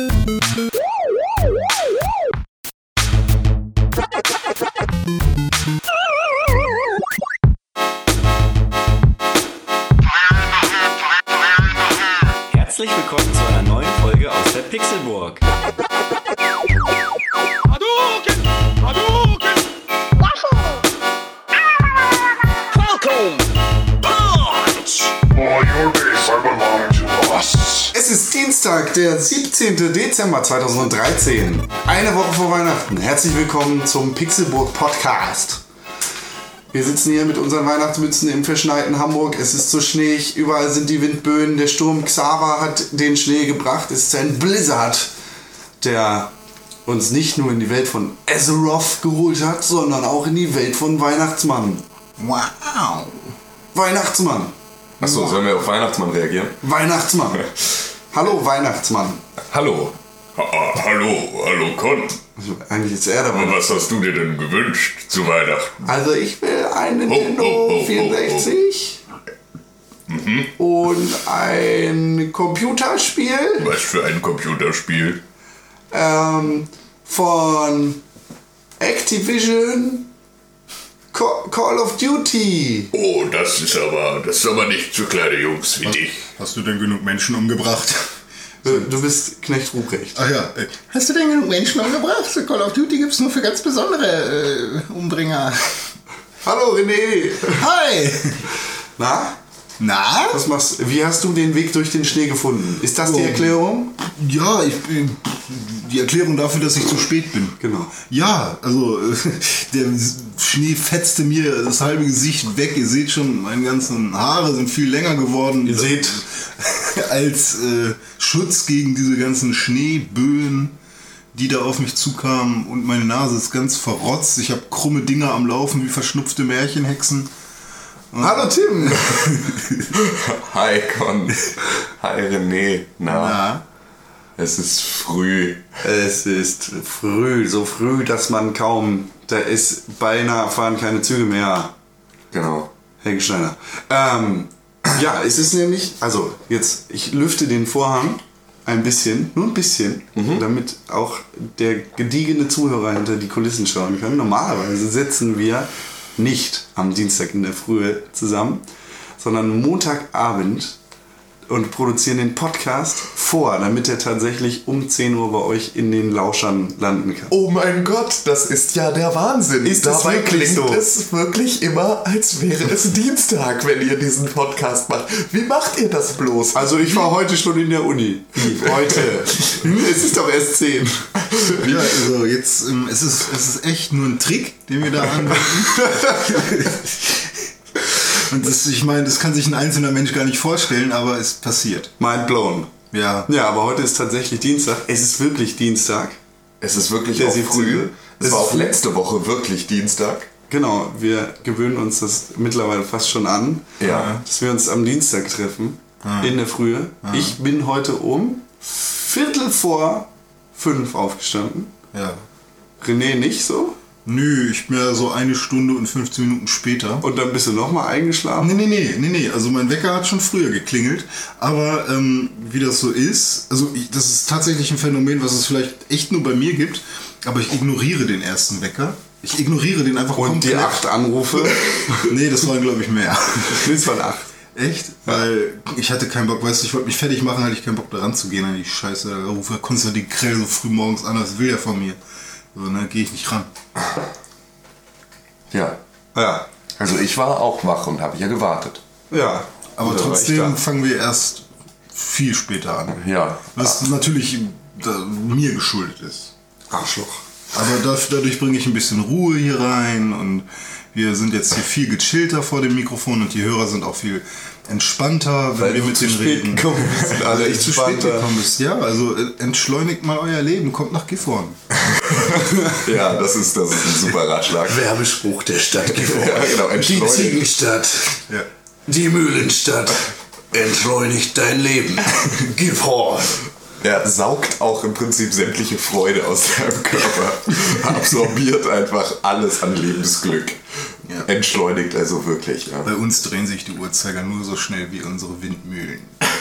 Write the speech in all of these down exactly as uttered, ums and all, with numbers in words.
Herzlich willkommen zu einer neuen Folge aus der Pixelburg. Hadouken! Hadouken! Falcon! Punch! For your days are belong to us. Es ist Dienstag, der siebzehnten Dezember zweitausenddreizehn. Eine Woche vor Weihnachten. Herzlich willkommen zum Pixelburg Podcast. Wir sitzen hier mit unseren Weihnachtsmützen im verschneiten Hamburg. Es ist so schneeig, überall sind die Windböen. Der Sturm Xaver hat den Schnee gebracht. Es ist ein Blizzard, der uns nicht nur in die Welt von Azeroth geholt hat, sondern auch in die Welt von Weihnachtsmann. Wow. Weihnachtsmann. Achso, sollen wir auf Weihnachtsmann reagieren? Weihnachtsmann. Hallo Weihnachtsmann. Hallo. Ha, hallo, hallo Con. Also, eigentlich ist er dabei. Was hast du dir denn gewünscht zu Weihnachten? Also ich will ein Nintendo oh, oh, oh, vierundsechzig Mhm. und ein Computerspiel Was für ein Computerspiel? ähm, von Activision Co- Call of Duty. Oh, das ist aber, das ist aber nicht für kleine Jungs wie dich. Hast du denn genug Menschen umgebracht? Du, du bist Knecht Ruprecht. Ach ja. Hast du denn genug Menschen umgebracht? Call of Duty gibt's nur für ganz besondere äh, Umbringer. Hallo René. Hi! Na? Na? Was machst, wie hast du den Weg durch den Schnee gefunden? Ist das die Oh. Erklärung? Ja, ich bin. Die Erklärung dafür, dass ich zu spät bin. Genau. Ja, also der Schnee fetzte mir das halbe Gesicht weg. Ihr seht schon, meine ganzen Haare sind viel länger geworden. Ihr seht. Als äh, Schutz gegen diese ganzen Schneeböen, die da auf mich zukamen. Und meine Nase ist ganz verrotzt. Ich habe krumme Dinger am Laufen wie verschnupfte Märchenhexen. Hallo Tim. Hi Con. Hi René. Na? Na? Es ist früh. Es ist früh, so früh, dass man kaum, da ist beinahe fahren keine Züge mehr. Genau. Helge Schneider. Ähm, ja, es ist nämlich, also jetzt, ich lüfte den Vorhang ein bisschen, nur ein bisschen, Mhm. damit auch der gediegene Zuhörer hinter die Kulissen schauen kann. Normalerweise sitzen wir nicht am Dienstag in der Frühe zusammen, sondern Montagabend und produzieren den Podcast vor, damit er tatsächlich um zehn Uhr bei euch in den Lauschern landen kann. Oh mein Gott, das ist ja der Wahnsinn. Ist das Dabei wirklich klingt so? es wirklich immer, als wäre es Dienstag, wenn ihr diesen Podcast macht. Wie macht ihr das bloß? Also ich war heute schon in der Uni. Wie? Heute? Es ist doch erst zehn. Ja, also jetzt, ähm, es ist, es ist echt nur ein Trick, den wir da anwenden. Und das, ich meine, das kann sich ein einzelner Mensch gar nicht vorstellen, aber es passiert. Mind blown. Ja. Ja, aber heute ist tatsächlich Dienstag. Es ist wirklich Dienstag. Es ist wirklich Der auch siebzehnte. früh. Es Es war ist auch früh. letzte Woche wirklich Dienstag. Genau, wir gewöhnen uns das mittlerweile fast schon an, Ja. dass wir uns am Dienstag treffen, in der Frühe. Ich bin heute um Viertel vor fünf aufgestanden. Ja. René nicht so. Nö, ich bin ja so eine Stunde und fünfzehn Minuten später. Und dann bist du nochmal eingeschlafen. Nee, nee, nee, nee, nee. Also mein Wecker hat schon früher geklingelt. Aber ähm, wie das so ist, also ich, das ist tatsächlich ein Phänomen, was es vielleicht echt nur bei mir gibt. Aber ich ignoriere den ersten Wecker. Ich ignoriere den einfach Und komplett. die acht Anrufe. Nee, das waren glaube ich mehr. Das waren acht. Echt? Weil ich hatte keinen Bock, weißt du, ich wollte mich fertig machen, hatte ich keinen Bock da ranzugehen an die Scheiße. Da ruft Konstantin Krell so früh morgens an, was will der von mir? So, dann gehe ich nicht ran. Ja. Ja. Also ich war auch wach und habe hier gewartet. Ja. Aber Und da war ich trotzdem da. fangen wir erst viel später an. Ja. Was natürlich da, mir geschuldet ist. Arschloch. Aber dafür, dadurch bringe ich ein bisschen Ruhe hier rein und wir sind jetzt hier viel gechillter vor dem Mikrofon und die Hörer sind auch viel entspannter, wenn Weil wir du mit zu denen spät reden. gekommen bist. Alle Weil ich zu spät entspannter. gekommen bist. Ja, also äh, entschleunigt mal euer Leben, kommt nach Gifhorn. Ja, das ist, das ist ein super Ratschlag. Werbespruch der Stadt Gifhorn. Ja, genau, Die entschleunigt. Ziegenstadt. Ja. Die Mühlenstadt. Entschleunigt dein Leben. Gifhorn. Er saugt auch im Prinzip sämtliche Freude aus deinem Körper. Absorbiert einfach alles an Lebensglück. Ja. entschleunigt, also wirklich. Ja. Bei uns drehen sich die Uhrzeiger nur so schnell wie unsere Windmühlen.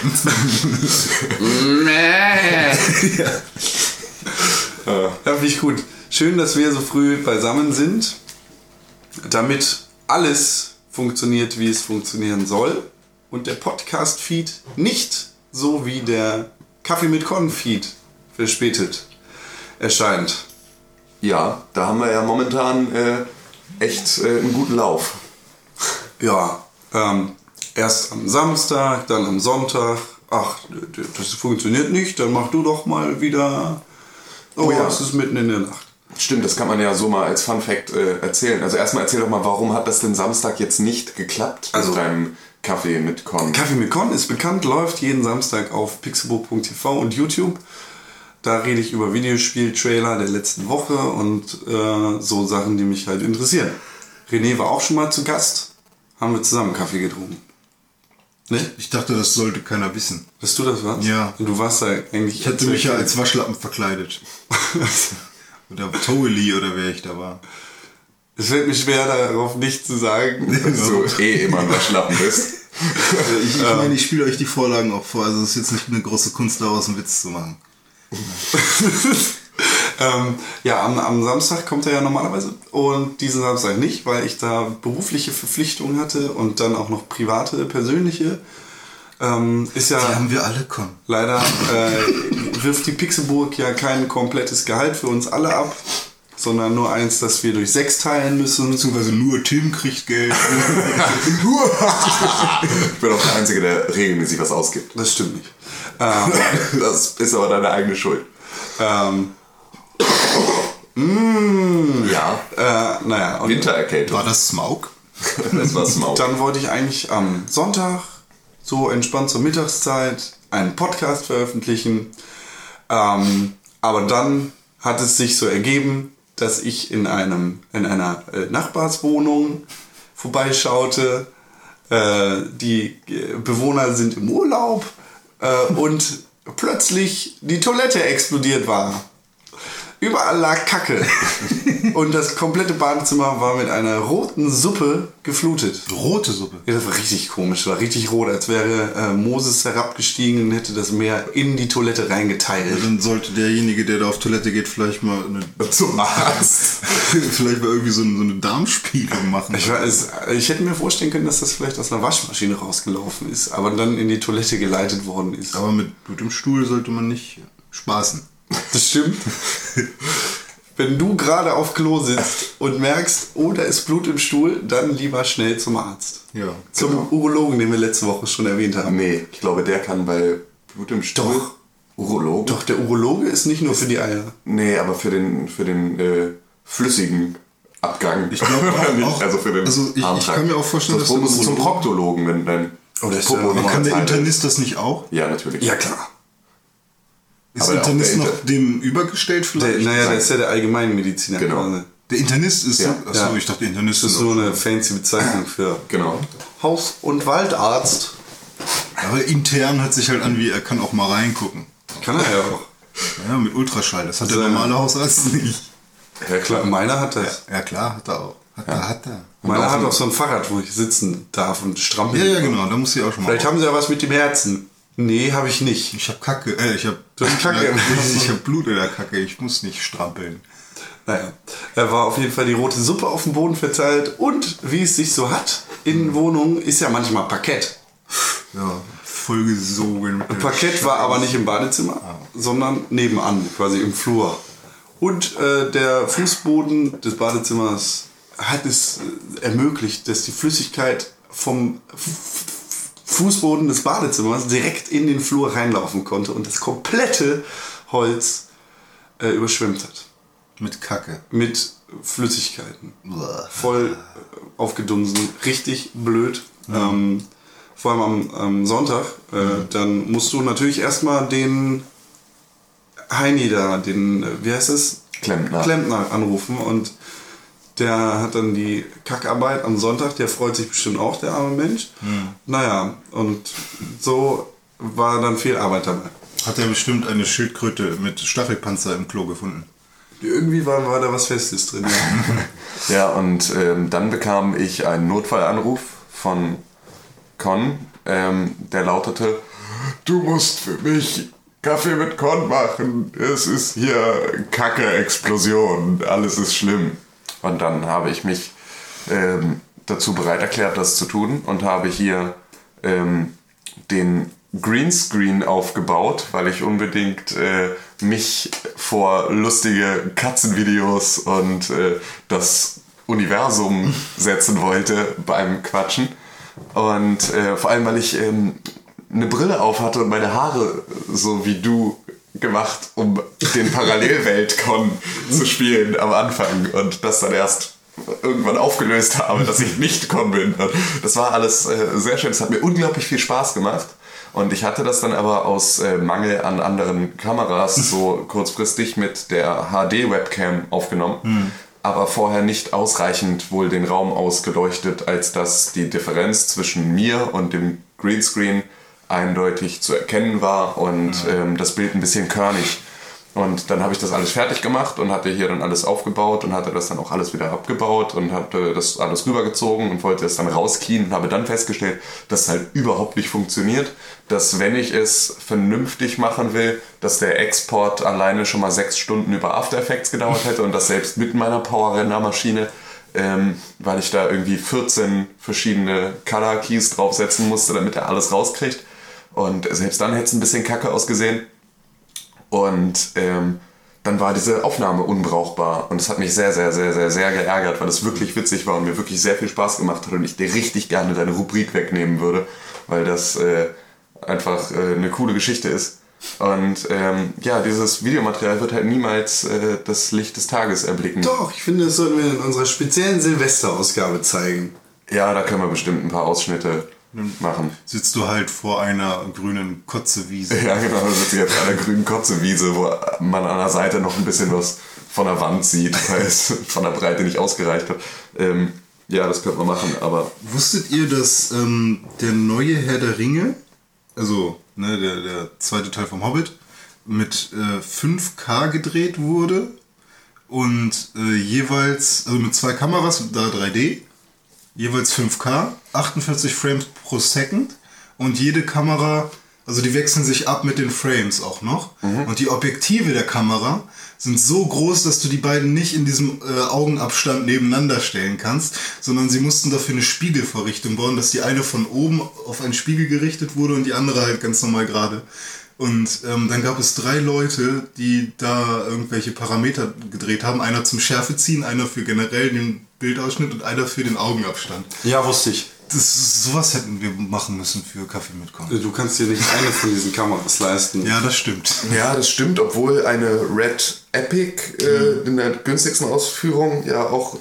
Ja, finde ich gut. Schön, dass wir so früh beisammen sind, damit alles funktioniert, wie es funktionieren soll und der Podcast-Feed nicht so wie der Kaffee mit Con-Feed verspätet erscheint. Ja, da haben wir ja momentan äh, echt äh, einen guten Lauf. Ja, ähm, erst am Samstag, dann am Sonntag. Ach, das funktioniert nicht, dann mach du doch mal wieder. Oh, Oh ja. es ist mitten in der Nacht. Stimmt, das kann man ja so mal als Fun Fact äh, erzählen. Also erstmal erzähl doch mal, warum hat das denn Samstag jetzt nicht geklappt Also- mit deinem Kaffee mit Con? Kaffee mit Con ist bekannt, läuft jeden Samstag auf pixelburg punkt t v und YouTube. Da rede ich über Videospiel-Trailer der letzten Woche und äh, so Sachen, die mich halt interessieren. René war auch schon mal zu Gast, haben wir zusammen Kaffee getrunken. Ne? Ich dachte, das sollte keiner wissen. Dass du das warst? Ja. Du warst da eigentlich... Ich hatte mich ja als Waschlappen verkleidet. Oder Toeli oder wer ich da war. Es fällt mir schwer, darauf nicht zu sagen. So eh immer ein Waschlappen bist. Ich, ich meine, ich spiele euch die Vorlagen auch vor. Also es ist jetzt nicht eine große Kunst, daraus einen Witz zu machen. ähm, ja, am, am Samstag kommt er ja normalerweise und diesen Samstag nicht, weil ich da berufliche Verpflichtungen hatte und dann auch noch private, persönliche. Ähm, ist ja Die haben wir alle, Con. leider äh, wirft die Pixelburg ja kein komplettes Gehalt für uns alle ab, sondern nur eins, das wir durch sechs teilen müssen. Beziehungsweise nur Tim kriegt Geld. Ich bin auch der Einzige, der regelmäßig was ausgibt. Das stimmt nicht. Ähm, Das ist aber deine eigene Schuld. ähm, mm, Ja, äh, naja, und Wintererkältung. War das Smaug? Das war Smaug. dann wollte ich eigentlich am Sonntag, so entspannt zur Mittagszeit, einen Podcast veröffentlichen. Ähm, aber dann hat es sich so ergeben, dass ich in, einem, in einer äh, Nachbarswohnung vorbeischaute. Äh, die äh, Bewohner sind im Urlaub äh, und plötzlich die Toilette explodiert war. Überall lag Kacke. Und das komplette Badezimmer war mit einer roten Suppe geflutet. Rote Suppe. Ja, das war richtig komisch, war richtig rot, als wäre äh, Moses herabgestiegen und hätte das Meer in die Toilette reingeteilt. Dann sollte derjenige, der da auf Toilette geht, vielleicht mal eine, Zum Arzt. vielleicht mal irgendwie so eine, so eine Darmspiegelung machen. Ich, weiß, ich hätte mir vorstellen können, dass das vielleicht aus einer Waschmaschine rausgelaufen ist, aber dann in die Toilette geleitet worden ist. Aber mit Blut im Stuhl sollte man nicht spaßen. Das stimmt. Wenn du gerade auf Klo sitzt und merkst, oh, da ist Blut im Stuhl, dann lieber schnell zum Arzt. Ja. Zum Urologen, den wir letzte Woche schon erwähnt haben. Nee, ich glaube, der kann bei Blut im Stuhl. Doch. Urologe? Doch, der Urologe ist nicht nur für die Eier. Nee, aber für den, für den äh, flüssigen Abgang. Ich glaube Nicht, auch- also für den also ich- ich Harntrakt. kann mir auch vorstellen, Sonst dass der musst du zum Urologe- Proktologen, wenn dein Oh, das ist Popo ja- noch Kann der Zeit ist. Internist das nicht auch? Ja, natürlich. Ja, klar. Ist Aber der auch Internist der noch Inter- dem übergestellt Der, vielleicht? naja, der ist ja der Allgemeinmediziner. Genau. quasi. Der Internist ist Ja. so. Achso, Ja. ich dachte, der Internist Das ist ist nur eine fancy Bezeichnung für Genau. Haus- und Waldarzt. Aber intern hört sich halt an, wie er kann auch mal reingucken. Kann er ja auch. Ja, mit Ultraschall. Das hat Also, der normale Hausarzt nicht. Ja, klar. Meiner hat das. Ja, klar, hat er auch. Hat er, hat er. Meiner hat auch so ein Fahrrad, wo ich sitzen darf und Ja, strampeln. ja, genau, da muss ich auch schon mal. Vielleicht haben sie ja was mit dem Herzen. Nee, habe ich nicht. Ich hab Kacke, äh, ich hab. Du hast Kacke im Herzen. Ich hab Blut in der Kacke, ich muss nicht strampeln. Naja, er war auf jeden Fall die rote Suppe auf dem Boden verteilt und wie es sich so hat in Wohnungen, ist ja manchmal Parkett. Ja, vollgesogen. mit der Parkett war aber nicht im Badezimmer, sondern nebenan, quasi im Flur. Und äh, der Fußboden des Badezimmers hat es äh, ermöglicht, dass die Flüssigkeit vom F- F- Fußboden des Badezimmers direkt in den Flur reinlaufen konnte und das komplette Holz äh, überschwemmt hat. Mit Kacke. Mit Flüssigkeiten. Uah. Voll äh, aufgedunsen. Richtig blöd. Ähm, vor allem am, am Sonntag. Äh, Dann musst du natürlich erstmal den Heini da, den, äh, wie heißt es? Klempner. Klempner anrufen und der hat dann die Kackarbeit am Sonntag, der freut sich bestimmt auch, der arme Mensch. Naja, und so war dann viel Arbeit dabei. Hat er bestimmt eine Schildkröte mit Stachelpanzer im Klo gefunden. Irgendwie war, war da was Festes drin. Ja, Ja, und ähm, dann bekam ich einen Notfallanruf von Con, ähm, der lautete: Du musst für mich Kaffee mit Con machen. Es ist hier Kacke-Explosion. Alles ist schlimm. Und dann habe ich mich ähm, dazu bereit erklärt, das zu tun und habe hier ähm, den Greenscreen aufgebaut, weil ich unbedingt äh, mich vor lustige Katzenvideos und äh, das Universum setzen wollte beim Quatschen. Und äh, vor allem, weil ich ähm, eine Brille auf hatte und meine Haare so wie du gemacht, um den Parallelwelt-Con zu spielen am Anfang und das dann erst irgendwann aufgelöst habe, dass ich nicht Con bin. Das war alles äh, sehr schön. Es hat mir unglaublich viel Spaß gemacht. Und ich hatte das dann aber aus äh, Mangel an anderen Kameras so kurzfristig mit der H D-Webcam aufgenommen. Mhm. Aber vorher nicht ausreichend wohl den Raum ausgeleuchtet, als dass die Differenz zwischen mir und dem Greenscreen eindeutig zu erkennen war und ähm, das Bild ein bisschen körnig. Und dann habe ich das alles fertig gemacht und hatte hier dann alles aufgebaut und hatte das dann auch alles wieder abgebaut und hatte das alles rübergezogen und wollte es dann rauskien und habe dann festgestellt, dass es halt überhaupt nicht funktioniert, dass wenn ich es vernünftig machen will, dass der Export alleine schon mal sechs Stunden über After Effects gedauert hätte und das selbst mit meiner Power-Render-Maschine, ähm, weil ich da irgendwie vierzehn verschiedene Color-Keys draufsetzen musste, damit er alles rauskriegt. Und selbst dann hätte es ein bisschen kacke ausgesehen. Und ähm, dann war diese Aufnahme unbrauchbar und es hat mich sehr, sehr, sehr, sehr, sehr geärgert, weil es wirklich witzig war und mir wirklich sehr viel Spaß gemacht hat und ich dir richtig gerne deine Rubrik wegnehmen würde, weil das äh, einfach äh, eine coole Geschichte ist. Und ähm, ja, dieses Videomaterial wird halt niemals äh, das Licht des Tages erblicken. Doch, ich finde, das sollten wir in unserer speziellen Silvesterausgabe zeigen. Ja, da können wir bestimmt ein paar Ausschnitte machen. Sitzt du halt vor einer grünen Kotzewiese. Ja, genau, da sitze ich jetzt an einer grünen Kotzewiese, wo man an der Seite noch ein bisschen was von der Wand sieht, weil es von der Breite nicht ausgereicht hat. Ähm, ja, das könnte man machen, aber... Wusstet ihr, dass ähm, der neue Herr der Ringe, also ne, der, der zweite Teil vom Hobbit, mit äh, fünf K gedreht wurde und äh, jeweils, also mit zwei Kameras, da drei D, jeweils fünf K, achtundvierzig Frames pro Second und jede Kamera, also die wechseln sich ab mit den Frames auch noch. Mhm. Und die Objektive der Kamera sind so groß, dass du die beiden nicht in diesem äh, Augenabstand nebeneinander stellen kannst, sondern sie mussten dafür eine Spiegelvorrichtung bauen, dass die eine von oben auf einen Spiegel gerichtet wurde und die andere halt ganz normal gerade. Und ähm, dann gab es drei Leute, die da irgendwelche Parameter gedreht haben. Einer zum Schärfeziehen, einer für generell den Bildausschnitt und einer für den Augenabstand. Ja, wusste ich. Das, sowas hätten wir machen müssen für Kaffee mit Con. Du kannst dir nicht eine von diesen Kameras leisten. Ja, das stimmt. Ja, das stimmt, obwohl eine Red Epic äh, in der günstigsten Ausführung ja auch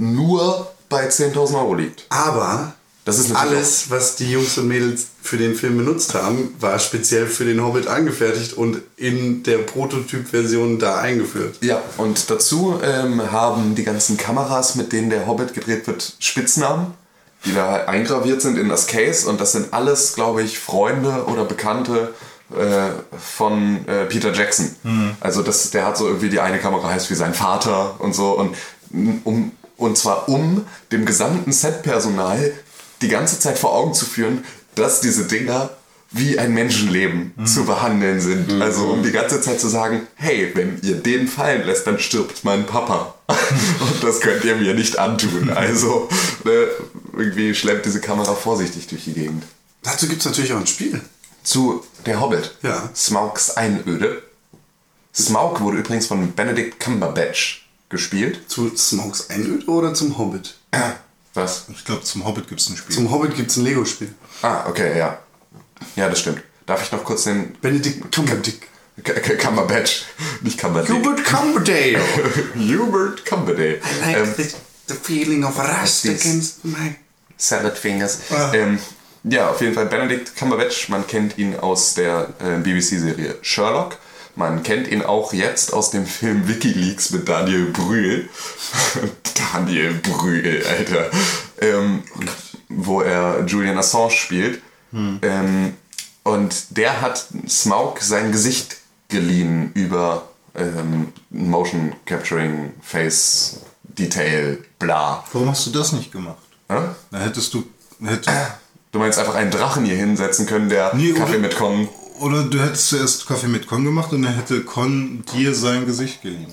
nur bei zehntausend Euro liegt. Aber das ist alles, was die Jungs und Mädels für den Film benutzt haben, war speziell für den Hobbit angefertigt und in der Prototyp-Version da eingeführt. Ja, und dazu ähm, haben die ganzen Kameras, mit denen der Hobbit gedreht wird, Spitznamen, die da eingraviert sind in das Case. Und das sind alles, glaube ich, Freunde oder Bekannte äh, von äh, Peter Jackson. Mhm. Also das, der hat so irgendwie, die eine Kamera heißt wie sein Vater und so. Und, um, und zwar um dem gesamten Setpersonal die ganze Zeit vor Augen zu führen, dass diese Dinger wie ein Menschenleben mhm. zu behandeln sind. Mhm. Also um die ganze Zeit zu sagen, hey, wenn ihr den fallen lässt, dann stirbt mein Papa. Und das könnt ihr mir nicht antun. Also ne, irgendwie schleppt diese Kamera vorsichtig durch die Gegend. Dazu gibt es natürlich auch ein Spiel. Zu Der Hobbit. Ja. Smaugs Einöde. Smaug wurde übrigens von Benedict Cumberbatch gespielt. Zu Smaugs Einöde oder zum Hobbit? Was? Ich glaube, zum Hobbit gibt es ein Spiel. Zum Hobbit gibt es ein Lego-Spiel. Ah, okay, ja. Ja, das stimmt. Darf ich noch kurz den... Benedict Cumberbatch. Cumberbatch. Nicht Cumberbatch. Hubert Cumberdale. Hubert Cumberdale. I like ähm, the, the feeling of rust against my... Salad Fingers. Ah. Ähm, ja, auf jeden Fall Benedict Cumberbatch. Man kennt ihn aus der äh, B B C-Serie Sherlock. Man kennt ihn auch jetzt aus dem Film WikiLeaks mit Daniel Brühl. Daniel Brühl, Alter. Ähm, wo er Julian Assange spielt. Hm. Ähm, und der hat Smaug sein Gesicht geliehen über ähm, Motion Capturing, Face Detail, bla. Warum hast du das nicht gemacht? Hä? Da hättest du... Hätte, Du meinst einfach einen Drachen hier hinsetzen können, der Nee, Kaffee oder- mit Con. oder du hättest zuerst Kaffee mit Con gemacht und dann hätte Con dir sein Gesicht geliehen.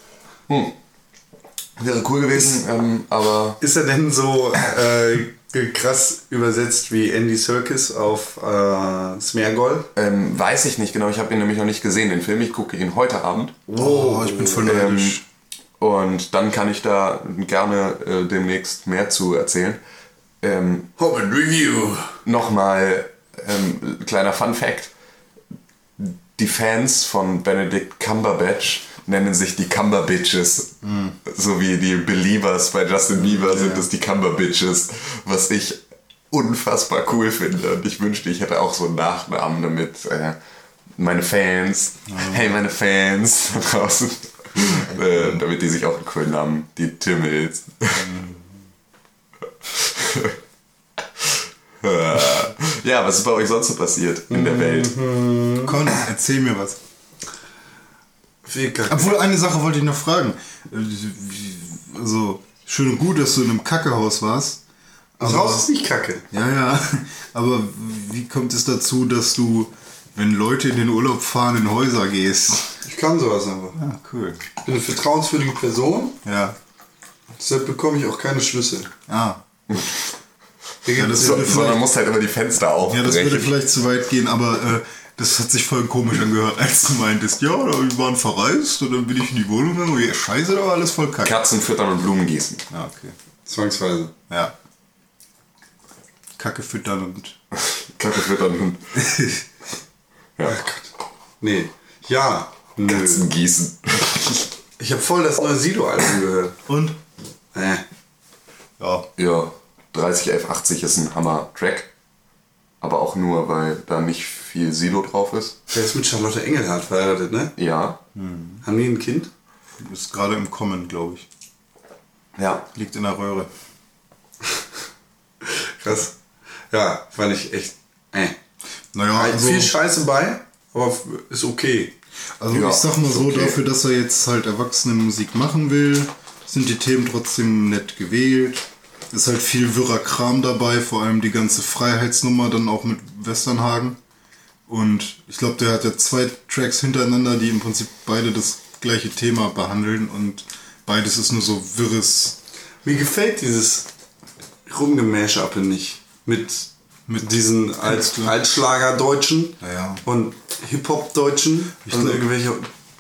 Wäre cool gewesen, ähm, aber Ist er denn so äh, krass übersetzt wie Andy Serkis auf äh, Smeargol? ähm, weiß ich nicht genau. Ich habe ihn nämlich noch nicht gesehen, den Film. Ich gucke ihn heute Abend. Oh, ich bin voll neidisch. Ähm, und dann kann ich da gerne äh, demnächst mehr zu erzählen. Ähm, Home and Review. Nochmal ähm, kleiner Fun Fact. Die Fans von Benedict Cumberbatch nennen sich die Cumberbitches. Mhm. So wie die Beliebers bei Justin Bieber sind es die Cumberbitches. Was ich unfassbar cool finde. Und ich wünschte, ich hätte auch so einen Nachnamen, damit äh, meine Fans, mhm. hey meine Fans da draußen, äh, damit die sich auch einen coolen Namen, die Timmels. Mhm. Ja, was ist bei euch sonst so passiert in der Welt? Con, erzähl mir was. Viel Kacke. Obwohl, eine Sache wollte ich noch fragen. Also, schön und gut, dass du in einem Kackehaus warst. Das Haus ist nicht kacke. Ja, ja. Aber wie kommt es dazu, dass du, wenn Leute in den Urlaub fahren, in Häuser gehst? Ich kann sowas einfach. Ah, cool. Ich bin eine vertrauenswürdige Person, Ja. deshalb bekomme ich auch keine Schlüssel. Ah. Hier Ja, gibt das es ist So, sondern musst halt immer die Fenster Ja, aufbrechen. das würde vielleicht zu weit gehen, aber äh, das hat sich voll komisch angehört, als du meintest, ja, wir waren verreist und dann bin ich in die Wohnung gegangen und ja, scheiße, da war alles voll kacke. Katzen füttern und Blumen gießen. Ja, okay. zwangsweise. Ja. Kacke füttern und... Kacke füttern und ja. Nee. Ja. Nö. Katzen gießen. Ich habe voll das neue Sido-Album gehört. Und? Äh. Ja. Ja, dreißig elf achtzig ist ein Hammer-Track. Aber auch nur, weil da nicht viel Silo drauf ist. Der ist mit Charlotte Engelhardt verheiratet, ne? Ja. Haben die ein Kind? Ist gerade im Kommen, glaube ich. Ja. Liegt in der Röhre. Krass. Ja, fand ich echt. Äh. Naja, Halt also, viel Scheiße bei, aber ist okay. also Ja, ich sag mal ist so, okay. dafür, dass er jetzt halt Erwachsenenmusik machen will, sind die Themen trotzdem nett gewählt. Ist halt viel wirrer Kram dabei, vor allem die ganze Freiheitsnummer dann auch mit Westernhagen. Und ich glaube, der hat ja zwei Tracks hintereinander, die im Prinzip beide das gleiche Thema behandeln und beides ist nur so wirres. Mir gefällt dieses Rumgemashuppe nicht. Mit, mit diesen Alt, Künstler. Altschlager-Deutschen Ja, ja. und Hip-Hop-Deutschen Ich und glaub- irgendwelche.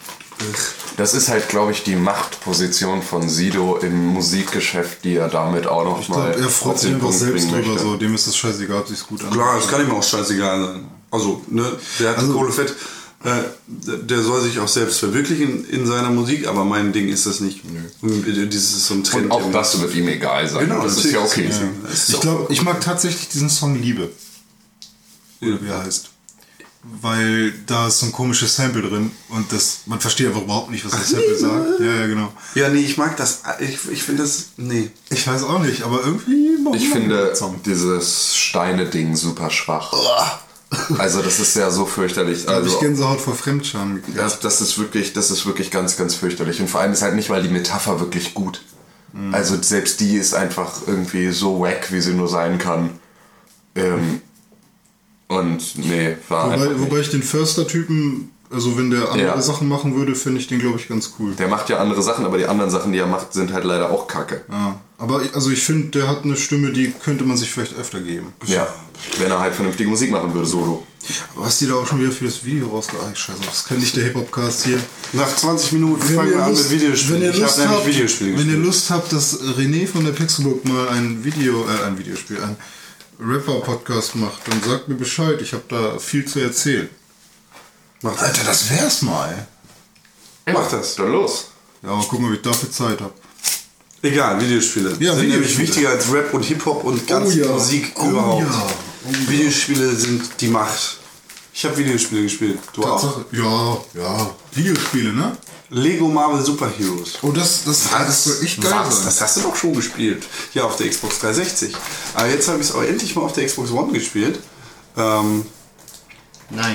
Das ist halt, glaube ich, die Machtposition von Sido im Musikgeschäft, die er damit auch noch Ich mal glaube, er auf freut sich den einfach Punkt selbst bringen drüber möchte. so. Dem ist es scheißegal, ob sich's gut anhört. Klar, das kann ihm auch scheißegal sein. Also, ne, der hat Also- die Kohle fett. Äh, der soll sich auch selbst verwirklichen in seiner Musik, aber mein Ding ist das nicht. Und dieses ist so ein Trend. Und auch der- das wird ihm egal sein. Genau, das ist ja okay. natürlich. Das ist Ich auch- glaube, ich mag tatsächlich diesen Song Liebe. Oder wie er heißt. Weil da ist so ein komisches Sample drin und das, man versteht einfach überhaupt nicht, was das Sample sagt. Ja, ja, genau. Ja, nee, ich mag das. Ich, ich finde das. Nee. Ich weiß auch nicht, aber irgendwie... mag Ich man finde den Song. dieses Steine-Ding super schwach. Also das ist ja so fürchterlich. Da habe ich Also, Gänsehaut vor Fremdscham gekriegt. das, das ist wirklich, das ist wirklich ganz, ganz fürchterlich. Und vor allem ist halt nicht mal die Metapher wirklich gut. Mhm. Also selbst die ist einfach irgendwie so wack, wie sie nur sein kann. Ähm, und nee, war einfach Wobei, nicht. wobei ich den Förster-Typen, also wenn der andere Ja. Sachen machen würde, finde ich den, glaube ich, ganz cool. Der macht ja andere Sachen, aber die anderen Sachen, die er macht, sind halt leider auch kacke. Ja. Aber ich- also ich finde, der hat eine Stimme, die könnte man sich vielleicht öfter geben. Ja, wenn er halt vernünftige Musik machen würde, solo. Aber hast du da auch schon wieder für das Video rausgebracht? Scheiße, das kann nicht der Hip-Hop-Cast hier. Nach zwanzig Minuten fangen wir an mit Videospielen. wenn ihr Ich Lust habe nämlich habt, Videospiele wenn ihr gespielt. Lust habt, dass René von der Pixelbook mal ein Video, äh, ein Videospiel, ein Rapper-Podcast macht, dann sagt mir Bescheid. Ich habe da viel zu erzählen. Mach das. Alter, das wär's mal. Mach das. Dann los. Ja, mal gucken, ob ich dafür Zeit habe. Egal, Videospiele. Ja, sind nämlich Videospiele. wichtiger als Rap und Hip-Hop und ganze Oh ja. Musik Oh überhaupt. ja. Oh Videospiele sind die Macht. Ich habe Videospiele gespielt. Du auch. Tatsache. Ja, ja. Videospiele, ne? Lego Marvel Super Heroes. Oh, das, das, das soll echt geil Was? sein. Das hast du doch schon gespielt. Ja, auf der Xbox dreihundertsechzig. Aber jetzt habe ich es auch endlich mal auf der Xbox One gespielt. Ähm, Nein.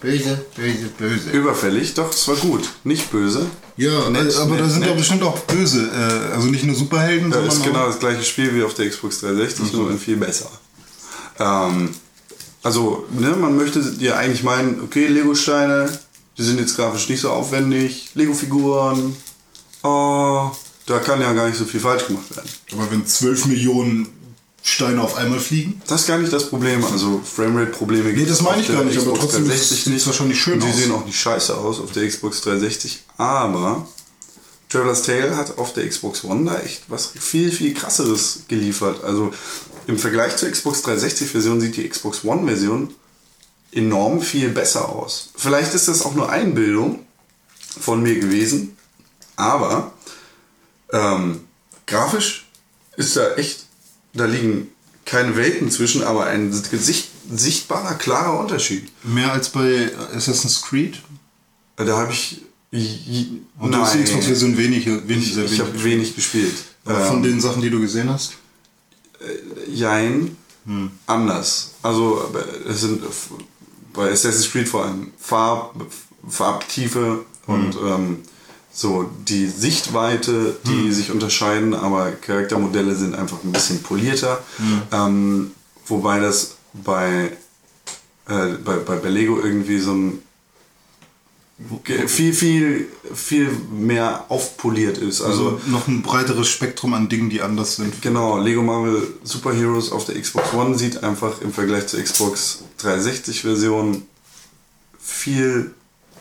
Böse, böse, böse. Überfällig, doch, es war gut. Nicht böse. Ja, Nett, aber nett, da sind nett. doch bestimmt auch böse. Äh, also nicht nur Superhelden, Das sondern ist genau auch... das gleiche Spiel wie auf der Xbox dreihundertsechzig, nur in viel besser. Ähm, also, ne, man möchte ja eigentlich meinen, okay, Lego-Steine, die sind jetzt grafisch nicht so aufwendig, Lego-Figuren, oh, da kann ja gar nicht so viel falsch gemacht werden. Aber wenn zwölf Millionen Steine auf einmal fliegen? Das ist gar nicht das Problem, also Framerate-Probleme Nee, gibt das es meine auf ich der gar nicht, aber Xbox trotzdem dreihundertsechzig sieht es wahrscheinlich schön Und die aus. sehen auch nicht scheiße aus auf der Xbox dreihundertsechzig, aber Traveler's Tale hat auf der Xbox One da echt was viel, viel krasseres geliefert. Also im Vergleich zur Xbox dreihundertsechzig-Version sieht die Xbox One-Version enorm viel besser aus. Vielleicht ist das auch nur Einbildung von mir gewesen, aber ähm, grafisch ist da echt, da liegen keine Welten zwischen, aber ein Gesicht, sichtbarer, klarer Unterschied. Mehr als bei Assassin's Creed? Da habe ich j- Und du hast die Xbox-Version wenig, wenig, ich, sehr ich wenig. habe wenig gespielt. Aber von Ähm, den Sachen, die du gesehen hast? Jein, anders. Also es sind f- bei Assassin's Creed vor allem Farb, Farbtiefe und ähm, so die Sichtweite, die sich unterscheiden, aber Charaktermodelle sind einfach ein bisschen polierter. Ähm, wobei das bei, äh, bei, bei, bei Lego irgendwie so ein ge- viel, viel, viel mehr aufpoliert ist. Also Also noch ein breiteres Spektrum an Dingen, die anders sind. genau, Lego Marvel Super Heroes auf der Xbox One sieht einfach im Vergleich zur Xbox dreihundertsechzig-Version viel,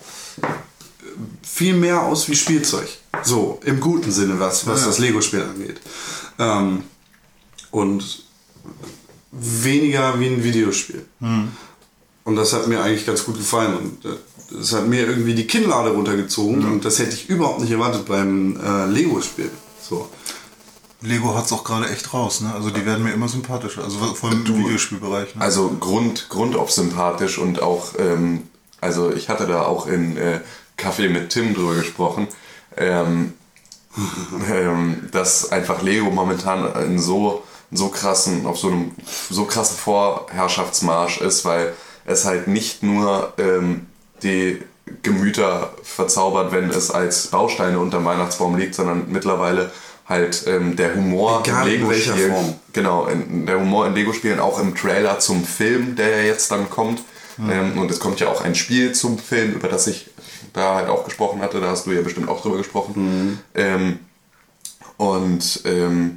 viel mehr aus wie Spielzeug. So, im guten Sinne, was, was Ja. das Lego-Spiel angeht. Ähm, und weniger wie ein Videospiel. Und das hat mir eigentlich ganz gut gefallen. Und äh, das hat mir irgendwie die Kinnlade runtergezogen. Und das hätte ich überhaupt nicht erwartet beim äh, Lego-Spiel. So. Lego hat es auch gerade echt raus, ne? Also die werden mir immer sympathischer. Also vor allem im Videospielbereich. Ne? Also Grund, grundauf sympathisch und auch, ähm, also ich hatte da auch in äh, Kaffee mit Tim drüber gesprochen, ähm, ähm, dass einfach Lego momentan in so, so krassen, auf so einem so krassen Vorherrschaftsmarsch ist, weil es halt nicht nur ähm, die Gemüter verzaubert, wenn es als Bausteine unterm Weihnachtsbaum liegt, sondern mittlerweile halt ähm, der Humor Egal in welcher Lego-Spielen, Form. genau, in, der Humor in Lego-Spielen, auch im Trailer zum Film, der ja jetzt dann kommt. Ähm, und es kommt ja auch ein Spiel zum Film, über das ich da halt auch gesprochen hatte, da hast du ja bestimmt auch drüber gesprochen. Ähm, und ähm,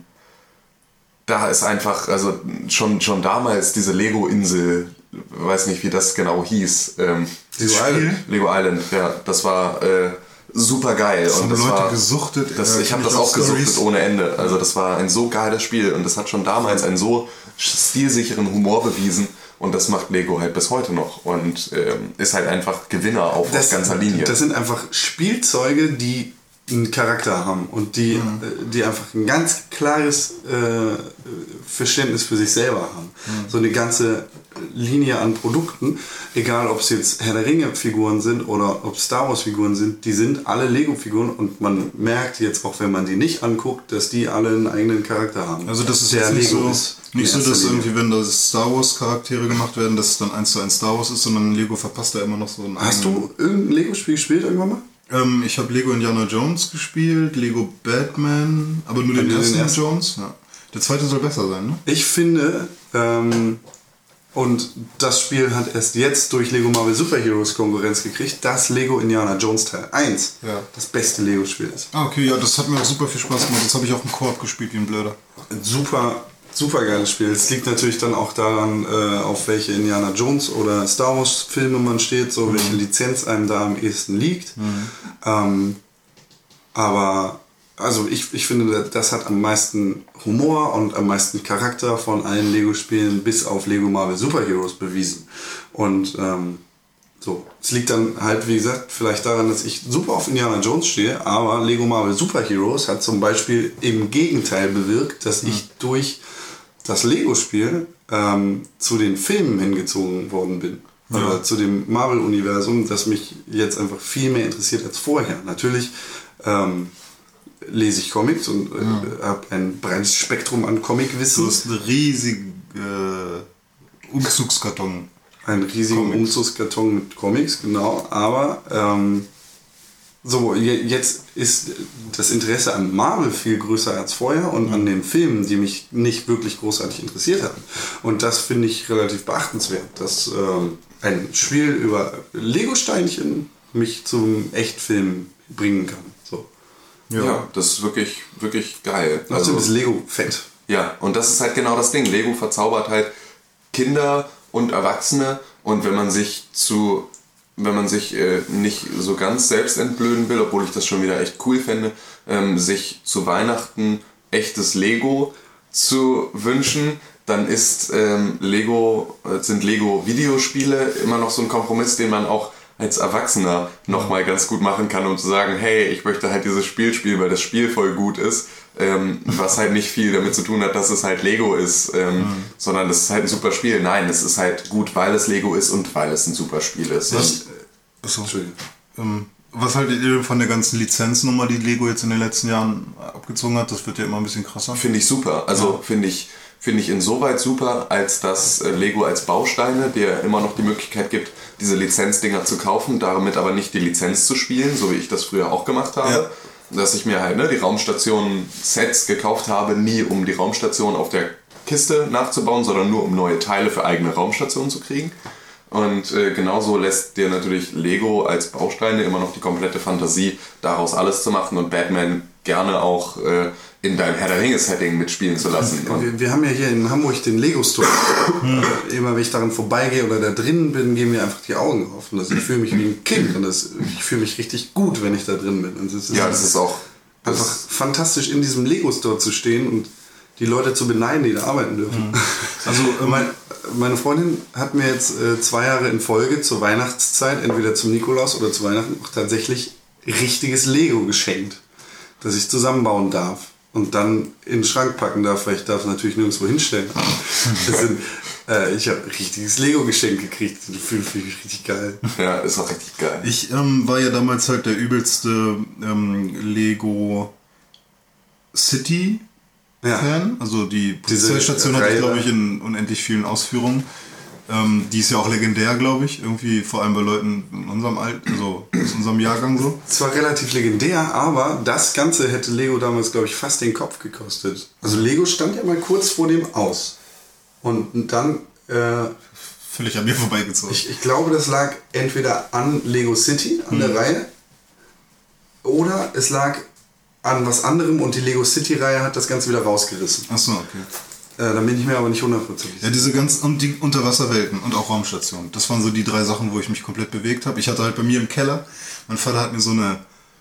da ist einfach, also schon, schon damals diese Lego-Insel, weiß nicht, wie das genau hieß. Ähm, Lego Island? Lego Island, ja, das war äh, super geil. Das und haben das Leute war, gesuchtet. das, äh, ich habe kenn das auch Stories. gesuchtet ohne Ende. Also das war ein so geiles Spiel und das hat schon damals einen so stilsicheren Humor bewiesen. Und das macht Lego halt bis heute noch und ähm, ist halt einfach Gewinner auf, auf ganzer Linie. Das sind einfach Spielzeuge, die einen Charakter haben und die, Mhm. äh, die einfach ein ganz klares äh, Verständnis für sich selber haben. Mhm. So eine ganze Linie an Produkten, egal ob es jetzt Herr der Ringe-Figuren sind oder ob Star Wars-Figuren sind, die sind alle Lego-Figuren und man merkt jetzt auch, wenn man die nicht anguckt, dass die alle einen eigenen Charakter haben. Also das ist der jetzt nicht Lego so, ist. nicht so, in erster dass Linie. irgendwie, wenn da Star Wars Charaktere gemacht werden, dass es dann eins zu eins Star Wars ist, sondern Lego verpasst da immer noch so einen Hast eigenen- du irgendein Lego-Spiel gespielt irgendwann mal? Ähm, ich habe Lego Indiana Jones gespielt, Lego Batman, aber nur den nur den ersten ersten? Jones. Ja. Der zweite soll besser sein, ne? Ich finde, ähm, und das Spiel hat erst jetzt durch Lego Marvel Super Heroes Konkurrenz gekriegt, dass Lego Indiana Jones Teil eins Ja. das beste Lego-Spiel ist. Ah, okay, ja, das hat mir auch super viel Spaß gemacht. Das habe ich auch im Koop gespielt wie ein Blöder. Ein super, super geiles Spiel. Es liegt natürlich dann auch daran, äh, auf welche Indiana Jones oder Star Wars Filme man steht, so welche Lizenz einem da am ehesten liegt. Ähm, aber also ich, ich finde, das hat am meisten Humor und am meisten Charakter von allen Lego-Spielen bis auf Lego Marvel Super Heroes bewiesen. Und ähm, so, es liegt dann halt, wie gesagt, vielleicht daran, dass ich super auf Indiana Jones stehe, aber Lego Marvel Super Heroes hat zum Beispiel im Gegenteil bewirkt, dass ich durch das Lego-Spiel ähm, zu den Filmen hingezogen worden bin. Ja. Oder zu dem Marvel-Universum, das mich jetzt einfach viel mehr interessiert als vorher. Natürlich ähm, lese ich Comics und äh, Ja. habe ein breites Spektrum an Du Comicwissen. hast einen riesigen äh, Umzugskarton einen riesigen Comics. Umzugskarton mit Comics, genau. Aber ähm, so, je- jetzt ist das Interesse an Marvel viel größer als vorher und an den Filmen, die mich nicht wirklich großartig interessiert haben. Und das finde ich relativ beachtenswert, dass ähm, ein Spiel über Lego-Steinchen mich zum Echtfilm bringen kann. So. Ja, das ist wirklich, wirklich geil. Also das Lego-Fett. Ja, und das ist halt genau das Ding. Lego verzaubert halt Kinder und Erwachsene, und wenn man sich zu, wenn man sich äh, nicht so ganz selbst entblöden will, obwohl ich das schon wieder echt cool fände, ähm, sich zu Weihnachten echtes Lego zu wünschen, dann ist ähm, Lego, äh, sind Lego-Videospiele immer noch so ein Kompromiss, den man auch als Erwachsener nochmal ganz gut machen kann, um zu sagen, hey, ich möchte halt dieses Spiel spielen, weil das Spiel voll gut ist, ähm, was halt nicht viel damit zu tun hat, dass es halt Lego ist, ähm, mhm. sondern das ist halt ein super Spiel. Nein, es ist halt gut, weil es Lego ist und weil es ein super Spiel ist. Was, achso, ähm, was haltet ihr von der ganzen Lizenznummer, die Lego jetzt in den letzten Jahren abgezogen hat? Das wird ja immer ein bisschen krasser. Finde ich super. Also ja. finde ich, finde ich insoweit super, als dass äh, Lego als Bausteine dir immer noch die Möglichkeit gibt, diese Lizenzdinger zu kaufen, damit aber nicht die Lizenz zu spielen, so wie ich das früher auch gemacht habe. Ja. Dass ich mir halt ne, die Raumstation-Sets gekauft habe, nie um die Raumstation auf der Kiste nachzubauen, sondern nur um neue Teile für eigene Raumstationen zu kriegen. Und äh, genauso lässt dir natürlich Lego als Bausteine immer noch die komplette Fantasie, daraus alles zu machen und Batman gerne auch äh, in deinem Herr der Ringe-Setting mitspielen zu lassen. Wir, wir haben ja hier in Hamburg den Lego-Store. äh, immer wenn ich darin vorbeigehe oder da drin bin, gehen mir einfach die Augen auf. Und das, ich fühle mich wie ein Kind und das, ich fühle mich richtig gut, wenn ich da drin bin. Und das ist ja, das ist auch das einfach fantastisch, in diesem Lego-Store zu stehen und die Leute zu beneiden, die da arbeiten dürfen. Mhm. Also äh, mein, meine Freundin hat mir jetzt äh, zwei Jahre in Folge zur Weihnachtszeit, entweder zum Nikolaus oder zu Weihnachten, auch tatsächlich richtiges Lego geschenkt, das ich zusammenbauen darf und dann in den Schrank packen darf, weil ich darf natürlich nirgendwo hinstellen. Das sind, äh, ich habe richtiges Lego geschenkt gekriegt. Das fühle ich richtig geil. Ja, ist auch richtig geil. Ich ähm, war ja damals halt der übelste ähm, Lego City Ja. Fan. Also die Polizeistation hatte ich, glaube ich, in unendlich vielen Ausführungen. Ähm, die ist ja auch legendär, glaube ich. Irgendwie vor allem bei Leuten in unserem Alter, also aus unserem Jahrgang so. Es war relativ legendär, aber das Ganze hätte Lego damals, glaube ich, fast den Kopf gekostet. Also Lego stand ja mal kurz vor dem Aus. Und dann... Äh, Völlig an mir vorbeigezogen. Ich, ich glaube, das lag entweder an Lego City, an der mhm. Reihe, oder es lag an was anderem und die Lego City-Reihe hat das Ganze wieder rausgerissen. Achso, okay. Äh, da bin ich mir aber nicht hundertprozentig sicher. Ja, diese ganzen und die Unterwasserwelten und auch Raumstationen. Das waren so die drei Sachen, wo ich mich komplett bewegt habe. Ich hatte halt bei mir im Keller, mein Vater hat mir so eine,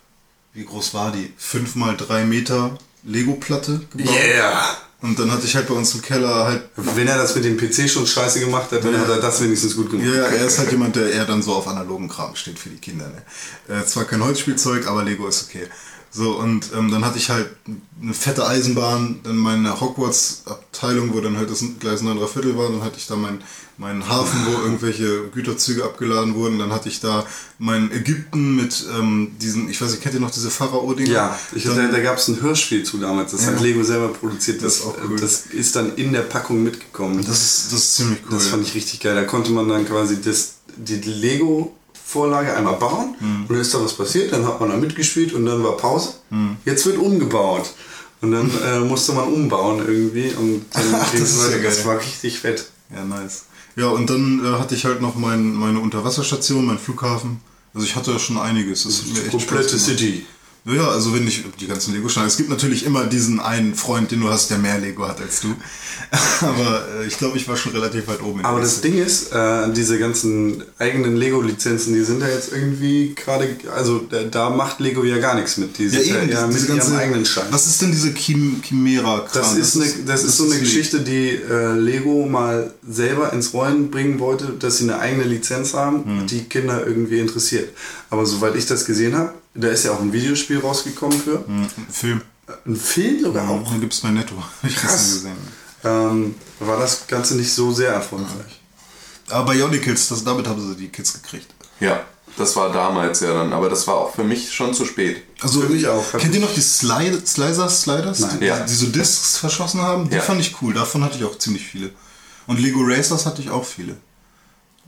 wie groß war die? fünf mal drei Meter Lego-Platte gebaut. Yeah! Und dann hatte ich halt bei uns im Keller halt... Wenn er das mit dem P C schon scheiße gemacht hat, dann ja. hat er das wenigstens gut gemacht. Ja, ja, er ist halt jemand, der eher dann so auf analogen Kram steht für die Kinder. Ne? Äh, zwar kein Holzspielzeug, aber Lego ist okay. So, und ähm, dann hatte ich halt eine fette Eisenbahn, dann meine Hogwarts-Abteilung, wo dann halt das Gleis neun Komma drei Viertel war, dann hatte ich da meinen mein Hafen, wo irgendwelche Güterzüge abgeladen wurden, dann hatte ich da mein Ägypten mit ähm, diesen, ich weiß nicht, kennt ihr noch diese Pharao-Dinger? Ja, ich, dann, da, da gab es ein Hörspiel zu damals, das ja. hat Lego selber produziert, das, das, ist auch cool. Das ist dann in der Packung mitgekommen. Das ist, das ist ziemlich cool. Das fand ich richtig geil, da konnte man dann quasi das, die Lego Vorlage einmal bauen mhm. und dann ist da was passiert, dann hat man da mitgespielt und dann war Pause. Mhm. Jetzt wird umgebaut und dann äh, musste man umbauen irgendwie und dann das, ist ja das war richtig fett. Ja, nice. Ja, und dann äh, hatte ich halt noch mein, meine Unterwasserstation, meinen Flughafen. Also ich hatte schon einiges. Das ist mir echt komplette City. Ja, also wenn ich die ganzen Lego-Steine. Es gibt natürlich immer diesen einen Freund, den du hast, der mehr Lego hat als du. Aber äh, ich glaube, ich war schon relativ weit oben. Aber das Ding ist, äh, diese ganzen eigenen Lego-Lizenzen, die sind ja jetzt irgendwie gerade, also da, da macht Lego ja gar nichts mit. Die sind ja, eben, ja, ja mit ganze, ihrem eigenen Schein. Was ist denn diese Chim Chimera-Kram? Das ist, eine, das, das ist so eine Geschichte, die äh, Lego mal selber ins Rollen bringen wollte, dass sie eine eigene Lizenz haben, hm. die Kinder irgendwie interessiert. Aber soweit ich das gesehen habe, da ist ja auch ein Videospiel rausgekommen für. Hm, ein Film. Ein Film sogar auch? Da gibt es bei Netto. Ich Krass. Gesehen. Ähm, war das Ganze nicht so sehr erfolgreich. Aber Bionic Kids, das, damit haben sie die Kids gekriegt. Ja, das war damals ja dann, aber das war auch für mich schon zu spät. Also für mich auch. Kennt ihr noch die Slide, Sliders, Sliders? Nein. Die, ja. die so Discs verschossen haben? Die ja. fand ich cool, davon hatte ich auch ziemlich viele. Und Lego Racers hatte ich auch viele.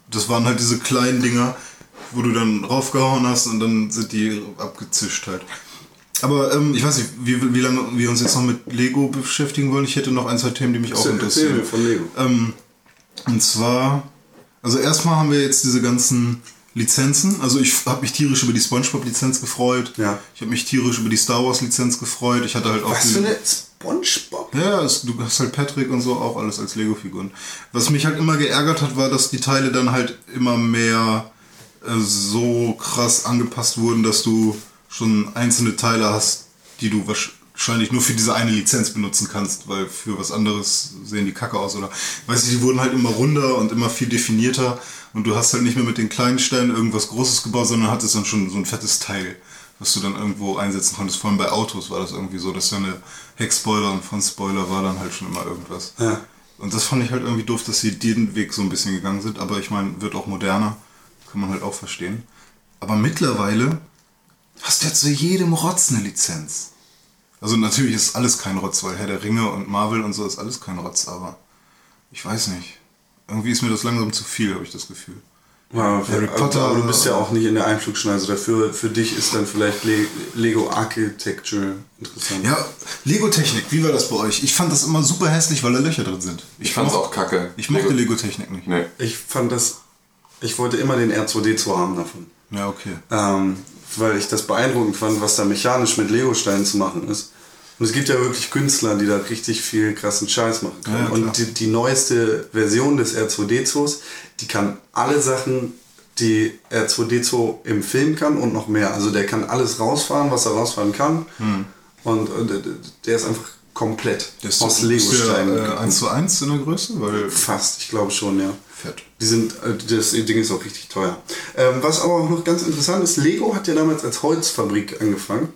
das waren halt diese kleinen Dinger, wo du dann raufgehauen hast und dann sind die abgezischt halt. Aber ähm, ich weiß nicht, wie, wie lange wir uns jetzt noch mit Lego beschäftigen wollen. Ich hätte noch ein, zwei Themen, die mich auch interessieren. Erzähl mir von Lego. Ähm, und zwar, also erstmal haben wir jetzt diese ganzen Lizenzen. Also ich habe mich tierisch über die SpongeBob-Lizenz gefreut. Ja. Ich habe mich tierisch über die Star Wars-Lizenz gefreut. Ich hatte halt auch Was die, für eine SpongeBob? ja, es, du hast halt Patrick und so auch alles als Lego-Figuren. Was mich halt immer geärgert hat, war, dass die Teile dann halt immer mehr äh, so krass angepasst wurden, dass du schon einzelne Teile hast, die du wahrscheinlich nur für diese eine Lizenz benutzen kannst, weil für was anderes sehen die kacke aus oder weiß ich, die wurden halt immer runder und immer viel definierter und du hast halt nicht mehr mit den kleinen Steinen irgendwas Großes gebaut, sondern hattest dann schon so ein fettes Teil, was du dann irgendwo einsetzen konntest. Vor allem bei Autos war das irgendwie so, dass deine Heckspoiler und Frontspoiler war dann halt schon immer irgendwas. Ja. Und das fand ich halt irgendwie doof, dass sie den Weg so ein bisschen gegangen sind, aber ich meine, wird auch moderner, kann man halt auch verstehen. Aber mittlerweile hast du ja zu jedem Rotz eine Lizenz. Also natürlich ist alles kein Rotz, weil Herr der Ringe und Marvel und so ist alles kein Rotz, aber ich weiß nicht. Irgendwie ist mir das langsam zu viel, habe ich das Gefühl. Ja, Harry Potter, aber du bist ja auch nicht in der Einflugschneise dafür. Für dich ist dann vielleicht Le- Lego Architecture interessant. Ja, Lego-Technik, wie war das bei euch? Ich fand das immer super hässlich, weil da Löcher drin sind. Ich fand's moch- auch kacke. Ich mochte Lego- Lego-Technik nicht. Nee. Ich fand das, ich wollte immer den R zwei D zwei haben davon. Ja, okay. Ähm, weil ich das beeindruckend fand, was da mechanisch mit Lego-Steinen zu machen ist. Und es gibt ja wirklich Künstler, die da richtig viel krassen Scheiß machen können. Ja, ja, klar. und die, die neueste Version des R zwei D zwei, die kann alle Sachen, die R zwei D zwei im Film kann und noch mehr. Also der kann alles rausfahren, was er rausfahren kann. Hm. Und, und der ist einfach komplett Das aus ist Lego-Steinen. äh, eins zu eins in der Größe? Weil Fast, ich glaube schon, ja. Fett. Die sind, äh, das Ding ist auch richtig teuer. Ähm, was aber auch noch ganz interessant ist, Lego hat ja damals als Holzfabrik angefangen.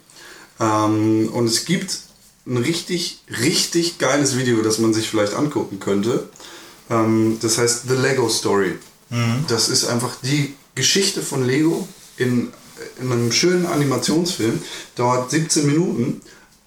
Ähm, und es gibt ein richtig, richtig geiles Video, das man sich vielleicht angucken könnte. Ähm, das heißt The Lego Story. Mhm. Das ist einfach die Geschichte von Lego in, in einem schönen Animationsfilm. Dauert siebzehn Minuten.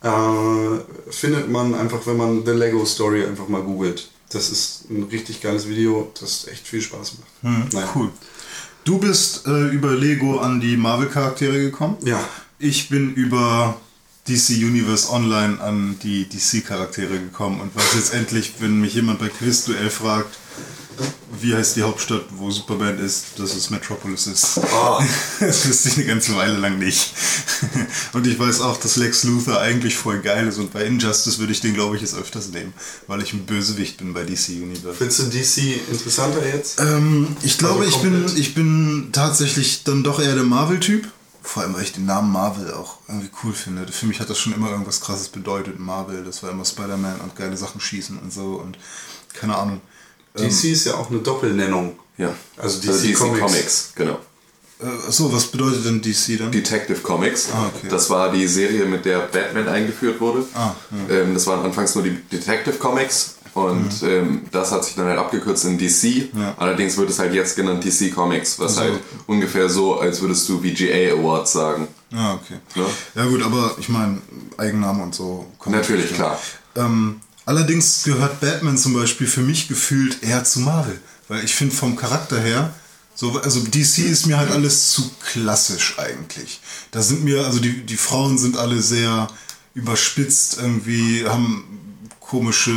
Äh, findet man einfach, wenn man The Lego Story einfach mal googelt. Das ist ein richtig geiles Video, das echt viel Spaß macht. Hm, Naja. cool. Du bist äh, über Lego an die Marvel-Charaktere gekommen. Ja. Ich bin über D C Universe Online an die D C-Charaktere gekommen und weiß jetzt endlich, wenn mich jemand bei Quizduell fragt, wie heißt die Hauptstadt, wo Superman ist, dass es Metropolis ist. Oh. Das wüsste ich eine ganze Weile lang nicht. Und ich weiß auch, dass Lex Luthor eigentlich voll geil ist und bei Injustice würde ich den, glaube ich, jetzt öfters nehmen, weil ich ein Bösewicht bin bei D C Universe. Findest du D C interessanter jetzt? Ähm, ich glaube, Also ich, bin, komplett. ich bin tatsächlich dann doch eher der Marvel-Typ. Vor allem, weil ich den Namen Marvel auch irgendwie cool finde. Für mich hat das schon immer irgendwas Krasses bedeutet, Marvel. Das war immer Spider-Man und geile Sachen schießen und so und keine Ahnung. D C ist ja auch eine Doppelnennung. Ja. Also D C Comics. genau. Äh, achso, was bedeutet denn D C dann? Detective Comics. Ah, okay. Das war die Serie, mit der Batman eingeführt wurde. Ah, ähm, das waren anfangs nur die Detective Comics und Mhm. ähm, das hat sich dann halt abgekürzt in D C. Ja. Allerdings wird es halt jetzt genannt D C Comics, was Also- halt ungefähr so, als würdest du V G A Awards sagen. Ah, okay. Ja. Ja gut, aber ich meine, Eigenname und so. kommt Natürlich, nicht, klar. Ähm, allerdings gehört Batman zum Beispiel für mich gefühlt eher zu Marvel. Weil ich finde vom Charakter her, so, also D C ist mir halt alles zu klassisch eigentlich. Da sind mir, also die, die Frauen sind alle sehr überspitzt irgendwie, haben komische,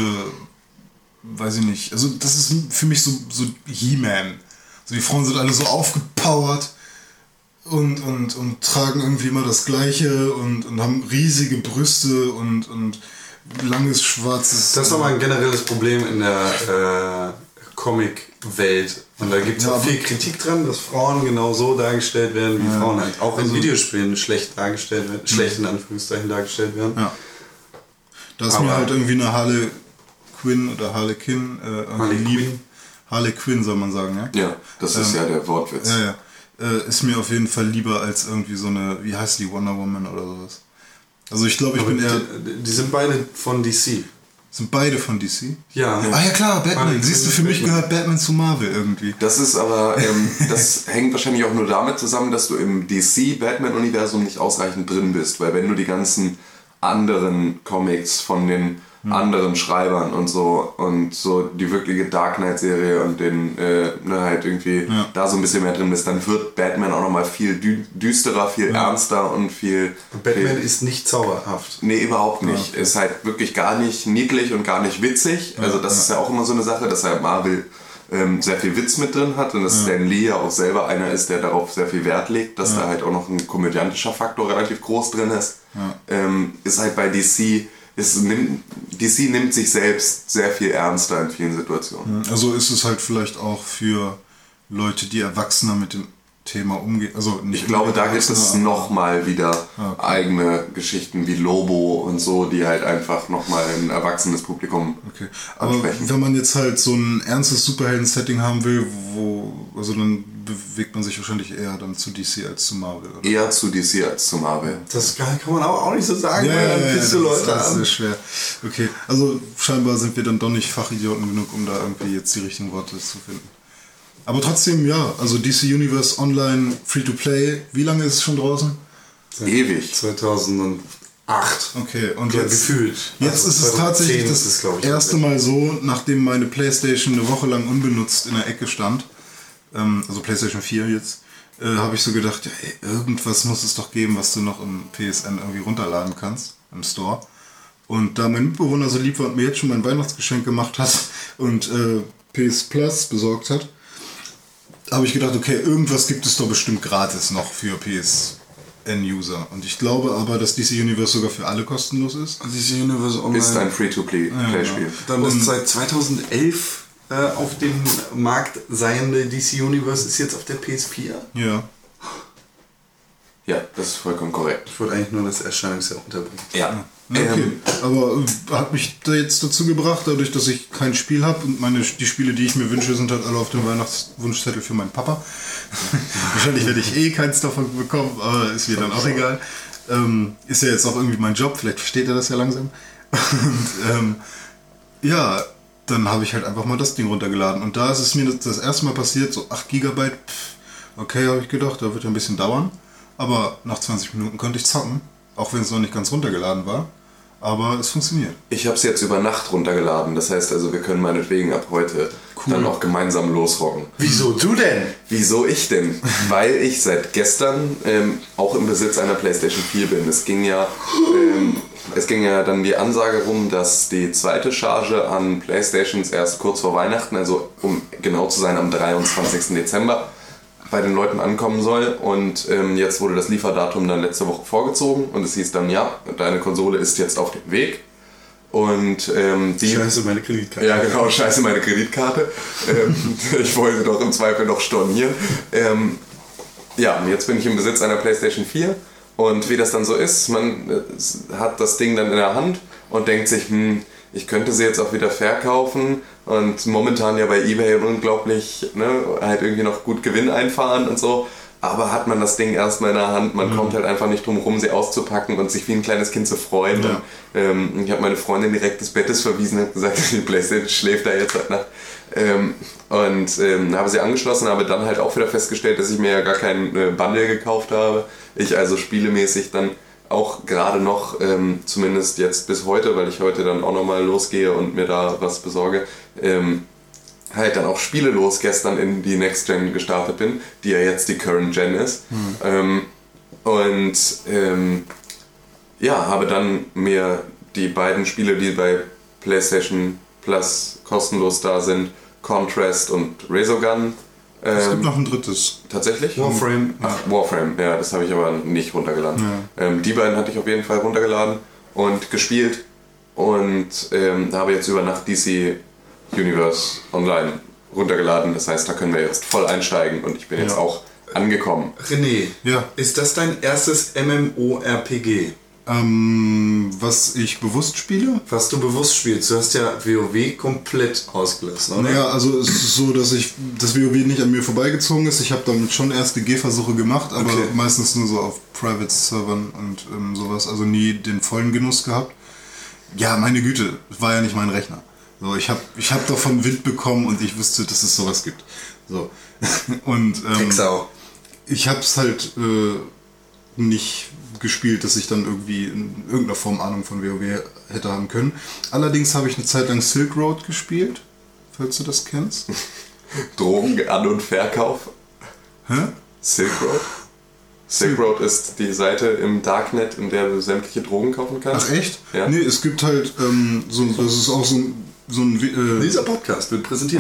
weiß ich nicht, also das ist für mich so, so He-Man. Also die Frauen sind alle so aufgepowert und, und, und tragen irgendwie immer das Gleiche und, und haben riesige Brüste und, und langes schwarzes... Das ist aber ein generelles Problem in der äh, Comic-Welt. Und da gibt es Ja, auch aber- viel Kritik dran, dass Frauen genau so dargestellt werden, wie Ja. Frauen halt auch in Also- Videospielen schlecht dargestellt werden, schlecht in Anführungszeichen dargestellt werden. Ja. Da ist Aber- mir halt irgendwie eine Harley Quinn oder Harlequin äh, irgendwie Harley lieb. Quinn. Harley Quinn soll man sagen, ja? Ja, das ist Ähm, ja der Wortwitz. Ja, ja. Äh, ist mir auf jeden Fall lieber als irgendwie so eine, wie heißt die, Wonder Woman oder sowas. Also ich glaube, ich Aber bin eher... die, die sind beide von D C. Sind beide von D C? Ja. Ah ja klar, Batman. Harley Siehst du, Quinn für ist mich Batman. gehört Batman zu Marvel irgendwie. Das ist aber, ähm, das hängt wahrscheinlich auch nur damit zusammen, dass du im D C-Batman-Universum nicht ausreichend drin bist, weil wenn du die ganzen anderen Comics von den anderen Schreibern und so und so die wirkliche Dark Knight-Serie und den, äh, ne, halt irgendwie Ja. da so ein bisschen mehr drin ist, dann wird Batman auch nochmal viel dü- düsterer, viel Ja. ernster und viel... Batman viel, ist nicht zauberhaft. Nee, überhaupt nicht. Ja. Ist halt wirklich gar nicht niedlich und gar nicht witzig. Also das ja. ist ja auch immer so eine Sache, dass halt Marvel ähm, sehr viel Witz mit drin hat und dass Stan Lee ja auch selber einer ist, der darauf sehr viel Wert legt, dass da halt auch noch ein komödiantischer Faktor relativ groß drin ist. Ja. Ähm, ist halt bei D C, ist, nimmt, D C nimmt sich selbst sehr viel ernster in vielen Situationen. Also ist es halt vielleicht auch für Leute, die erwachsener mit dem Thema umgehen. Also nicht Ich glaube, da gibt Erwachsener, es aber- nochmal wieder Okay. eigene Geschichten wie Lobo und so, die halt einfach nochmal ein erwachsenes Publikum Okay. Aber ansprechen. wenn man jetzt halt so ein ernstes Superhelden-Setting haben will, wo, also dann bewegt man sich wahrscheinlich eher dann zu D C als zu Marvel, oder? Eher zu D C als zu Marvel. Das kann kann man aber auch nicht so sagen, weil dann ja, pisst du das, Leute das an. ist schwer. Okay, also scheinbar sind wir dann doch nicht Fachidioten genug, um da irgendwie jetzt die richtigen Worte zu finden. Aber trotzdem, ja, also D C Universe Online, Free-to-Play, wie lange ist es schon draußen? Ewig. zweitausendacht. Okay, und Ja, jetzt, gefühlt. jetzt Also ist es tatsächlich zweitausendzehn das ist es, glaub ich, erste Mal so, nachdem meine Playstation eine Woche lang unbenutzt in der Ecke stand, ähm, also Playstation vier jetzt, äh, habe ich so gedacht, ja, ey, irgendwas muss es doch geben, was du noch im P S N irgendwie runterladen kannst, im Store. Und da mein Mitbewohner so lieb war und mir jetzt schon mein Weihnachtsgeschenk gemacht hat und äh, P S Plus besorgt hat, habe ich gedacht, okay, irgendwas gibt es doch bestimmt gratis noch für P S N-User. Und ich glaube aber, dass D C Universe sogar für alle kostenlos ist. D C Universe Online. Ist ein Free-to-Play-Spiel. Dann ist seit zweitausendelf äh, auf dem Markt seiende D C Universe ist jetzt auf der P S vier. Ja. Ja, das ist vollkommen korrekt. Ich wollte eigentlich nur das Erscheinungsjahr unterbringen. Ja. Okay. Ähm, Aber äh, hat mich da jetzt dazu gebracht, dadurch, dass ich kein Spiel habe und meine die Spiele, die ich mir wünsche, sind halt alle auf dem Weihnachtswunschzettel für meinen Papa. Wahrscheinlich werde ich eh keins davon bekommen, aber ist mir dann auch egal. Ähm, ist ja jetzt auch irgendwie mein Job, vielleicht versteht er das ja langsam. Und ähm, ja, dann habe ich halt einfach mal das Ding runtergeladen. Und da ist es mir das, das erste Mal passiert, so acht Gigabyte, pff, okay, habe ich gedacht, da wird ja ein bisschen dauern. Aber nach zwanzig Minuten konnte ich zocken, auch wenn es noch nicht ganz runtergeladen war. Aber es funktioniert. Ich habe es jetzt über Nacht runtergeladen. Das heißt also, wir können meinetwegen ab heute dann auch gemeinsam losrocken. Wieso du denn? Wieso ich denn? Weil ich seit gestern ähm, auch im Besitz einer PlayStation vier bin. Es ging ja, ähm, es ging ja dann die Ansage rum, dass die zweite Charge an PlayStations erst kurz vor Weihnachten, also um genau zu sein am dreiundzwanzigsten Dezember, bei den Leuten ankommen soll. Und ähm, jetzt wurde das Lieferdatum dann letzte Woche vorgezogen und es hieß dann, ja, deine Konsole ist jetzt auf dem Weg. Und ähm, die... Scheiße, meine Kreditkarte. Ja, genau, scheiße, meine Kreditkarte. ähm, ich wollte doch im Zweifel noch stornieren. Ähm, ja, und jetzt bin ich im Besitz einer PlayStation vier und wie das dann so ist, man äh, hat das Ding dann in der Hand und denkt sich, hm, ich könnte sie jetzt auch wieder verkaufen und momentan ja bei eBay unglaublich, ne, halt irgendwie noch gut Gewinn einfahren und so. Aber hat man das Ding erstmal in der Hand, man mhm. kommt halt einfach nicht drum rum, sie auszupacken und sich wie ein kleines Kind zu freuen. Ja. Und, ähm, ich habe meine Freundin direkt des Bettes verwiesen und gesagt, die Playstation schläft da jetzt heute Nacht. Ähm, und ähm, habe sie angeschlossen, habe dann halt auch wieder festgestellt, dass ich mir ja gar keinen äh, Bundle gekauft habe. Ich also spielemäßig dann auch gerade noch, ähm, zumindest jetzt bis heute, weil ich heute dann auch nochmal losgehe und mir da was besorge, ähm, halt dann auch spielelos gestern in die Next Gen gestartet bin, die ja jetzt die Current Gen ist. Mhm. Ähm, und ähm, ja, habe dann mir die beiden Spiele, die bei PlayStation Plus kostenlos da sind, Contrast und Resogun. Ähm, Es gibt noch ein drittes. Tatsächlich? Warframe. Ach, Warframe, ja, das habe ich aber nicht runtergeladen. Ja. Ähm, die beiden hatte ich auf jeden Fall runtergeladen und gespielt und ähm, habe jetzt über Nacht D C Universe Online runtergeladen. Das heißt, da können wir jetzt voll einsteigen und ich bin Ja. jetzt auch angekommen. René, Ja. ist das dein erstes MMORPG, Ähm, was ich bewusst spiele? was du bewusst spielst? Du hast ja WoW komplett ausgelassen, oder? Naja, also es ist so, dass ich das WoW nicht an mir vorbeigezogen ist. Ich habe damit schon erste Gehversuche gemacht, aber Okay. meistens nur so auf Private Servern und ähm, sowas. Also nie den vollen Genuss gehabt. Ja, meine Güte, war ja nicht mein Rechner. So, ich habe ich hab davon Wind bekommen und ich wusste, dass es sowas gibt. So. Und ähm, Drecksau. ich habe es halt äh, nicht gespielt, dass ich dann irgendwie in irgendeiner Form Ahnung von WoW hätte haben können. Allerdings habe ich eine Zeit lang Silk Road gespielt, falls du das kennst. Drogen, An- und Verkauf. Hä? Silk Road. Silk Road ist die Seite im Darknet, in der du sämtliche Drogen kaufen kannst. Ach echt? Ja. Nee, es gibt halt, ähm, so, das ist auch so ein, so ein äh, Dieser Podcast wird präsentiert.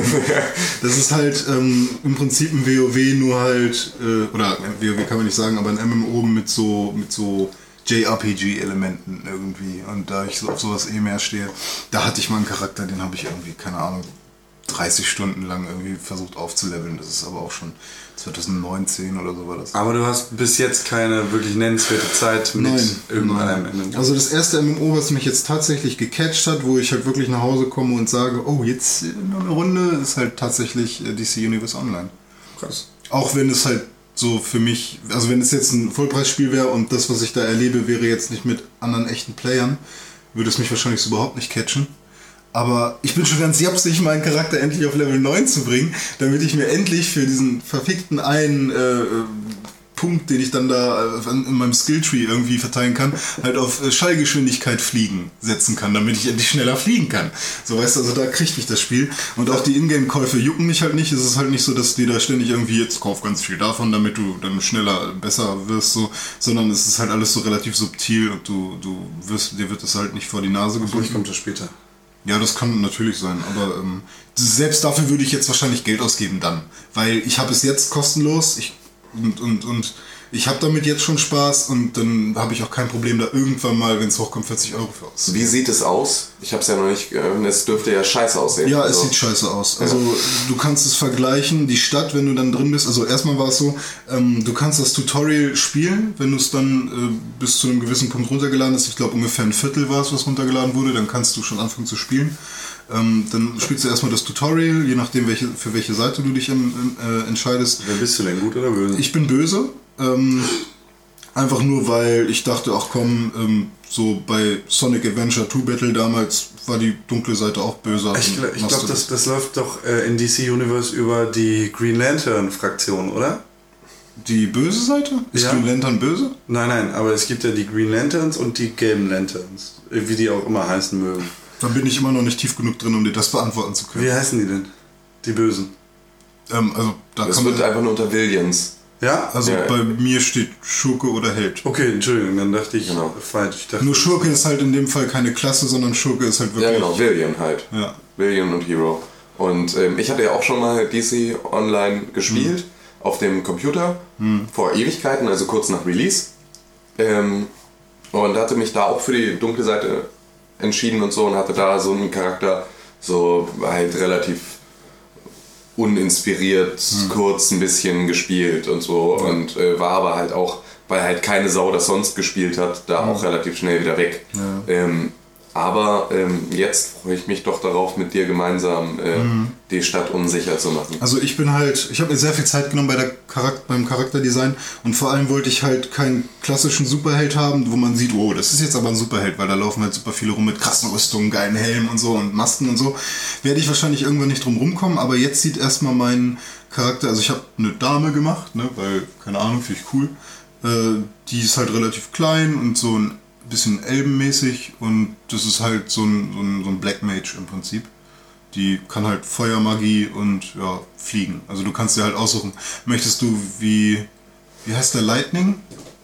das ist halt ähm, im Prinzip ein WoW, nur halt, äh, oder WoW kann man nicht sagen, aber ein M M O mit so, mit so J R P G-Elementen irgendwie. Und da ich so auf sowas eh mehr stehe, da hatte ich mal einen Charakter, den habe ich irgendwie, keine Ahnung, dreißig Stunden lang irgendwie versucht aufzuleveln. Das ist aber auch schon zwanzig neunzehn oder so war das. Aber du hast bis jetzt keine wirklich nennenswerte Zeit mit Nein, irgendeinem nein. M M O. Also das erste M M O, was mich jetzt tatsächlich gecatcht hat, wo ich halt wirklich nach Hause komme und sage, oh, jetzt noch eine Runde, ist halt tatsächlich D C Universe Online. Krass. Auch wenn es halt so für mich, also wenn es jetzt ein Vollpreisspiel wäre und das, was ich da erlebe, wäre jetzt nicht mit anderen echten Playern, würde es mich wahrscheinlich so überhaupt nicht catchen. Aber ich bin schon ganz japsig, meinen Charakter endlich auf Level neun zu bringen, damit ich mir endlich für diesen verfickten einen äh, Punkt, den ich dann da äh, in meinem Skilltree irgendwie verteilen kann, halt auf äh, Schallgeschwindigkeit fliegen setzen kann, damit ich endlich schneller fliegen kann. So, weißt du, also da kriegt mich das Spiel. Und auch die Ingame-Käufe jucken mich halt nicht. Es ist halt nicht so, dass die da ständig irgendwie, jetzt kauf ganz viel davon, damit du dann schneller besser wirst, so, sondern es ist halt alles so relativ subtil und du, du wirst, dir wird das halt nicht vor die Nase gebunden. Vielleicht kommt das später. Ja, das kann natürlich sein, aber ähm, selbst dafür würde ich jetzt wahrscheinlich Geld ausgeben dann, weil ich habe es jetzt kostenlos ich, und, und, und ich habe damit jetzt schon Spaß und dann habe ich auch kein Problem da irgendwann mal, wenn es hochkommt, vierzig Euro für aus. Wie sieht es aus? Ich habe es ja noch nicht, äh, es dürfte ja scheiße aussehen. Ja, es also. sieht scheiße aus. Also ja. Du kannst es vergleichen, die Stadt, wenn du dann drin bist, also erstmal war es so, ähm, du kannst das Tutorial spielen, wenn du es dann äh, bis zu einem gewissen Punkt runtergeladen hast, ich glaube ungefähr ein Viertel war es, was runtergeladen wurde, dann kannst du schon anfangen zu spielen. Ähm, dann spielst du erstmal das Tutorial, je nachdem welche, für welche Seite du dich ähm, äh, entscheidest. Wer bist du denn, gut oder böse? Ich bin böse. Ähm, einfach nur, weil ich dachte, ach komm, ähm, so bei Sonic Adventure zwei Battle damals war die dunkle Seite auch böse. Ich, gl- ich glaube, das, das läuft doch äh, in D C Universe über die Green Lantern Fraktion, oder? Die böse Seite? Ist Ja. Green Lantern böse? Nein, nein, aber es gibt ja die Green Lanterns und die gelben Lanterns, wie die auch immer heißen mögen. Da bin ich immer noch nicht tief genug drin, um dir das beantworten zu können. Wie heißen die denn? Die Bösen. Ähm, also da Es kann wird man, einfach nur unter Villains. Ja? also Ja. bei mir steht Schurke oder Held. Okay, Entschuldigung, dann dachte ich Genau. falsch. Ich dachte, Nur Schurke ist halt in dem Fall keine Klasse, sondern Schurke ist halt wirklich... Ja, genau, Villain halt. Ja. Villain und Hero. Und ähm, ich hatte ja auch schon mal D C Online gespielt, Hm. auf dem Computer, vor Ewigkeiten, also kurz nach Release. Ähm, und hatte mich da auch für die dunkle Seite entschieden und so und hatte da so einen Charakter, so halt relativ uninspiriert, Hm. kurz ein bisschen gespielt und so und äh, war aber halt auch, weil halt keine Sau das sonst gespielt hat, da auch relativ schnell wieder weg. Ja. Ähm, aber ähm, jetzt freue ich mich doch darauf, mit dir gemeinsam äh, die Stadt unsicher zu machen. Also ich bin halt, ich habe mir sehr viel Zeit genommen bei der Charakter, beim Charakterdesign und vor allem wollte ich halt keinen klassischen Superheld haben, wo man sieht, oh, das ist jetzt aber ein Superheld, weil da laufen halt super viele rum mit krassen Rüstungen, geilen Helmen und so und Masken und so. Werde ich wahrscheinlich irgendwann nicht drum rumkommen, aber jetzt sieht erstmal mein Charakter, also ich habe eine Dame gemacht, ne, weil, keine Ahnung, finde ich cool. Äh, die ist halt relativ klein und so ein bisschen elbenmäßig und das ist halt so ein, so ein, so ein Black Mage im Prinzip. Die kann halt Feuermagie und ja, fliegen. Also du kannst dir halt aussuchen, möchtest du wie, wie heißt der, Lightning?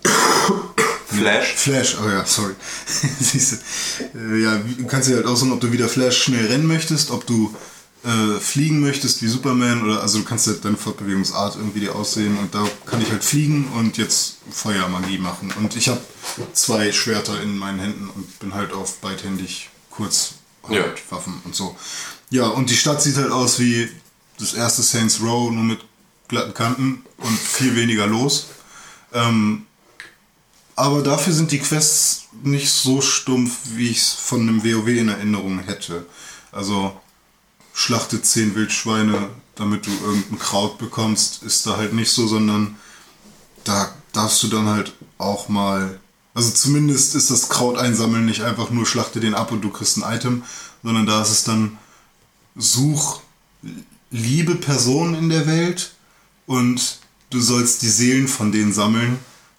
Flash? Flash, oh ja, sorry. Siehst du. Äh, ja, du kannst dir halt aussuchen, ob du wie der Flash schnell rennen möchtest, ob du äh, fliegen möchtest wie Superman oder also du kannst halt deine Fortbewegungsart irgendwie dir aussehen und da kann ich halt fliegen und jetzt Feuermagie machen. Und ich habe zwei Schwerter in meinen Händen und bin halt auf beidhändig kurz Ja. Waffen und so. Ja, und die Stadt sieht halt aus wie das erste Saints Row, nur mit glatten Kanten und viel weniger los. Ähm, aber dafür sind die Quests nicht so stumpf, wie ich es von einem WoW in Erinnerung hätte. Also schlachte zehn Wildschweine, damit du irgendein Kraut bekommst, ist da halt nicht so, sondern da darfst du dann halt auch mal, also zumindest ist das Kraut einsammeln nicht einfach nur schlachte den ab und du kriegst ein Item, sondern da ist es dann such liebe Personen in der Welt und du sollst die Seelen von denen sammeln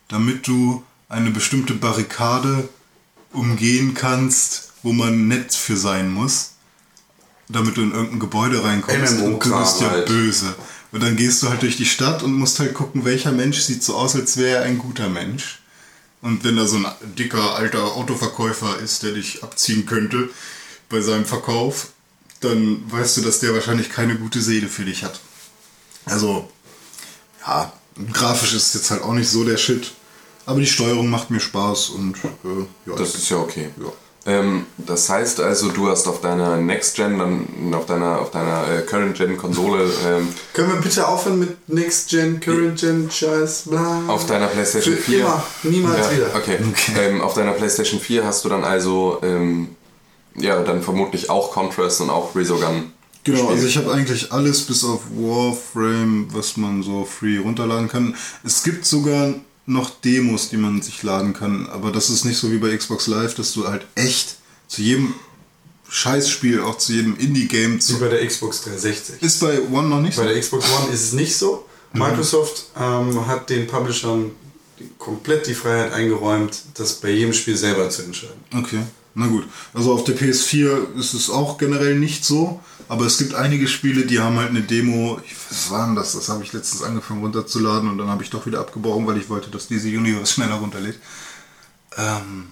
damit du eine bestimmte Barrikade umgehen kannst, wo man nett für sein muss, damit du in irgendein Gebäude reinkommst M M O-Kram und du bist ja halt. böse. Und dann gehst du halt durch die Stadt und musst halt gucken, welcher Mensch sieht so aus, als wäre er ein guter Mensch. Und wenn da so ein dicker, alter Autoverkäufer ist, der dich abziehen könnte bei seinem Verkauf, dann weißt du, dass der wahrscheinlich keine gute Seele für dich hat. Also, ja, grafisch ist jetzt halt auch nicht so der Shit. Aber die Steuerung macht mir Spaß und äh, ja. Das ist ja okay. Ja. Ähm, das heißt also, du hast auf deiner Next-Gen, dann auf deiner, auf deiner äh, Current-Gen-Konsole, ähm, Können wir bitte aufhören mit Next Gen, Current Gen, Scheiß, bla. auf deiner PlayStation Für vier. immer, niemals ja, wieder. Okay. okay. Ähm, auf deiner PlayStation vier hast du dann also, ähm, ja, dann vermutlich auch Contrast und auch Resogun. Genau, gespielt. also ich habe eigentlich alles bis auf Warframe, was man so free runterladen kann. Es gibt sogar noch Demos, die man sich laden kann, aber das ist nicht so wie bei Xbox Live, dass du halt echt zu jedem Scheißspiel, auch zu jedem Indie-Game... Wie bei der Xbox dreihundertsechzig. Ist bei One noch nicht so? Bei der Xbox One ist es nicht so. Microsoft ähm, hat den Publishern komplett die Freiheit eingeräumt, das bei jedem Spiel selber zu entscheiden. Okay, na gut. Also auf der P S vier ist es auch generell nicht so, aber es gibt einige Spiele, die haben halt eine Demo, ich, was war denn das? Das habe ich letztens angefangen runterzuladen und dann habe ich doch wieder abgebrochen, weil ich wollte, dass diese Universe schneller runterlädt. Ähm,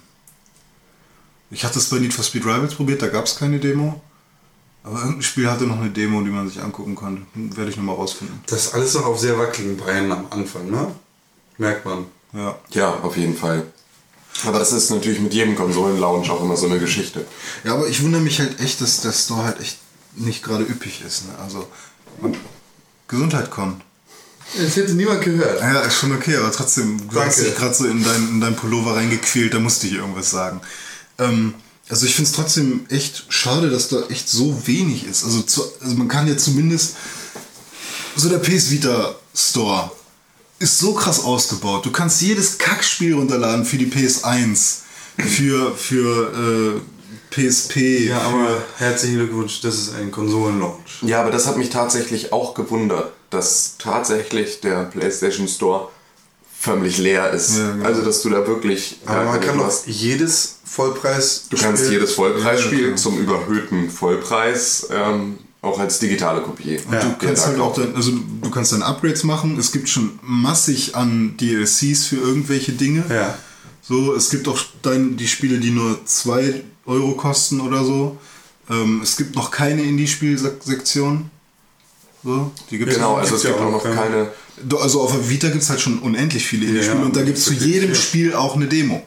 ich hatte es bei Need for Speed Rivals probiert, da gab es keine Demo. Aber irgendein Spiel hatte noch eine Demo, die man sich angucken konnte. Werde ich nochmal rausfinden. Das ist alles noch auf sehr wackeligen Beinen am Anfang, ne? Merkt man. Ja. Ja, auf jeden Fall. Aber das ist natürlich mit jedem Konsolen-Launch auch immer so eine Geschichte. Ja, aber ich wundere mich halt echt, dass der Store halt echt nicht gerade üppig ist. Ne? Also, und Gesundheit, Con. Das hätte niemand gehört. Ja, ist schon okay, aber trotzdem, du Danke. hast dich gerade so in dein, in dein Pullover reingequält, da musste ich irgendwas sagen. Ähm, also ich finde es trotzdem echt schade, dass da echt so wenig ist. Also, zu, also man kann ja zumindest, so der P S Vita Store ist so krass ausgebaut. Du kannst jedes Kackspiel runterladen für die P S eins, für, für äh, P S P. Ja, aber herzlichen Glückwunsch, das ist ein Konsolen-Launch. Ja, aber das hat mich tatsächlich auch gewundert, dass tatsächlich der PlayStation Store förmlich leer ist. Ja, genau. Also, dass du da wirklich... Aber äh, man kann du doch hast- jedes Vollpreis... Du kannst Spiel- jedes Vollpreisspiel Ja, klar. zum überhöhten Vollpreis ähm, auch als digitale Kopie. Und du kannst da halt auch kaufen. dann, also du kannst dann Upgrades machen. Es gibt schon massig an D L Cs für irgendwelche Dinge. Ja. So, es gibt auch dann die Spiele, die nur zwei Euro kosten oder so. Ähm, es gibt noch keine Indie-Spiel-Sektion. So, die gibt's Genau, noch. also es Gibt's gibt ja auch auch, noch ja. keine... Do- Also auf der Vita gibt es halt schon unendlich viele Indie-Spiele ja. und da gibt es zu jedem Spiel auch eine Demo.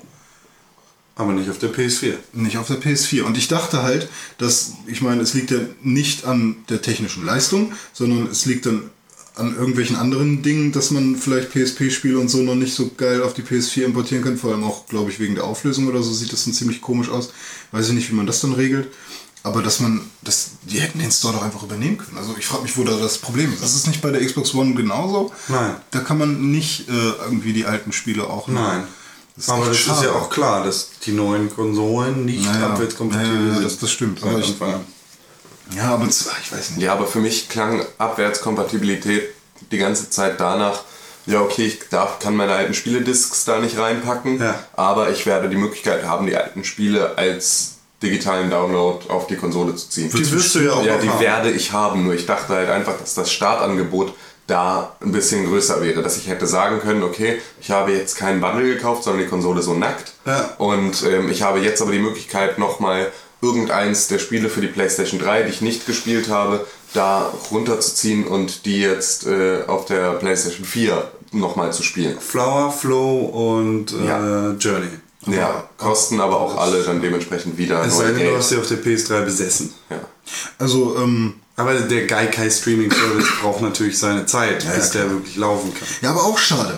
Aber nicht auf der P S vier. Nicht auf der P S vier. Und ich dachte halt, dass, ich meine, es liegt ja nicht an der technischen Leistung, sondern es liegt dann an irgendwelchen anderen Dingen, dass man vielleicht P S P-Spiele und so noch nicht so geil auf die P S vier importieren kann. Vor allem auch, glaube ich, wegen der Auflösung oder so sieht das dann ziemlich komisch aus. Weiß ich nicht, wie man das dann regelt. Aber dass man, das, die hätten den Store doch einfach übernehmen können. Also ich frage mich, wo da das Problem ist. Das ist nicht bei der Xbox One genauso. Nein. Da kann man nicht äh, irgendwie die alten Spiele auch noch. Nein. Das ist Aber echt das schade. ist ja auch klar, dass die neuen Konsolen nicht Naja, abwärtskompatibel ja, ja, sind. das- das stimmt. Seit Aber ich- Anfang an. Ja, aber z- ich weiß nicht. Ja, aber für mich klang Abwärtskompatibilität die ganze Zeit danach, ja okay, ich darf, kann meine alten Spielediscs da nicht reinpacken, Ja. aber ich werde die Möglichkeit haben, die alten Spiele als digitalen Download auf die Konsole zu ziehen. Die wirst du ja auch Ja, noch die haben. werde ich haben, nur ich dachte halt einfach, dass das Startangebot da ein bisschen größer wäre, dass ich hätte sagen können, okay, ich habe jetzt keinen Bundle gekauft, sondern die Konsole so nackt Ja. und ähm, ich habe jetzt aber die Möglichkeit, nochmal irgendeins der Spiele für die PlayStation drei, die ich nicht gespielt habe, da runterzuziehen und die jetzt äh, auf der PlayStation vier nochmal zu spielen. Flower, Flow und äh, Ja. Journey. Ja, kosten aber auch alle dann dementsprechend wieder Es sei neue denn, du Geld. hast sie auf der P S drei besessen. Ja. Also, ähm, Aber der Gaikai Streaming Service braucht natürlich seine Zeit, Ja, bis ja, der wirklich laufen kann. ja, aber auch schade.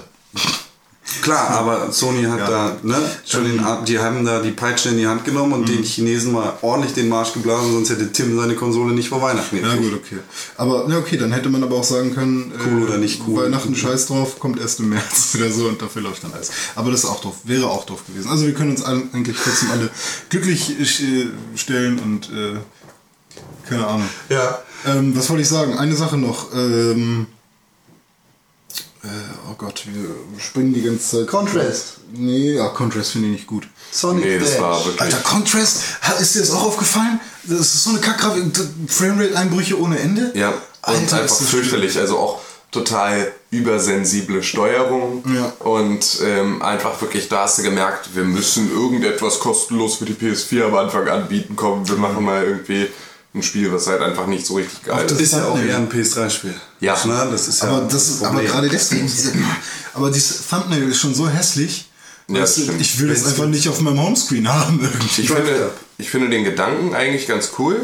Klar, aber Sony hat Ja. da, ne, schon den, Ar- die haben da die Peitsche in die Hand genommen und den Chinesen mal ordentlich den Marsch geblasen, sonst hätte Tim seine Konsole nicht vor Weihnachten Ja gekriegt. gut, okay. Aber ja, okay, dann hätte man aber auch sagen können, Cool oder nicht cool. Weihnachten scheiß drauf, kommt erst im März oder so und dafür läuft dann alles. Aber das ist auch doof, wäre auch doof gewesen. Also wir können uns alle, eigentlich trotzdem alle glücklich äh, stellen und äh, keine Ahnung. Ja. Ähm, was wollte ich sagen? Eine Sache noch. Ähm, Äh, oh Gott, wir springen die ganze Zeit. Contrast. Nee, ja, Contrast finde ich nicht gut. Sonic Nee, das Dash. war wirklich... Alter, Contrast, ha- ist dir das auch aufgefallen? Das ist so eine Kackgrafik, Framerate-Einbrüche ohne Ende. Ja, und Alter, einfach ist das fürchterlich. Also auch total übersensible Steuerung. Ja. Und ähm, einfach wirklich, da hast du gemerkt, wir müssen irgendetwas kostenlos für die P S vier am Anfang anbieten. Komm, wir machen mal irgendwie ein Spiel, was halt einfach nicht so richtig geil Auch ist. das Ist ja auch Thumbnail. eher ein P S drei Spiel. Ja. Na, das ist ja Aber, das ist, aber Problem. gerade deswegen, diese, aber dieses Thumbnail ist schon so hässlich. Ja, weißt das du, stimmt. ich will das einfach nicht auf meinem Homescreen haben irgendwie. Ich finde, ich finde den Gedanken eigentlich ganz cool,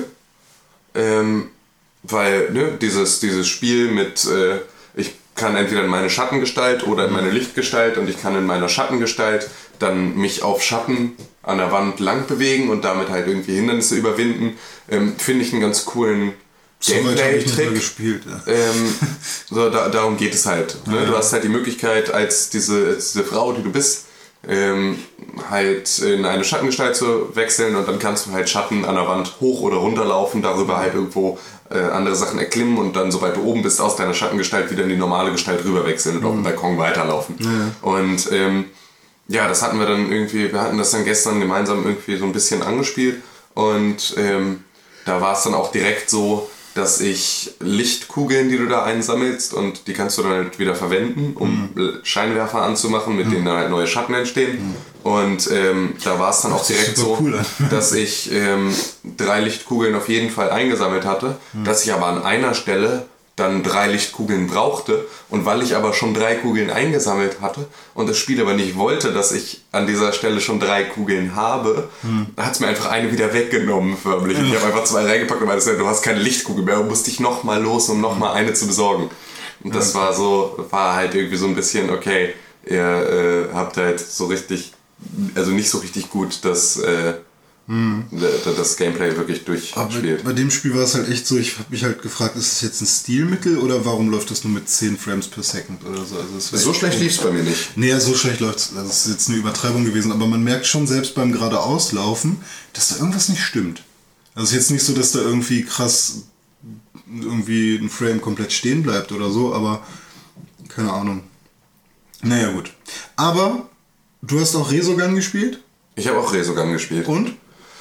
ähm, weil ne, dieses, dieses Spiel mit, äh, ich kann entweder in meine Schattengestalt oder in meine Lichtgestalt und ich kann in meiner Schattengestalt dann mich auf Schatten an der Wand lang bewegen und damit halt irgendwie Hindernisse überwinden, ähm, finde ich einen ganz coolen So weit habe ich nicht mehr Gameplay-Trick. gespielt. Ja. Ähm, so, da, darum geht es halt. Ne? Ja. Du hast halt die Möglichkeit, als diese, als diese Frau, die du bist, ähm, halt in eine Schattengestalt zu wechseln und dann kannst du halt Schatten an der Wand hoch oder runter laufen, darüber halt irgendwo äh, andere Sachen erklimmen und dann, sobald du oben bist, aus deiner Schattengestalt wieder in die normale Gestalt rüber wechseln und auf dem Balkon weiterlaufen. Ja. Und ähm, ja, das hatten wir dann irgendwie, wir hatten das dann gestern gemeinsam irgendwie so ein bisschen angespielt und ähm, da war es dann auch direkt so, dass ich Lichtkugeln, die du da einsammelst und die kannst du dann halt wieder verwenden, um mhm. Scheinwerfer anzumachen, mit mhm. denen dann halt neue Schatten entstehen. Mhm. Und ähm, da war es dann auch direkt so, cool dass ich ähm, drei Lichtkugeln auf jeden Fall eingesammelt hatte, mhm. dass ich aber an einer Stelle dann drei Lichtkugeln brauchte und weil ich aber schon drei Kugeln eingesammelt hatte und das Spiel aber nicht wollte, dass ich an dieser Stelle schon drei Kugeln habe, hm. hat es mir einfach eine wieder weggenommen förmlich. Ja. Ich habe einfach zwei reingepackt und meinte, du hast keine Lichtkugel mehr und musst dich nochmal los, um nochmal eine zu besorgen. Und das war so, war halt irgendwie so ein bisschen, okay, ihr äh, habt halt so richtig, also nicht so richtig gut das äh, Hm. das Gameplay wirklich durchspielt. Bei, bei dem Spiel war es halt echt so, ich habe mich halt gefragt, ist es jetzt ein Stilmittel oder warum läuft das nur mit zehn Frames per Second oder so? Also es so schlecht lief es bei mir nicht. Nee, so schlecht läuft es. Das ist jetzt eine Übertreibung gewesen, aber man merkt schon selbst beim geradeauslaufen, dass da irgendwas nicht stimmt. Also es ist jetzt nicht so, dass da irgendwie krass irgendwie ein Frame komplett stehen bleibt oder so, aber keine Ahnung. Naja, gut. Aber du hast auch Resogun gespielt? Ich habe auch Resogun gespielt. Und?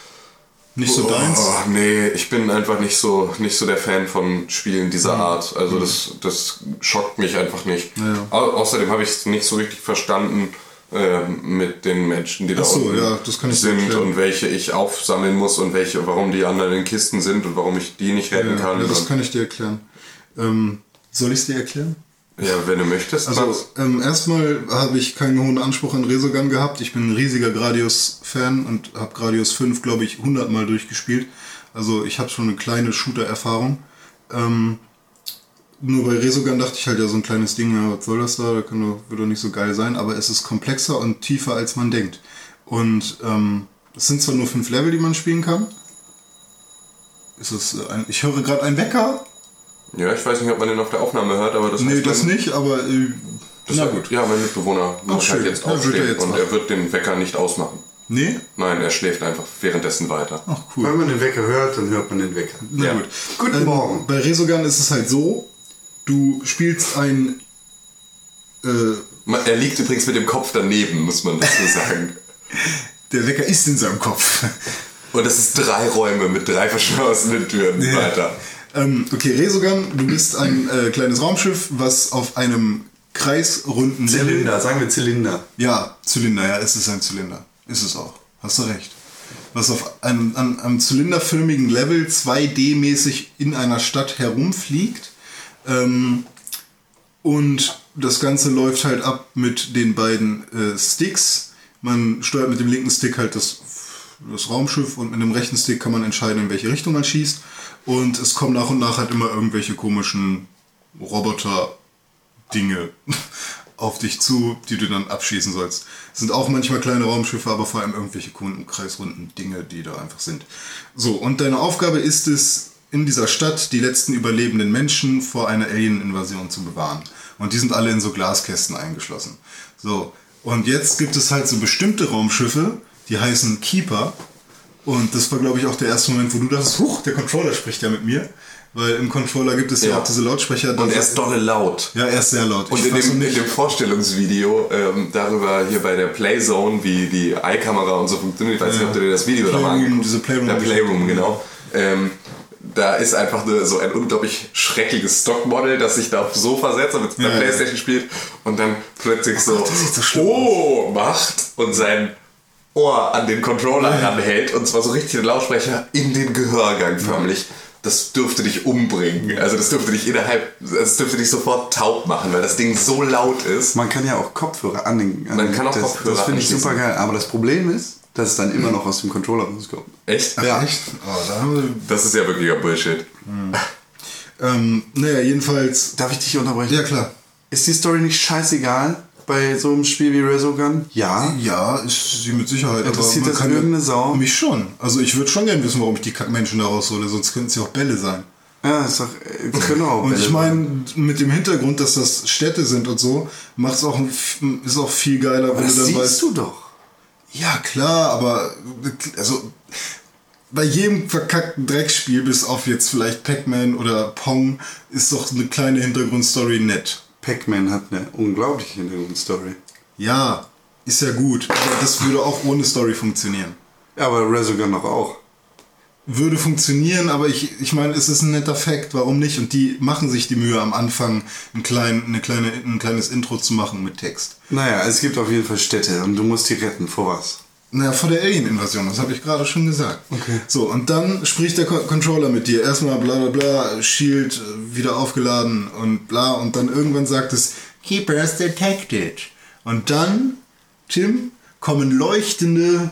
Nicht so oh, deins? Nee, ich bin einfach nicht so, nicht so der Fan von Spielen dieser mhm. Art. Also mhm. das, das schockt mich einfach nicht. Ja. Au- außerdem habe ich es nicht so richtig verstanden äh, mit den Menschen, die da so, unten ja, das kann ich sind erklären. und welche ich aufsammeln muss und welche, warum die anderen in Kisten sind und warum ich die nicht retten ja, kann. Ja, das kann ich dir erklären. Ähm, soll ich es dir erklären? Ja, wenn du möchtest. Also ähm, erstmal habe ich keinen hohen Anspruch an Resogun gehabt. Ich bin ein riesiger Gradius-Fan und habe Gradius fünf, glaube ich, hundert Mal durchgespielt. Also ich habe schon eine kleine Shooter-Erfahrung. Ähm, nur bei Resogun dachte ich halt, ja, so ein kleines Ding, ja, was soll das da? Da kann doch, wird doch nicht so geil sein. Aber es ist komplexer und tiefer, als man denkt. Und ähm, es sind zwar nur fünf Level, die man spielen kann. Ist es ein, ich höre gerade einen Wecker. Ja, ich weiß nicht, ob man den auf der Aufnahme hört, aber das Nee, heißt, das mein, nicht, aber äh, das na hat, gut. Ja, mein Mitbewohner muss schön. halt jetzt Ja, wird aufstehen er jetzt und machen. er wird den Wecker nicht ausmachen. Nee? Nein, er schläft einfach währenddessen weiter. Ach cool. Wenn man den Wecker hört, dann hört man den Wecker. Na Ja. gut. Guten Ähm, Morgen. Bei Resogun ist es halt so, du spielst ein... Äh, Ma- Er liegt übrigens mit dem Kopf daneben, muss man dazu sagen. der Wecker ist in seinem Kopf. Und es ist drei Räume mit drei verschlossenen Türen Ja. weiter. ähm, okay, Resogun, du bist ein äh, kleines Raumschiff, was auf einem kreisrunden Zylinder, sagen wir Zylinder. Ja, Zylinder, ja, es ist ein Zylinder. Ist es auch. Hast du recht. Was auf einem, einem, einem zylinderförmigen Level zwei D-mäßig in einer Stadt herumfliegt. Ähm, und das Ganze läuft halt ab mit den beiden äh, Sticks. Man steuert mit dem linken Stick halt das, das Raumschiff und mit dem rechten Stick kann man entscheiden, in welche Richtung man schießt. Und es kommen nach und nach halt immer irgendwelche komischen Roboter-Dinge auf dich zu, die du dann abschießen sollst. Es sind auch manchmal kleine Raumschiffe, aber vor allem irgendwelche coolen kreisrunden Dinge, die da einfach sind. So, und deine Aufgabe ist es, in dieser Stadt die letzten überlebenden Menschen vor einer Alien-Invasion zu bewahren. Und die sind alle in so Glaskästen eingeschlossen. So, und jetzt gibt es halt so bestimmte Raumschiffe, die heißen Keeper. Und das war, glaube ich, auch der erste Moment, wo du dachtest, huch, der Controller spricht ja mit mir. Weil im Controller gibt es ja, ja auch diese Lautsprecher. Und er ist dolle laut. Ja, er ist sehr laut. Und ich in dem, nicht. in dem Vorstellungsvideo ähm, darüber hier bei der Playzone, wie die Eye-Kamera und so funktioniert, ich weiß ja. nicht, ob du dir das Video da mal angeguckt hast. Diese Playroom. Der Playroom, genau. Ähm, da ist einfach eine, so ein unglaublich schreckliches Stockmodel, das sich da aufs Sofa setzt und mit der ja, Playstation ja. spielt und dann plötzlich so, so oh macht und sein Ohr an den Controller ja. ranhält und zwar so richtig den Lautsprecher in den Gehörgang förmlich. Ja. Das dürfte dich umbringen. Also das dürfte dich innerhalb, das dürfte dich sofort taub machen, weil das Ding so laut ist. Man kann ja auch Kopfhörer an den... An Man kann auch das, Kopfhörer Das finde ich super geil. Aber das Problem ist, dass es dann immer noch aus dem Controller rauskommt. Echt? Ach, ja. echt? Oh, da haben wir das ist ja wirklicher Bullshit. Hm. ähm, naja, jedenfalls... Darf ich dich unterbrechen? Ja, klar. Ist die Story nicht scheißegal bei so einem Spiel wie Resogun? Ja. Ja, ist sie mit Sicherheit. Interessiert aber das irgendeine Sau? Mich schon. Also ich würde schon gerne wissen, warum ich die Kackmenschen da raushole, sonst könnten es ja auch Bälle sein. Ja, ist doch, genau. Und ich meine, mit dem Hintergrund, dass das Städte sind und so, macht's auch, ist auch viel geiler, wenn das du dann siehst weißt. du doch. Ja, klar, aber also bei jedem verkackten Dreckspiel, bis auf jetzt vielleicht Pac-Man oder Pong, ist doch eine kleine Hintergrundstory nett. Pac-Man hat eine unglaubliche Hintergrundstory. Ja, ist ja gut, aber das würde auch ohne Story funktionieren. Ja, aber Resogun doch auch. Würde funktionieren, aber ich, ich meine, es ist ein netter Fact, warum nicht? Und die machen sich die Mühe am Anfang, ein, klein, eine kleine, ein kleines Intro zu machen mit Text. Naja, es gibt auf jeden Fall Städte und du musst die retten. Vor was? Naja, vor der Alien-Invasion, das habe ich gerade schon gesagt. Okay. So, und dann spricht der Co- Controller mit dir. Erstmal bla bla bla, Shield wieder aufgeladen und bla. Und dann irgendwann sagt es, Keepers detected. Und dann, Tim, kommen leuchtende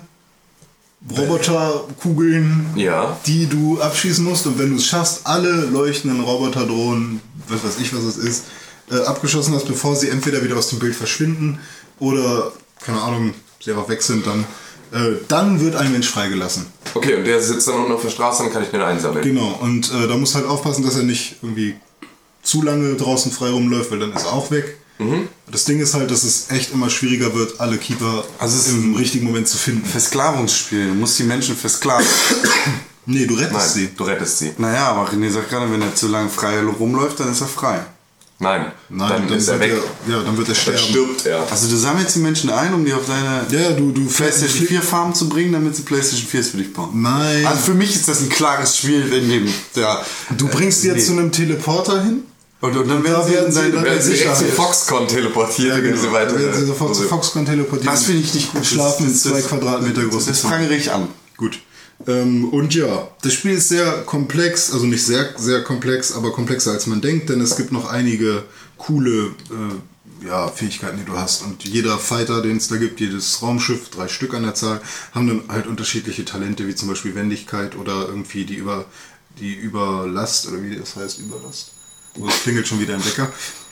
Roboterkugeln, ja. die du abschießen musst. Und wenn du es schaffst, alle leuchtenden Roboterdrohnen, was weiß ich, was es ist, äh, abgeschossen hast, bevor sie entweder wieder aus dem Bild verschwinden oder, keine Ahnung, sie einfach weg sind, dann, äh, dann wird ein Mensch freigelassen. Okay, und der sitzt dann unten auf der Straße, dann kann ich den einsammeln. Genau, und äh, da musst du halt aufpassen, dass er nicht irgendwie zu lange draußen frei rumläuft, weil dann ist er auch weg. Mhm. Das Ding ist halt, dass es echt immer schwieriger wird, alle Keeper also es im richtigen Moment zu finden. Versklavungsspiel, du musst die Menschen versklaven. Nee, du rettest Nein, sie. du rettest sie. Naja, aber René sagt gerade, wenn er zu lange frei rumläuft, dann ist er frei. Nein, Nein, dann, dann ist er wird weg. Er, ja, dann wird er sterben. Dann stirbt er. Also du sammelst die Menschen ein, um die auf deine Ja, du, du PlayStation vier Farm zu bringen, damit sie PlayStation vier für dich bauen. Nein. Also für mich ist das ein klares Spiel, in dem ja, Du bringst sie äh, jetzt nee. zu einem Teleporter hin. Und, und dann Und werden da sie werden in sie seine dann- Werden sie direkt zu Sicherheit. Foxconn teleportiert, Ja, gehen genau. sie weiter. Dann werden sie sofort zu Also, Foxconn teleportiert. Das finde ich nicht gut. Schlafen in Das- zwei das- Quadratmeter Das, großen das prangere ich an. Gut. Ähm, und ja, das Spiel ist sehr komplex, also nicht sehr, sehr komplex, aber komplexer als man denkt, denn es gibt noch einige coole äh, ja, Fähigkeiten, die du hast. Und jeder Fighter, den es da gibt, jedes Raumschiff, drei Stück an der Zahl, haben dann halt unterschiedliche Talente, wie zum Beispiel Wendigkeit oder irgendwie die, Über, die Überlast, oder wie das heißt, Überlast. Oh, es klingelt schon wieder im Wecker.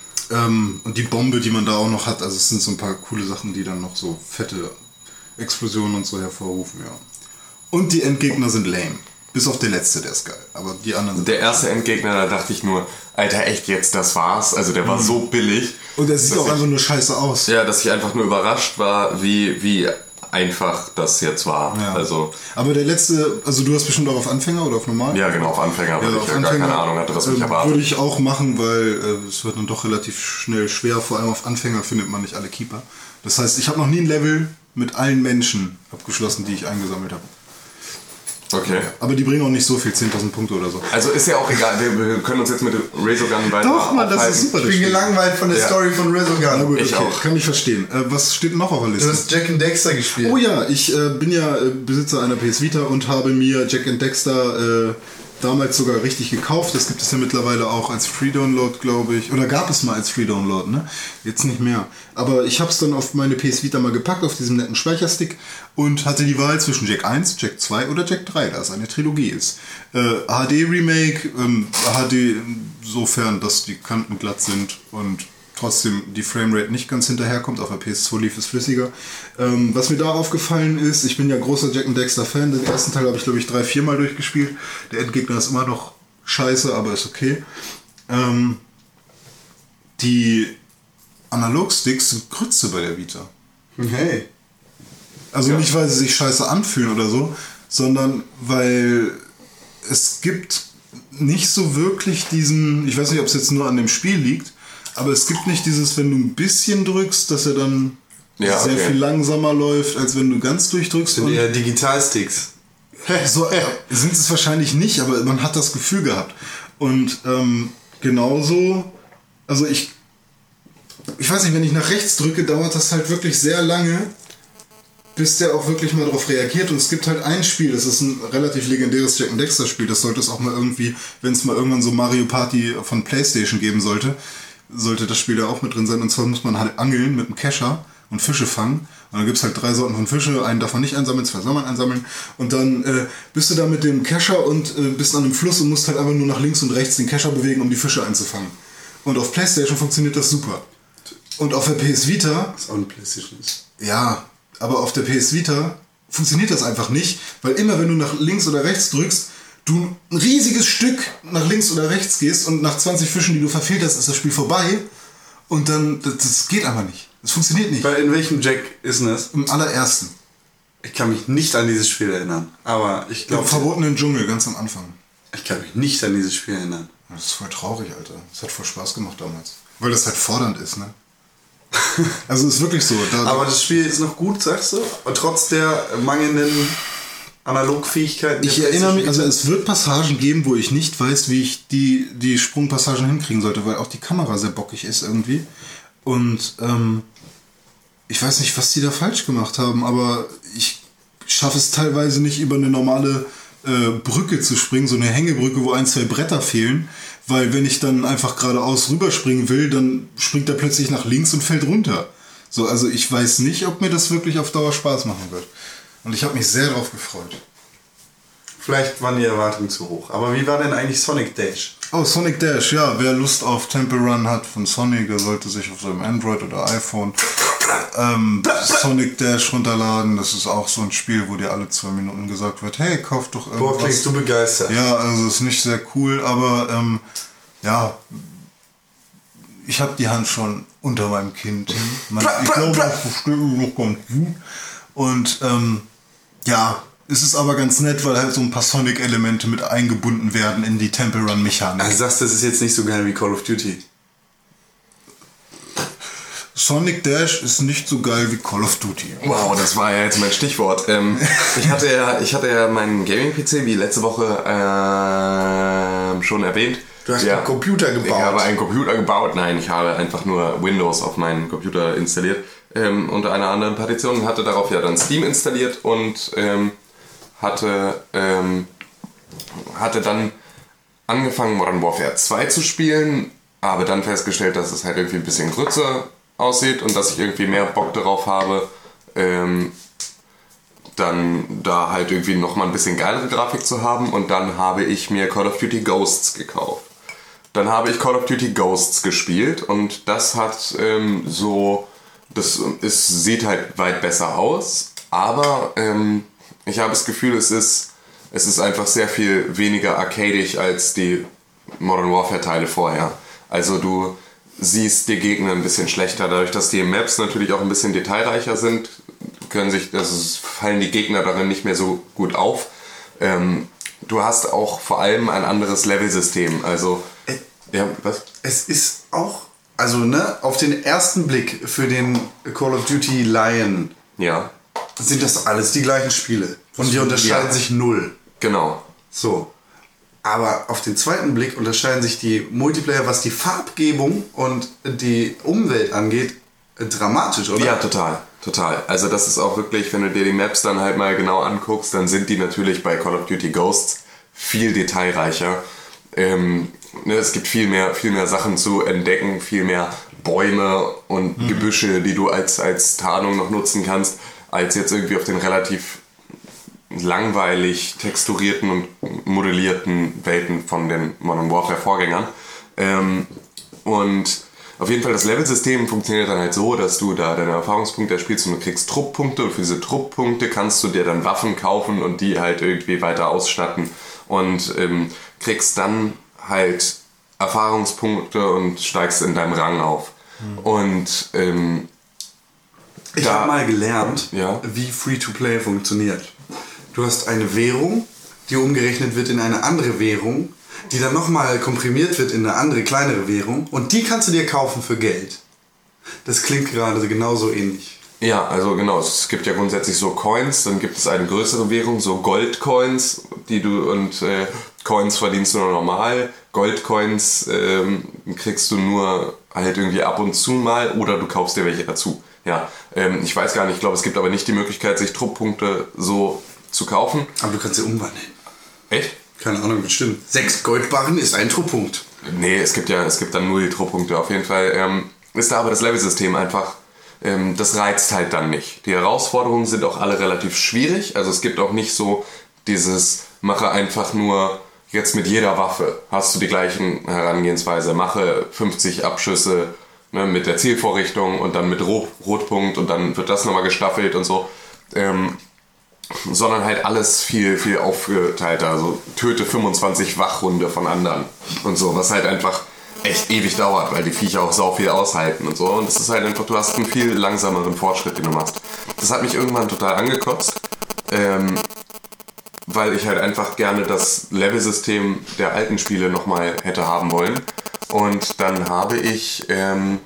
Ähm, und die Bombe, die man da auch noch hat, also es sind so ein paar coole Sachen, die dann noch so fette Explosionen und so hervorrufen, ja. Und die Endgegner sind lame. Bis auf der letzte, der ist geil. Aber die anderen sind... der erste Endgegner, da dachte ich nur, Alter, echt jetzt, das war's. Also der war so billig. Und der sieht dass auch ich, einfach nur scheiße aus. Ja, dass ich einfach nur überrascht war, wie, wie einfach das jetzt war. Ja. Also, Aber der letzte, also du hast bestimmt auch auf Anfänger oder auf normal? ja, genau, auf Anfänger, weil Ja, ich auf ja gar keine Ahnung hatte, was mich äh, erwartet. Würde ich auch machen, weil äh, es wird dann doch relativ schnell schwer. Vor allem auf Anfänger findet man nicht alle Keeper. Das heißt, ich habe noch nie ein Level mit allen Menschen abgeschlossen, die ich eingesammelt habe. Okay. Aber die bringen auch nicht so viel, zehntausend Punkte oder so. Also ist ja auch egal, wir, wir können uns jetzt mit Resogun weiter Doch, Mann, das ist aufhalten. super. Ich bin gelangweilt von der Ja. Story von Na Resogun. gut, Ich okay, auch. kann ich verstehen. Äh, was steht noch auf der Liste? Du hast Jack and Dexter gespielt. Oh ja, ich äh, bin ja äh, Besitzer einer P S Vita und habe mir Jack and Dexter äh, damals sogar richtig gekauft. Das gibt es ja mittlerweile auch als Free-Download, glaube ich. Oder gab es mal als Free-Download, ne? Jetzt nicht mehr. Aber ich habe es dann auf meine P S Vita mal gepackt, auf diesem netten Speicherstick und hatte die Wahl zwischen Jack eins, Jack zwei oder Jack drei, da es eine Trilogie ist. Äh, H D-Remake, ähm, H D insofern, dass die Kanten glatt sind und trotzdem die Framerate nicht ganz hinterherkommt. Auf der P S zwei lief es flüssiger. Ähm, was mir da aufgefallen ist, ich bin ja großer Jack and Dexter Fan. Den ersten Teil habe ich, glaube ich, drei, vier Mal durchgespielt. Der Endgegner ist immer noch scheiße, aber ist okay. Ähm, die Analogsticks sind Grütze bei der Vita. Hey. Also Ja. nicht, weil sie sich scheiße anfühlen oder so, sondern weil es gibt nicht so wirklich diesen, ich weiß nicht, ob es jetzt nur an dem Spiel liegt, aber es gibt nicht dieses, wenn du ein bisschen drückst, dass er dann ja, sehr okay. viel langsamer läuft, als wenn du ganz durchdrückst. Sind eher Digitalsticks. So äh, sind es wahrscheinlich nicht, aber man hat das Gefühl gehabt. Und ähm, genauso, also ich, ich weiß nicht, wenn ich nach rechts drücke, dauert das halt wirklich sehr lange, bis der auch wirklich mal darauf reagiert. Und es gibt halt ein Spiel, das ist ein relativ legendäres Jack and Dexter Spiel, das sollte es auch mal irgendwie, wenn es mal irgendwann so Mario Party von PlayStation geben sollte, sollte das Spiel da auch mit drin sein. Und zwar muss man halt angeln mit einem Kescher und Fische fangen. Und dann gibt es halt drei Sorten von Fische. Einen darf man nicht einsammeln, zwei soll man einsammeln. Und dann äh, bist du da mit dem Kescher und äh, bist an einem Fluss und musst halt einfach nur nach links und rechts den Kescher bewegen, um die Fische einzufangen. Und auf PlayStation funktioniert das super. Und auf der P S Vita... Was auch eine PlayStation ist. Ja, aber auf der P S Vita funktioniert das einfach nicht, weil immer wenn du nach links oder rechts drückst, du ein riesiges Stück nach links oder rechts gehst und nach zwanzig Fischen, die du verfehlt hast, ist das Spiel vorbei. Und dann, das, das geht einfach nicht. Das funktioniert nicht. Weil in welchem Jack ist denn das? Im allerersten. Ich kann mich nicht an dieses Spiel erinnern. Aber ich Im glaube... verbotenen Dschungel, ganz am Anfang. Ich kann mich nicht an dieses Spiel erinnern. Das ist voll traurig, Alter. Das hat voll Spaß gemacht damals. Weil das halt fordernd ist, ne? Also ist wirklich so. Da, Aber das Spiel ist noch gut, sagst du? Und trotz der mangelnden Analogfähigkeiten. der ich erinnere mich, PlayStation- also es wird Passagen geben, wo ich nicht weiß, wie ich die, die Sprungpassagen hinkriegen sollte, weil auch die Kamera sehr bockig ist irgendwie. Und ähm, ich weiß nicht, was die da falsch gemacht haben, aber ich schaffe es teilweise nicht, über eine normale äh, Brücke zu springen, so eine Hängebrücke, wo ein, zwei Bretter fehlen, weil wenn ich dann einfach geradeaus rüberspringen will, dann springt er plötzlich nach links und fällt runter. So, also ich weiß nicht, ob mir das wirklich auf Dauer Spaß machen wird. Und ich habe mich sehr darauf gefreut. Vielleicht waren die Erwartungen zu hoch. Aber wie war denn eigentlich Sonic Dash? Oh, Sonic Dash, ja. Wer Lust auf Temple Run hat von Sonic, der sollte sich auf seinem Android oder iPhone ähm, Sonic Dash runterladen. Das ist auch so ein Spiel, wo dir alle zwei Minuten gesagt wird, hey, kauf doch irgendwas. Boah, klingst du begeistert. Ja, also ist nicht sehr cool, aber ähm, ja, ich habe die Hand schon unter meinem Kind. Man, ich glaube, das verstehe ich noch ganz gut. Und ähm, ja, es ist aber ganz nett, weil halt so ein paar Sonic-Elemente mit eingebunden werden in die Temple Run-Mechanik. Also sagst du, das ist jetzt nicht so geil wie Call of Duty? Sonic Dash ist nicht so geil wie Call of Duty. Wow, das war ja jetzt mein Stichwort. Ähm, ich, hatte ja, ich hatte ja meinen Gaming-P C, wie letzte Woche ähm, schon erwähnt. Du hast ja, einen Computer gebaut. Ich habe einen Computer gebaut. Nein, ich habe einfach nur Windows auf meinen Computer installiert. Ähm, unter einer anderen Partition und hatte darauf ja dann Steam installiert und ähm, hatte, ähm, hatte dann angefangen Modern Warfare zwei zu spielen, aber dann festgestellt, dass es halt irgendwie ein bisschen größer aussieht und dass ich irgendwie mehr Bock darauf habe, ähm, dann da halt irgendwie nochmal ein bisschen geilere Grafik zu haben, und dann habe ich mir Call of Duty Ghosts gekauft. Dann habe ich Call of Duty Ghosts gespielt und das hat ähm, so, das ist, sieht halt weit besser aus, aber ähm, ich habe das Gefühl, es ist, es ist einfach sehr viel weniger arcadisch als die Modern Warfare Teile vorher. Also du siehst die Gegner ein bisschen schlechter, dadurch, dass die Maps natürlich auch ein bisschen detailreicher sind, können sich, also fallen die Gegner darin nicht mehr so gut auf. Ähm, du hast auch vor allem ein anderes Levelsystem, also Ä- ja, was? Es ist auch, also ne, auf den ersten Blick für den Call of Duty Lion Ja, sind das alles die gleichen Spiele. Und die unterscheiden Ja. sich null. genau. So. Aber auf den zweiten Blick unterscheiden sich die Multiplayer, was die Farbgebung und die Umwelt angeht, dramatisch, oder? Ja, total, total. Also das ist auch wirklich, wenn du dir die Maps dann halt mal genau anguckst, dann sind die natürlich bei Call of Duty Ghosts viel detailreicher. Ähm, ne, es gibt viel mehr, viel mehr Sachen zu entdecken, viel mehr Bäume und mhm. Gebüsche, die du als, als Tarnung noch nutzen kannst, als jetzt irgendwie auf den relativ langweilig texturierten und modellierten Welten von den Modern Warfare Vorgängern. Ähm, und auf jeden Fall das Levelsystem funktioniert dann halt so, dass du da deine Erfahrungspunkte erspielst und du kriegst Trupppunkte, und für diese Trupppunkte kannst du dir dann Waffen kaufen und die halt irgendwie weiter ausstatten und ähm, kriegst dann halt Erfahrungspunkte und steigst in deinem Rang auf. Mhm. Und ähm, ich da- habe mal gelernt, Ja. wie Free-to-Play funktioniert. du hast eine Währung, die umgerechnet wird in eine andere Währung, die dann nochmal komprimiert wird in eine andere, kleinere Währung und die kannst du dir kaufen für Geld. Das klingt gerade genauso ähnlich. Ja, also genau, es gibt ja grundsätzlich so Coins, dann gibt es eine größere Währung, so Goldcoins, die du und äh, Coins verdienst du nur normal. Goldcoins ähm, kriegst du nur halt irgendwie ab und zu mal oder du kaufst dir welche dazu. Ja, ähm, ich weiß gar nicht, ich glaube, es gibt aber nicht die Möglichkeit, sich Trupppunkte so zu kaufen. Aber du kannst sie umwandeln. Echt? Keine Ahnung, bestimmt. Sechs Goldbarren ist ein Trupppunkt. Nee, es gibt ja, es gibt dann nur die Trupppunkte. Auf jeden Fall ähm, ist da aber das Level-System einfach, ähm, das reizt halt dann nicht. Die Herausforderungen sind auch alle relativ schwierig. Also es gibt auch nicht so dieses, mache einfach nur jetzt mit jeder Waffe, hast du die gleichen Herangehensweise, mache fünfzig Abschüsse, ne, mit der Zielvorrichtung und dann mit Rot, Rotpunkt und dann wird das nochmal gestaffelt und so. Ähm, sondern halt alles viel, viel aufgeteilter. Also töte fünfundzwanzig Wachhunde von anderen und so, was halt einfach echt ewig dauert, weil die Viecher auch sau viel aushalten und so. Und es ist halt einfach, du hast einen viel langsameren Fortschritt, den du machst. Das hat mich irgendwann total angekotzt, ähm, weil ich halt einfach gerne das Level-System der alten Spiele nochmal hätte haben wollen. Und dann habe ich ähm,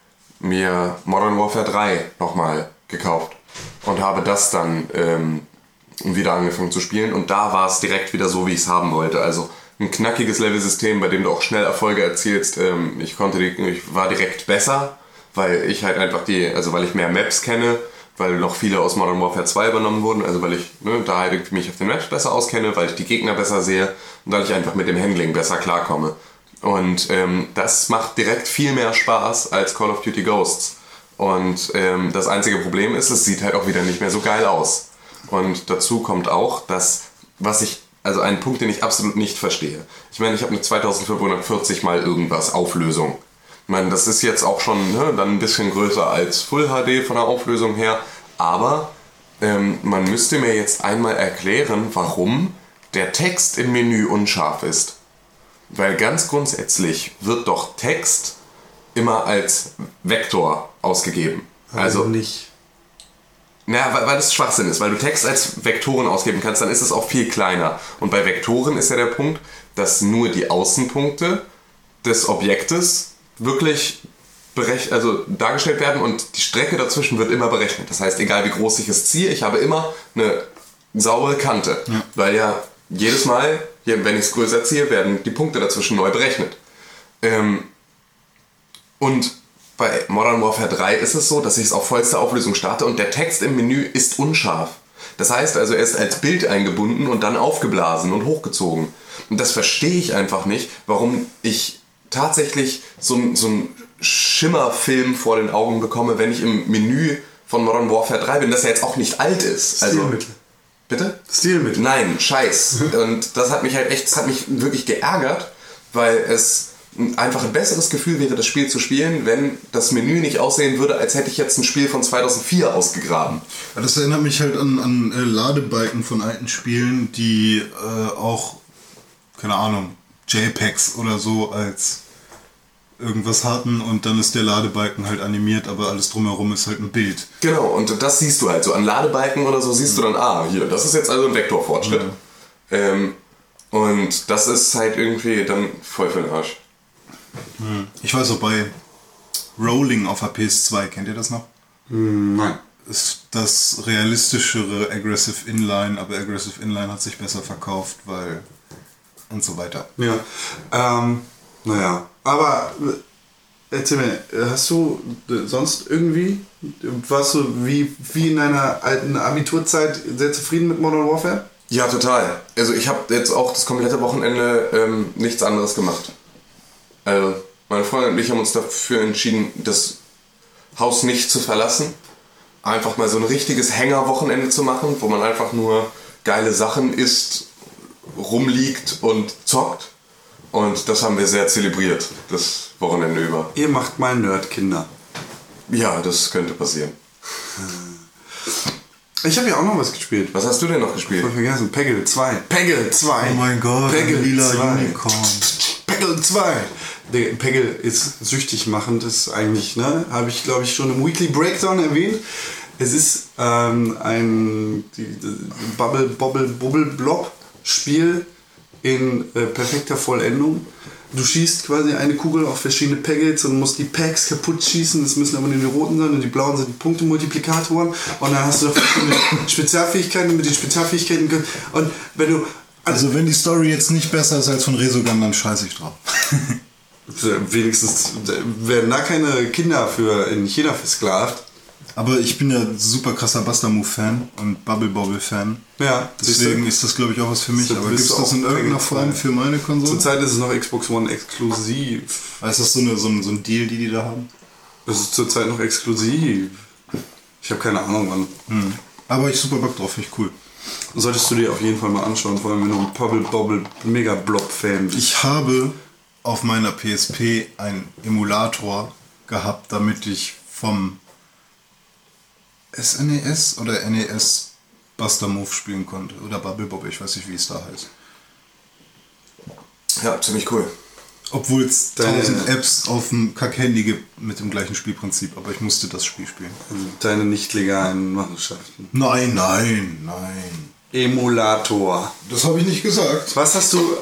mir Modern Warfare drei nochmal gekauft und habe das dann ähm, wieder angefangen zu spielen. Und da war es direkt wieder so, wie ich es haben wollte. Also ein knackiges Level-System, bei dem du auch schnell Erfolge erzielst. Ähm, ich konnte die, ich war direkt besser, weil ich halt einfach die, also weil ich mehr Maps kenne, weil noch viele aus Modern Warfare zwei übernommen wurden, also weil ich ne, da halt mich auf den Maps besser auskenne, weil ich die Gegner besser sehe und weil ich einfach mit dem Handling besser klarkomme. Und ähm, das macht direkt viel mehr Spaß als Call of Duty Ghosts. Und ähm, das einzige Problem ist, es sieht halt auch wieder nicht mehr so geil aus. Und dazu kommt auch, dass, was ich, also ein Punkt, den ich absolut nicht verstehe. Ich meine, ich habe eine zweitausendfünfhundertvierzig mal irgendwas Auflösung. Ich meine, das ist jetzt auch schon ne, dann ein bisschen größer als Full H D von der Auflösung her. Aber ähm, man müsste mir jetzt einmal erklären, warum der Text im Menü unscharf ist. Weil ganz grundsätzlich wird doch Text immer als Vektor ausgegeben. Also, Also nicht. Naja, weil, weil das Schwachsinn ist. Weil du Text als Vektoren ausgeben kannst, dann ist es auch viel kleiner. Und bei Vektoren ist ja der Punkt, dass nur die Außenpunkte des Objektes wirklich berech- also dargestellt werden und die Strecke dazwischen wird immer berechnet. Das heißt, egal wie groß ich es ziehe, ich habe immer eine saubere Kante. Ja. Weil ja jedes Mal, wenn ich es größer ziehe, werden die Punkte dazwischen neu berechnet. Ähm, und bei Modern Warfare drei ist es so, dass ich es auf vollster Auflösung starte und der Text im Menü ist unscharf. Das heißt also, er ist als Bild eingebunden und dann aufgeblasen und hochgezogen. Und das verstehe ich einfach nicht, warum ich tatsächlich so, so einen Schimmerfilm vor den Augen bekomme, wenn ich im Menü von Modern Warfare drei bin, das ja jetzt auch nicht alt ist. Stilmittel. Also, bitte? Stilmittel. Nein, Scheiß. Und das hat mich halt echt, das hat mich wirklich geärgert, weil es einfach ein besseres Gefühl wäre, das Spiel zu spielen, wenn das Menü nicht aussehen würde, als hätte ich jetzt ein Spiel von zweitausendvier ausgegraben. Das erinnert mich halt an, an äh, Ladebalken von alten Spielen, die äh, auch, keine Ahnung, JPEGs oder so als irgendwas hatten und dann ist der Ladebalken halt animiert, aber alles drumherum ist halt ein Bild. Genau, und das siehst du halt so an Ladebalken oder so, siehst du dann, ah, hier, das ist jetzt also ein Vektorfortschritt. Ja. Ähm, und das ist halt irgendwie dann voll für den Arsch. Ich weiß auch, bei Rolling auf der P S zwei, kennt ihr das noch? Nein. Ist das realistischere Aggressive Inline, aber Aggressive Inline hat sich besser verkauft, weil und so weiter. Ja, ähm, naja, aber erzähl mir, hast du sonst irgendwie, warst du wie, wie in deiner alten Abiturzeit sehr zufrieden mit Modern Warfare? Ja, total. Also ich habe jetzt auch das komplette Wochenende ähm, nichts anderes gemacht. Also meine Freundin und ich haben uns dafür entschieden, das Haus nicht zu verlassen. Einfach mal so ein richtiges Hängerwochenende zu machen, wo man einfach nur geile Sachen isst, rumliegt und zockt. Und das haben wir sehr zelebriert, das Wochenende über. Ihr macht mal Nerdkinder. Ja, das könnte passieren. Ich habe ja auch noch was gespielt. Was hast du denn noch gespielt? Ich hab vergessen, Peggle zwei. Peggle zwei. Oh mein Gott, Peggle lila zwei. Unicorn. Peggle zwei. Der Peggle ist süchtig machend, ist eigentlich, ne, habe ich glaube ich schon im Weekly Breakdown erwähnt. Es ist ähm, ein die, die Bubble Bobble Bubble Blob Spiel in äh, perfekter Vollendung. Du schießt quasi eine Kugel auf verschiedene Packets und musst die Packs kaputt schießen. Das müssen aber nur die roten sein und die blauen sind die Punktemultiplikatoren. Und dann hast du noch verschiedene Spezialfähigkeiten mit den Spezialfähigkeiten. Und wenn du Also wenn die Story jetzt nicht besser ist als von Resogun, dann scheiße ich drauf. wenigstens werden da keine Kinder für in China versklavt. Aber ich bin ja super krasser Buster-Move-Fan und Bubble-Bobble-Fan. Ja, deswegen ist das, glaube ich, auch was für mich. Das aber gibt es das in irgendeiner Form für meine Konsole? Zurzeit ist es noch Xbox One exklusiv. Ist das so, eine, so, ein, so ein Deal, die die da haben? Es ist zurzeit noch exklusiv. Ich habe keine Ahnung, wann. Hm. Aber ich super Bock drauf, finde ich cool. Solltest du dir auf jeden Fall mal anschauen, vor allem wenn du ein Bubble-Bobble-Mega-Blob-Fan bist. Ich habe auf meiner P S P einen Emulator gehabt, damit ich vom S N E S oder N E S Buster Move spielen konnte. Oder Bubble Bob, ich weiß nicht, wie es da heißt. Ja, ziemlich cool. Obwohl es tausend Apps auf dem Kack-Handy gibt mit dem gleichen Spielprinzip, aber ich musste das Spiel spielen. Deine nicht legalen Machenschaften. Nein, nein, nein. Emulator. Das habe ich nicht gesagt. Was hast du...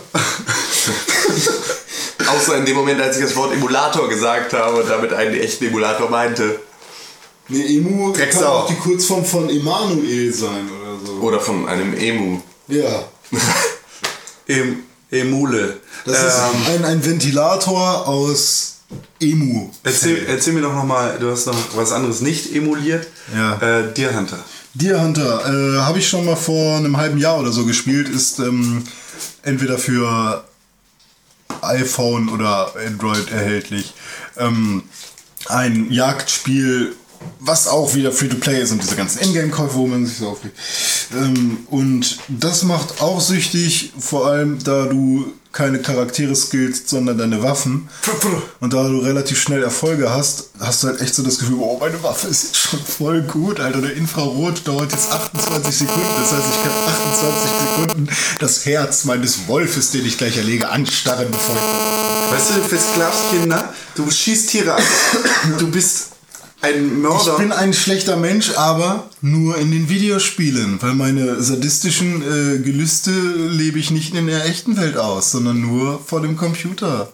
Außer in dem Moment, als ich das Wort Emulator gesagt habe und damit einen echten Emulator meinte. Nee, Emu kann Drecksau. auch die Kurzform von Emanuel sein oder so. Oder von einem Emu. Ja. em Emule. Das Ähm, ist ein, ein Ventilator aus Emu. erzähl, erzähl mir doch nochmal, du hast noch was anderes nicht emuliert. Ja. Äh, Deer Hunter. Deer Hunter äh, habe ich schon mal vor einem halben Jahr oder so gespielt. Ist ähm, entweder für iPhone oder Android erhältlich. Ähm, ein Jagdspiel, was auch wieder Free-to-Play ist und diese ganzen Ingame-Käufe, wo man sich so aufregt. Ähm, und das macht auch süchtig, vor allem da du keine Charaktere skillst, sondern deine Waffen. Und da du relativ schnell Erfolge hast, hast du halt echt so das Gefühl, oh, meine Waffe ist jetzt schon voll gut, Alter. Der Infrarot dauert jetzt achtundzwanzig Sekunden. Das heißt, ich kann achtundzwanzig Sekunden das Herz meines Wolfes, den ich gleich erlege, anstarren, bevor ich... Weißt du, du versklavst Kinder, du schießt Tiere ab, du bist ein Mörder. Ich bin ein schlechter Mensch, aber nur in den Videospielen, weil meine sadistischen äh, Gelüste lebe ich nicht in der echten Welt aus, sondern nur vor dem Computer.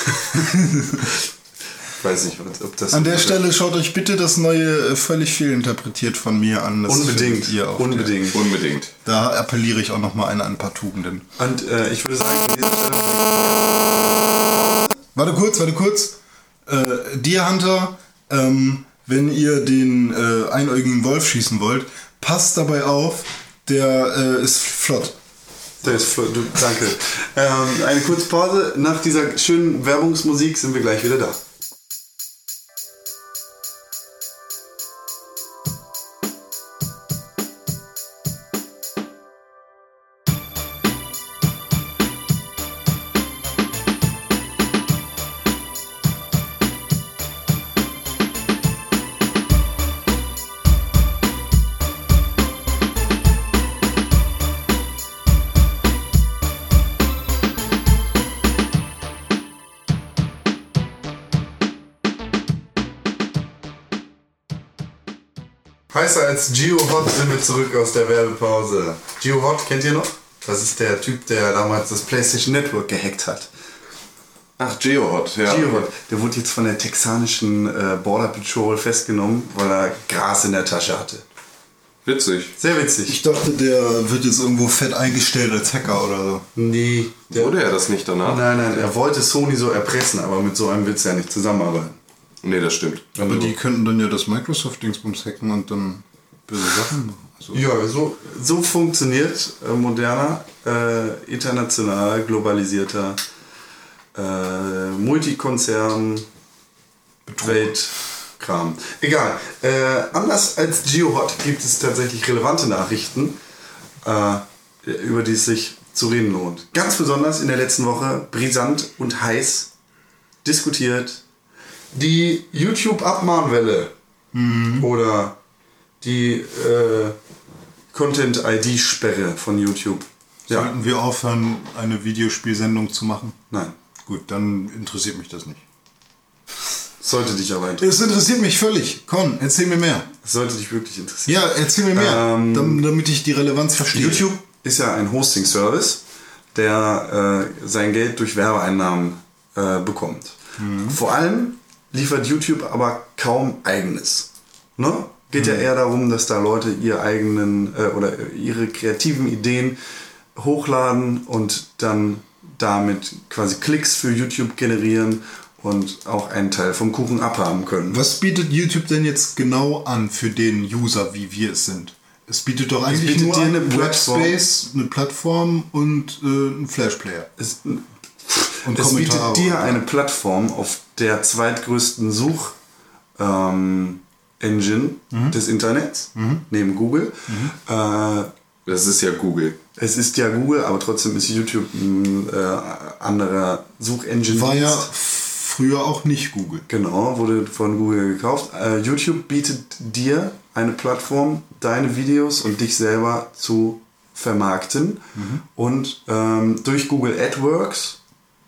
Ich weiß nicht, ob das... An der Stelle schaut euch bitte das neue äh, völlig fehlinterpretiert von mir an. Das Unbedingt, findet ihr auch, unbedingt. Ja. Unbedingt. Da appelliere ich auch nochmal an ein paar Tugenden. Und äh, ich würde sagen, an dieser Stelle... Warte kurz, warte kurz. Äh, Deer Hunter, ähm, wenn ihr den äh, einäugigen Wolf schießen wollt, passt dabei auf, der äh, ist flott. Der ist flott, du, danke. Ähm, eine kurze Pause. Nach dieser schönen Werbungsmusik sind wir gleich wieder da. Heißer als GeoHot sind wir zurück aus der Werbepause. GeoHot kennt ihr noch? Das ist der Typ, der damals das PlayStation Network gehackt hat. Ach, GeoHot, ja. GeoHot, der wurde jetzt von der texanischen äh, Border Patrol festgenommen, weil er Gras in der Tasche hatte. Witzig. Sehr witzig. Ich dachte, der wird jetzt irgendwo fett eingestellt als Hacker oder so. Nee. Der, Wurde er das nicht danach? Nein, nein, er wollte Sony so erpressen, aber mit so einem willst du ja nicht zusammenarbeiten. Nee, das stimmt. Aber die könnten dann ja das Microsoft-Dingsbums hacken und dann böse Sachen machen. Also. Ja, so, so funktioniert äh, moderner, äh, international globalisierter äh, Multikonzern Weltkram. Egal. Äh, anders als GeoHot gibt es tatsächlich relevante Nachrichten, äh, über die es sich zu reden lohnt. Ganz besonders in der letzten Woche brisant und heiß diskutiert die YouTube-Abmahnwelle mhm. oder die äh, Content-I D-Sperre von YouTube. Ja. Sollten wir aufhören, eine Videospielsendung zu machen? Nein. Gut, dann interessiert mich das nicht. Sollte dich aber interessieren. Es interessiert mich völlig. Con, erzähl mir mehr. Das sollte dich wirklich interessieren. Ja, erzähl mir mehr, Ähm, dam- damit ich die Relevanz verstehe. YouTube ist ja ein Hosting-Service, der äh, sein Geld durch Werbeeinnahmen äh, bekommt. Mhm. Vor allem liefert YouTube aber kaum Eigenes. Ne? Geht Mhm. ja eher darum, dass da Leute ihre eigenen äh, oder ihre kreativen Ideen hochladen und dann damit quasi Klicks für YouTube generieren und auch einen Teil vom Kuchen abhaben können. Was bietet YouTube denn jetzt genau an für den User, wie wir es sind? Es bietet doch eigentlich bietet nur dir eine einen Plattform. Webspace, eine Plattform und äh, einen Flashplayer. Es, Und es bietet Kommentare. dir eine Plattform auf der zweitgrößten Such ähm, Engine Mhm. des Internets, neben Google. Äh, Das ist ja Google. es ist ja Google, aber trotzdem ist YouTube ein äh, anderer Suchengine. War ja früher auch nicht Google. Genau, wurde von Google gekauft. Äh, YouTube bietet dir eine Plattform, deine Videos und dich selber zu vermarkten und ähm, durch Google AdWords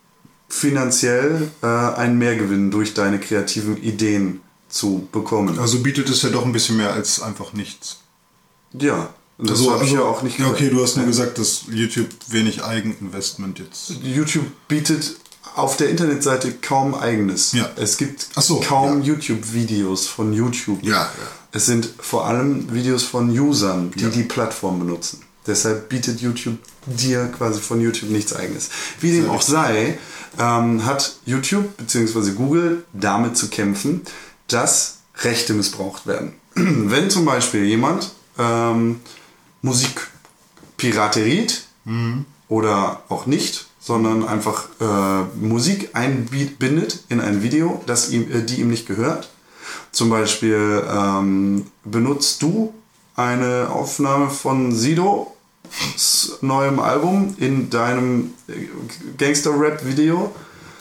finanziell äh, einen Mehrgewinn durch deine kreativen Ideen zu bekommen. Also bietet es ja doch ein bisschen mehr als einfach nichts. ja, und das Also, habe ich also, ja auch nicht ja, okay, gesagt. du hast nur gesagt, dass YouTube wenig Eigeninvestment jetzt. YouTube bietet auf der Internetseite kaum eigenes. Ja. Es gibt Ach so, kaum ja. YouTube-Videos von YouTube. Ja, ja. Es sind vor allem Videos von Usern, die Ja. die Plattform benutzen. Deshalb bietet YouTube dir quasi von YouTube nichts eigenes. Wie dem auch sei, ähm, hat YouTube bzw. Google damit zu kämpfen, dass Rechte missbraucht werden. Wenn zum Beispiel jemand ähm, Musik pirateriert oder auch nicht, sondern einfach äh, Musik einbindet in ein Video, das ihm, äh, die ihm nicht gehört. Zum Beispiel ähm, benutzt du eine Aufnahme von Sidos neuem Album in deinem Gangster-Rap-Video.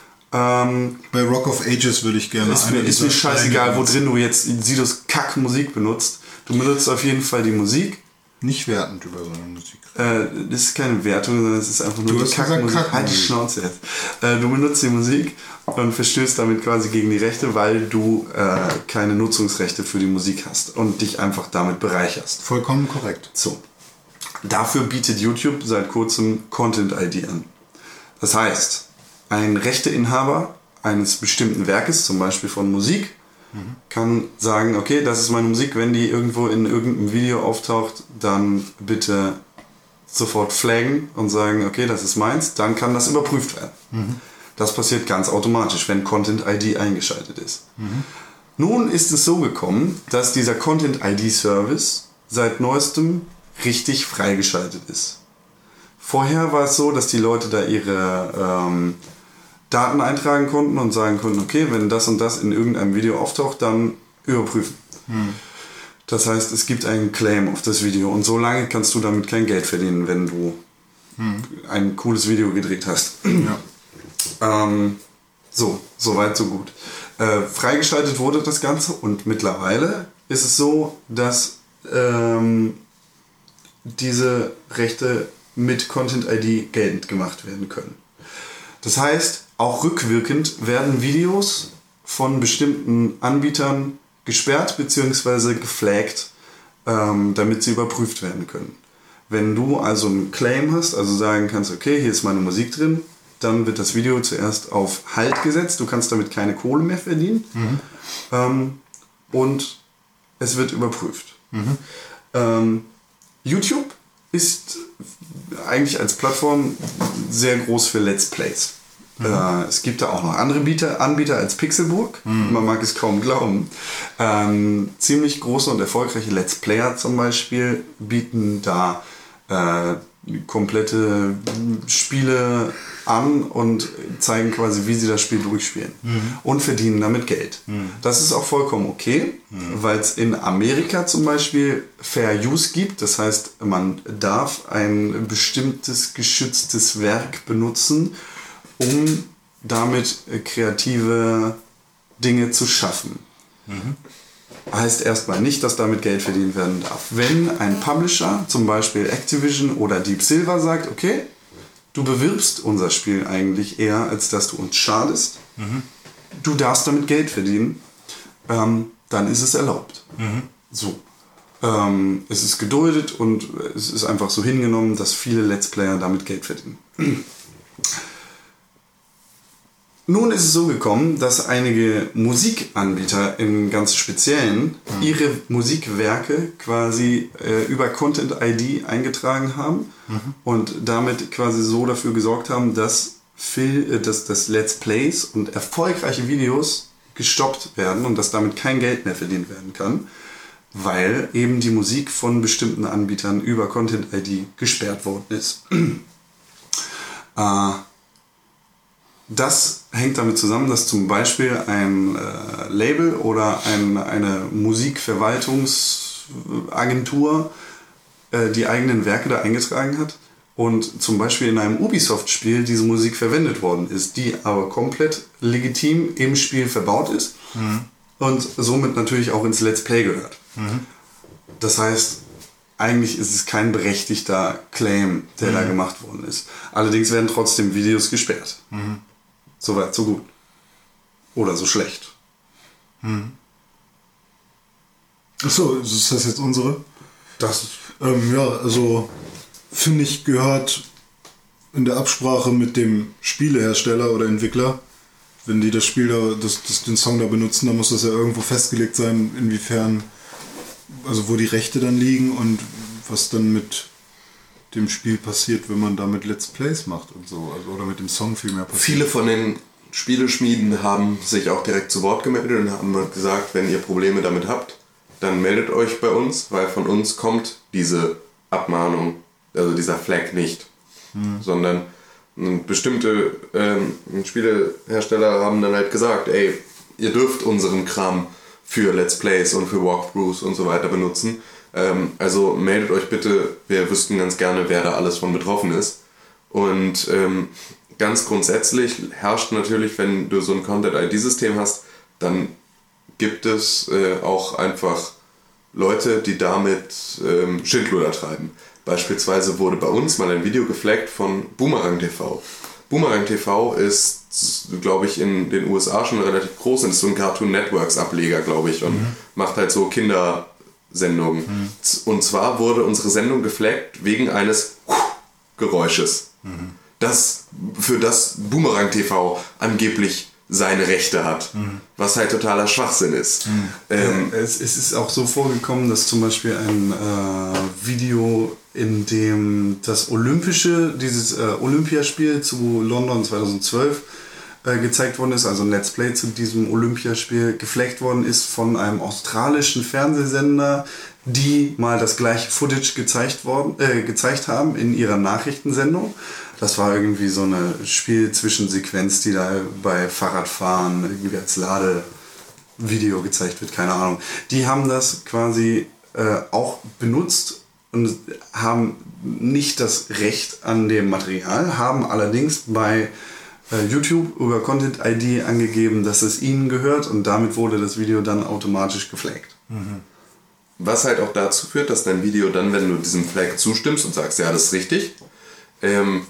Ähm, Bei Rock of Ages würde ich gerne ist eine mir, ist mir dieser scheißegal, wo Steine- drin du jetzt Sidos Kack-Musik benutzt. Du benutzt auf jeden Fall die Musik. Nicht wertend über so eine Musik. Äh, das ist keine Wertung, sondern es ist einfach nur Du die hast gesagt Kackmusik. Kackmusik. Halt die Schnauze jetzt. Äh, du benutzt die Musik und verstößt damit quasi gegen die Rechte, weil du äh, keine Nutzungsrechte für die Musik hast und dich einfach damit bereicherst. Vollkommen korrekt. So. Dafür bietet YouTube seit kurzem Content I D an. Das heißt, ein Rechteinhaber eines bestimmten Werkes, zum Beispiel von Musik, kann sagen, okay, das ist meine Musik, wenn die irgendwo in irgendeinem Video auftaucht, dann bitte sofort flaggen und sagen, okay, das ist meins, dann kann das überprüft werden. Das passiert ganz automatisch, wenn Content I D eingeschaltet ist. Nun ist es so gekommen, dass dieser Content I D-Service seit neuestem richtig freigeschaltet ist. Vorher war es so, dass die Leute da ihre ähm, Daten eintragen konnten und sagen konnten, okay, wenn das und das in irgendeinem Video auftaucht, dann überprüfen. Hm. Das heißt, es gibt einen Claim auf das Video und so lange kannst du damit kein Geld verdienen, wenn du hm. ein cooles Video gedreht hast. Ja. ähm, so, so weit, so gut. Äh, freigeschaltet wurde das Ganze und mittlerweile ist es so, dass ähm, diese Rechte mit Content I D geltend gemacht werden können. Das heißt, auch rückwirkend werden Videos von bestimmten Anbietern gesperrt bzw. geflaggt, ähm, damit sie überprüft werden können. Wenn du also einen Claim hast, also sagen kannst, okay, hier ist meine Musik drin, dann wird das Video zuerst auf Halt gesetzt, du kannst damit keine Kohle mehr verdienen mhm. ähm, und es wird überprüft. Mhm. Ähm, YouTube ist eigentlich als Plattform sehr groß für Let's Plays. Mhm. Äh, es gibt da auch noch andere Bieter, Anbieter als Pixelburg. Mhm. Man mag es kaum glauben. Ähm, ziemlich große und erfolgreiche Let's Player zum Beispiel bieten da äh, komplette Spiele an und zeigen quasi, wie sie das Spiel durchspielen mhm. und verdienen damit Geld. Mhm. Das ist auch vollkommen okay, mhm. weil es in Amerika zum Beispiel Fair Use gibt. Das heißt, man darf ein bestimmtes geschütztes Werk benutzen, um damit kreative Dinge zu schaffen. Mhm. Heißt erstmal nicht, dass damit Geld verdient werden darf. Wenn ein Publisher, zum Beispiel Activision oder Deep Silver, sagt, okay, du bewirbst unser Spiel eigentlich eher, als dass du uns schadest, mhm. du darfst damit Geld verdienen, ähm, dann ist es erlaubt. Mhm. So. Ähm, es ist geduldet und es ist einfach so hingenommen, dass viele Let's Player damit Geld verdienen. Nun ist es so gekommen, dass einige Musikanbieter im ganz Speziellen mhm. ihre Musikwerke quasi äh, über Content I D eingetragen haben mhm. und damit quasi so dafür gesorgt haben, dass, Fil- äh, dass, dass Let's Plays und erfolgreiche Videos gestoppt werden und dass damit kein Geld mehr verdient werden kann, weil eben die Musik von bestimmten Anbietern über Content I D gesperrt worden ist. äh, Das hängt damit zusammen, dass zum Beispiel ein äh, Label oder ein, eine Musikverwaltungsagentur äh, die eigenen Werke da eingetragen hat und zum Beispiel in einem Ubisoft-Spiel diese Musik verwendet worden ist, die aber komplett legitim im Spiel verbaut ist mhm. und somit natürlich auch ins Let's Play gehört. Mhm. Das heißt, eigentlich ist es kein berechtigter Claim, der mhm. da gemacht worden ist. Allerdings werden trotzdem Videos gesperrt. Mhm. So weit, so gut. Oder so schlecht. Hm. Achso, ist das jetzt unsere? Das. Ähm, ja, also finde ich, gehört in der Absprache mit dem Spielehersteller oder Entwickler, wenn die das Spiel da, das, das, den Song da benutzen, dann muss das ja irgendwo festgelegt sein, inwiefern, also wo die Rechte dann liegen und was dann mit dem Spiel passiert, wenn man damit Let's Plays macht und so, also, oder mit dem Song viel mehr passiert. Viele von den Spieleschmieden haben sich auch direkt zu Wort gemeldet und haben gesagt, wenn ihr Probleme damit habt, dann meldet euch bei uns, weil von uns kommt diese Abmahnung, also dieser Flag nicht, hm. sondern bestimmte ähm, Spielehersteller haben dann halt gesagt, ey, ihr dürft unseren Kram für Let's Plays und für Walkthroughs und so weiter benutzen. Ähm, also meldet euch bitte, wir wüssten ganz gerne, wer da alles von betroffen ist. Und ähm, ganz grundsätzlich herrscht natürlich, wenn du so ein Content-I D-System hast, dann gibt es äh, auch einfach Leute, die damit ähm, Schindluder treiben. Beispielsweise wurde bei uns mal ein Video geflaggt von Boomerang T V. Boomerang T V ist, glaube ich, in den U S A schon relativ groß und ist so ein Cartoon Networks Ableger, glaube ich, und mhm. macht halt so Kindersendungen. Mhm. Und zwar wurde unsere Sendung geflaggt wegen eines Geräusches, mhm. das für das Boomerang T V angeblich seine Rechte hat, mhm. was halt totaler Schwachsinn ist. Mhm. Ähm, es, es ist auch so vorgekommen, dass zum Beispiel ein äh, Video, in dem das Olympische, dieses äh, Olympiaspiel zu London zweitausendzwölf äh, gezeigt worden ist, also ein Let's Play zu diesem Olympiaspiel geflaggt worden ist von einem australischen Fernsehsender, die mal das gleiche Footage gezeigt, worden, äh, gezeigt haben in ihrer Nachrichtensendung. Das war irgendwie so eine Spielzwischensequenz, die da bei Fahrradfahren irgendwie als Ladevideo gezeigt wird, keine Ahnung. Die haben das quasi äh, auch benutzt und haben nicht das Recht an dem Material, haben allerdings bei äh, YouTube über Content I D angegeben, dass es ihnen gehört und damit wurde das Video dann automatisch geflaggt. Mhm. Was halt auch dazu führt, dass dein Video dann, wenn du diesem Flag zustimmst und sagst, ja, das ist richtig, ähm,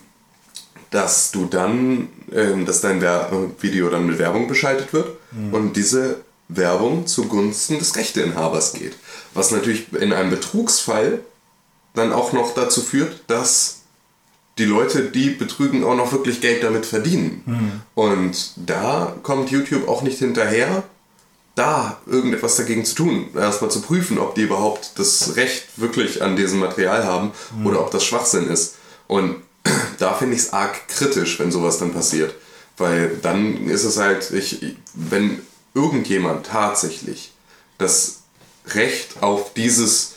dass du dann, ähm, dass dein Wer- Video dann mit Werbung beschaltet wird mhm. und diese Werbung zugunsten des Rechteinhabers geht. Was natürlich in einem Betrugsfall dann auch noch dazu führt, dass die Leute, die betrügen, auch noch wirklich Geld damit verdienen. Mhm. Und da kommt YouTube auch nicht hinterher, da irgendetwas dagegen zu tun. Erstmal zu prüfen, ob die überhaupt das Recht wirklich an diesem Material haben mhm. oder ob das Schwachsinn ist. Und da finde ich es arg kritisch, wenn sowas dann passiert. Weil dann ist es halt, ich, wenn irgendjemand tatsächlich das Recht auf dieses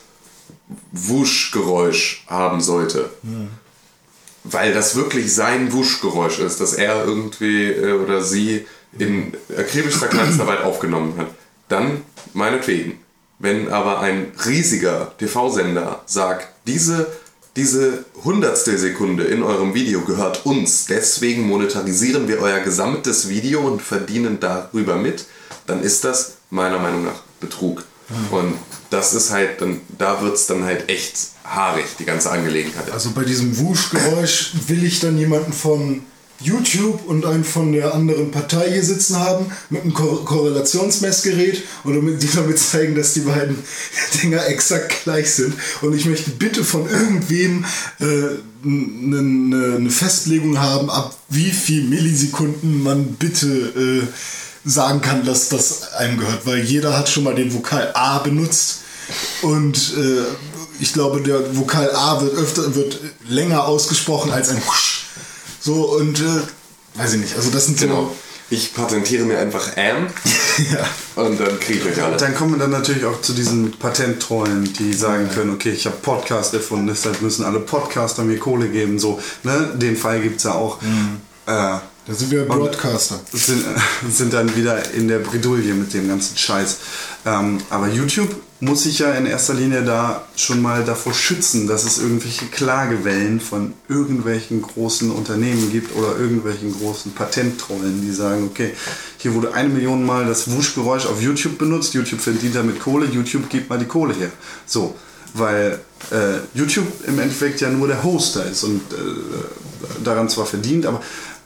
Wuschgeräusch haben sollte, mhm. weil das wirklich sein Wuschgeräusch ist, dass er irgendwie äh, oder sie in akribischster Kleinstarbeit aufgenommen hat, dann meinetwegen. Wenn aber ein riesiger T V-Sender sagt, diese Diese hundertstel Sekunde in eurem Video gehört uns, deswegen monetarisieren wir euer gesamtes Video und verdienen darüber mit, dann ist das meiner Meinung nach Betrug. Mhm. Und das ist halt, dann, da wird es dann halt echt haarig, die ganze Angelegenheit. Also bei diesem Wuschgeräusch will ich dann jemanden von YouTube und einen von der anderen Partei hier sitzen haben mit einem Ko- Korrelationsmessgerät und damit, die damit zeigen, dass die beiden Dinger exakt gleich sind. Und ich möchte bitte von irgendwem äh, eine, eine, eine Festlegung haben, ab wie viel Millisekunden man bitte äh, sagen kann, dass das einem gehört. Weil jeder hat schon mal den Vokal A benutzt und äh, ich glaube, der Vokal A wird öfter wird länger ausgesprochen als ein Husch. So und äh, weiß ich nicht, also das sind so. Genau. Ich patentiere mir einfach Am Ja. und dann kriege ich euch alle. Dann kommen wir dann natürlich auch zu diesen Patenttrollen, die sagen können, okay, ich habe Podcast erfunden, deshalb müssen alle Podcaster mir Kohle geben. So, ne? Den Fall gibt es ja auch. Mhm. Äh, Da sind wir Broadcaster. Sind, sind dann wieder in der Bredouille mit dem ganzen Scheiß. Ähm, aber YouTube muss sich ja in erster Linie da schon mal davor schützen, dass es irgendwelche Klagewellen von irgendwelchen großen Unternehmen gibt oder irgendwelchen großen Patenttrollen, die sagen, okay, hier wurde eine Million Mal das Wuschgeräusch auf YouTube benutzt, YouTube verdient damit Kohle, YouTube gibt mal die Kohle her. So, weil äh, YouTube im Endeffekt ja nur der Hoster ist und äh, daran zwar verdient, aber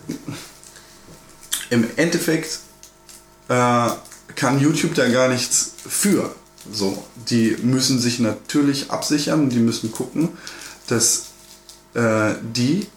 im Endeffekt äh, kann YouTube da gar nichts für. So, die müssen sich natürlich absichern, die müssen gucken, dass äh, die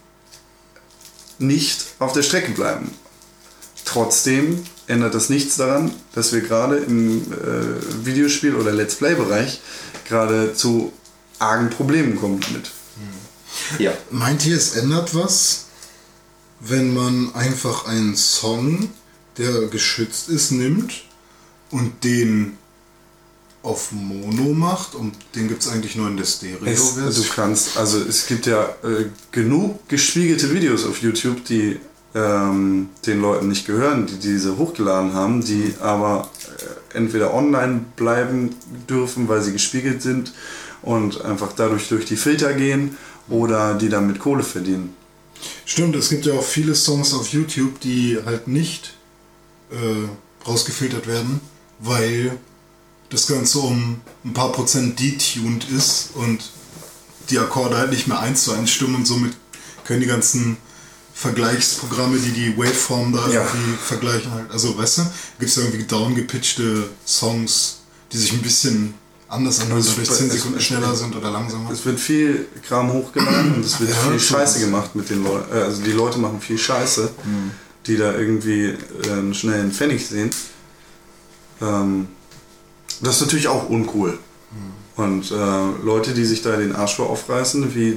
nicht auf der Strecke bleiben. Trotzdem ändert das nichts daran, dass wir gerade im äh, Videospiel- oder Let's Play-Bereich gerade zu argen Problemen kommen damit. Ja. Meint ihr, es ändert was, wenn man einfach einen Song, der geschützt ist, nimmt und den auf Mono macht und den gibt es eigentlich nur in der Stereo-Version? Du kannst, also es gibt ja äh, genug gespiegelte Videos auf YouTube, die ähm, den Leuten nicht gehören, die diese hochgeladen haben, die aber äh, entweder online bleiben dürfen, weil sie gespiegelt sind und einfach dadurch durch die Filter gehen oder die damit Kohle verdienen. Stimmt, es gibt ja auch viele Songs auf YouTube, die halt nicht äh, rausgefiltert werden, weil das Ganze um ein paar Prozent detuned ist und die Akkorde halt nicht mehr eins zu eins stimmen und somit können die ganzen Vergleichsprogramme, die die Waveform da Ja. irgendwie vergleichen halt. Also weißt du, gibt es irgendwie downgepitchte Songs, die sich ein bisschen anders anhören, Also, dadurch zehn es- Sekunden es- schneller sind oder langsamer. Es wird viel Kram hochgeladen und es wird Ja, viel schon. Scheiße gemacht mit den Leuten. Äh, also die Leute machen viel Scheiße, Mhm. die da irgendwie äh, einen schnellen Pfennig sehen. Ähm, das ist natürlich auch uncool. Mhm. Und äh, Leute, die sich da den Arsch vor aufreißen, wie äh,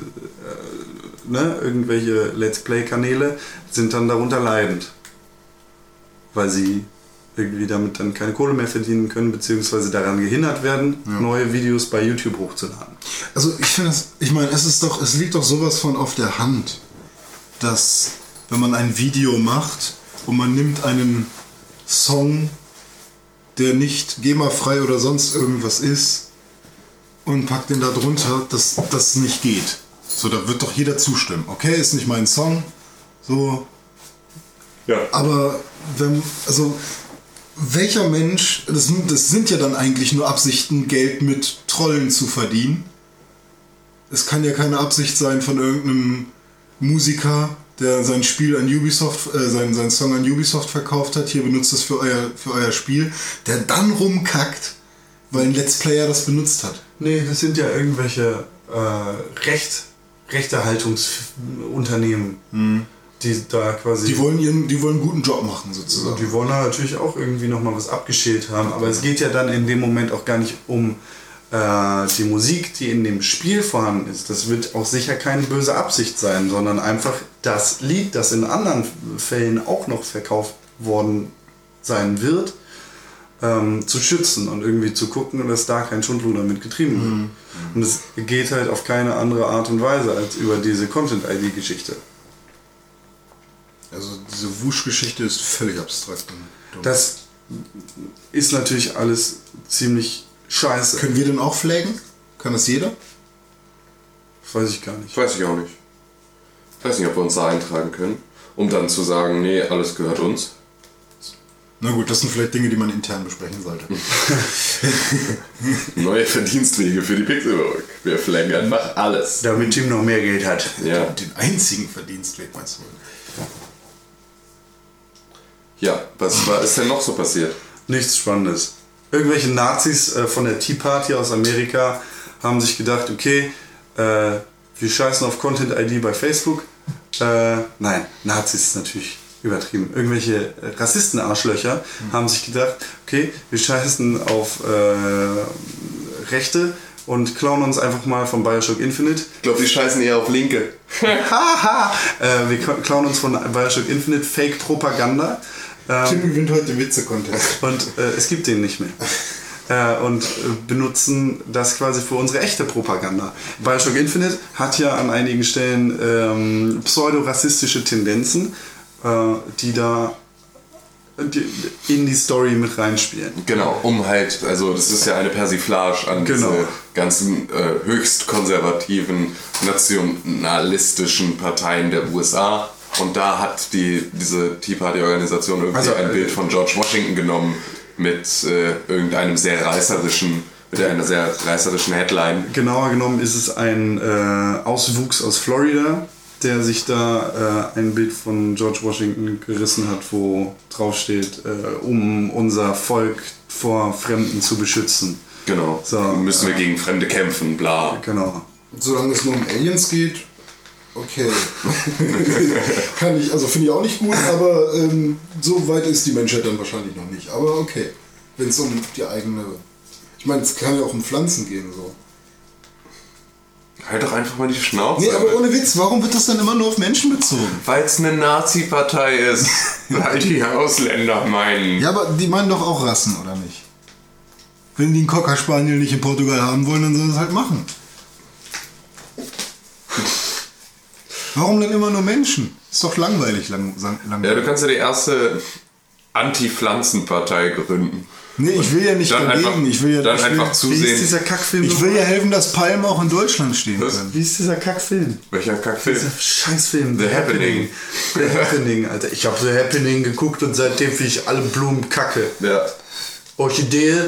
ne, irgendwelche Let's Play-Kanäle, sind dann darunter leidend. Weil sie irgendwie damit dann keine Kohle mehr verdienen können, beziehungsweise daran gehindert werden, Ja. neue Videos bei YouTube hochzuladen. Also ich finde es, ich meine, es ist doch, es liegt doch sowas von auf der Hand, dass wenn man ein Video macht und man nimmt einen Song, der nicht GEMA-frei oder sonst irgendwas ist und packt den da drunter, dass das nicht geht. So, da wird doch jeder zustimmen. Okay, ist nicht mein Song, so. Ja. Aber wenn, also welcher Mensch, das, das sind ja dann eigentlich nur Absichten, Geld mit Trollen zu verdienen. Es kann ja keine Absicht sein von irgendeinem Musiker, der sein Spiel an Ubisoft, äh, seinen, seinen Song an Ubisoft verkauft hat, hier benutzt das für euer, für euer Spiel, der dann rumkackt, weil ein Let's Player das benutzt hat. Nee, das sind ja irgendwelche äh, Recht, Rechtehaltungsunternehmen, die da quasi... Die wollen ihren, die wollen einen guten Job machen sozusagen. Die wollen da natürlich auch irgendwie nochmal was abgeschält haben, aber es geht ja dann in dem Moment auch gar nicht um äh, die Musik, die in dem Spiel vorhanden ist. Das wird auch sicher keine böse Absicht sein, sondern einfach das Lied, das in anderen Fällen auch noch verkauft worden sein wird, ähm, zu schützen und irgendwie zu gucken, dass da kein Schundluder damit getrieben wird. Mhm. Und es geht halt auf keine andere Art und Weise als über diese Content-I D-Geschichte. Also diese Wusch-Geschichte ist völlig abstrakt. und dumm. Das ist natürlich alles ziemlich scheiße. Können wir denn auch flaggen? Kann das jeder? Das weiß ich gar nicht. Weiß ich auch nicht. Ich weiß nicht, ob wir uns da eintragen können, um dann zu sagen, nee, alles gehört uns. Na gut, das sind vielleicht Dinge, die man intern besprechen sollte. Neue Verdienstwege für die Pixelburg. Wir flaggen einfach alles. Damit Tim noch mehr Geld hat. Ja. Den einzigen Verdienstweg, meinst du? Ja, was war, ist denn noch so passiert? Nichts Spannendes. Irgendwelche Nazis äh, von der Tea Party aus Amerika haben sich gedacht, okay, äh, wir scheißen auf Content I D bei Facebook. Äh, nein, Nazis ist natürlich übertrieben. Irgendwelche Rassisten-Arschlöcher mhm. haben sich gedacht, okay, wir scheißen auf äh, Rechte und klauen uns einfach mal von Bioshock Infinite. Ich glaube, die scheißen eher auf Linke. Haha! äh, wir klauen uns von Bioshock Infinite Fake-Propaganda. Ähm, Tim gewinnt heute den Witze-Contest. Und äh, es gibt den nicht mehr. Äh, und äh, benutzen das quasi für unsere echte Propaganda. Bioshock Infinite hat ja an einigen Stellen ähm, pseudo-rassistische Tendenzen, äh, die da die, in die Story mit reinspielen. Genau, um halt, also das ist ja eine Persiflage an genau. diese ganzen äh, höchst konservativen, nationalistischen Parteien der U S A. Und da hat die, diese Tea Party-Organisation irgendwie also, ein Bild von George Washington genommen mit äh, irgendeinem sehr reißerischen, mit einer sehr reißerischen Headline. Genauer genommen ist es ein äh, Auswuchs aus Florida, der sich da äh, ein Bild von George Washington gerissen hat, wo drauf steht, äh, um unser Volk vor Fremden zu beschützen. Genau, so, müssen wir äh, gegen Fremde kämpfen, bla. Genau. Solange es nur um Aliens geht, okay. Kann ich, also finde ich auch nicht gut, aber ähm, so weit ist die Menschheit dann wahrscheinlich noch nicht. Aber okay, wenn es um die eigene... Ich meine, es kann ja auch um Pflanzen gehen, so. Halt doch einfach mal die Schnauze. Nee, aber ohne Witz, warum wird das dann immer nur auf Menschen bezogen? Weil es eine Nazi-Partei ist. Weil die Ausländer meinen. Ja, aber die meinen doch auch Rassen, oder nicht? Wenn die einen Cocker Spaniel nicht in Portugal haben wollen, dann sollen sie es halt machen. Warum denn immer nur Menschen? Ist doch langweilig. Lang, langweilig. Ja, du kannst ja die erste Anti-Pflanzen-Partei gründen. Nee, ich will ja nicht dann dagegen. Einfach, ich will ja, dann ich einfach will, zusehen. Wie ist dieser Kackfilm? Ich will ja helfen, dass Palmen auch in Deutschland stehen Was? können. Wie ist dieser Kackfilm? Welcher Kackfilm? Dieser Scheißfilm. The Happening. The Happening, Alter. Ich habe The Happening geguckt und seitdem finde ich alle Blumen kacke. Ja. Orchidee.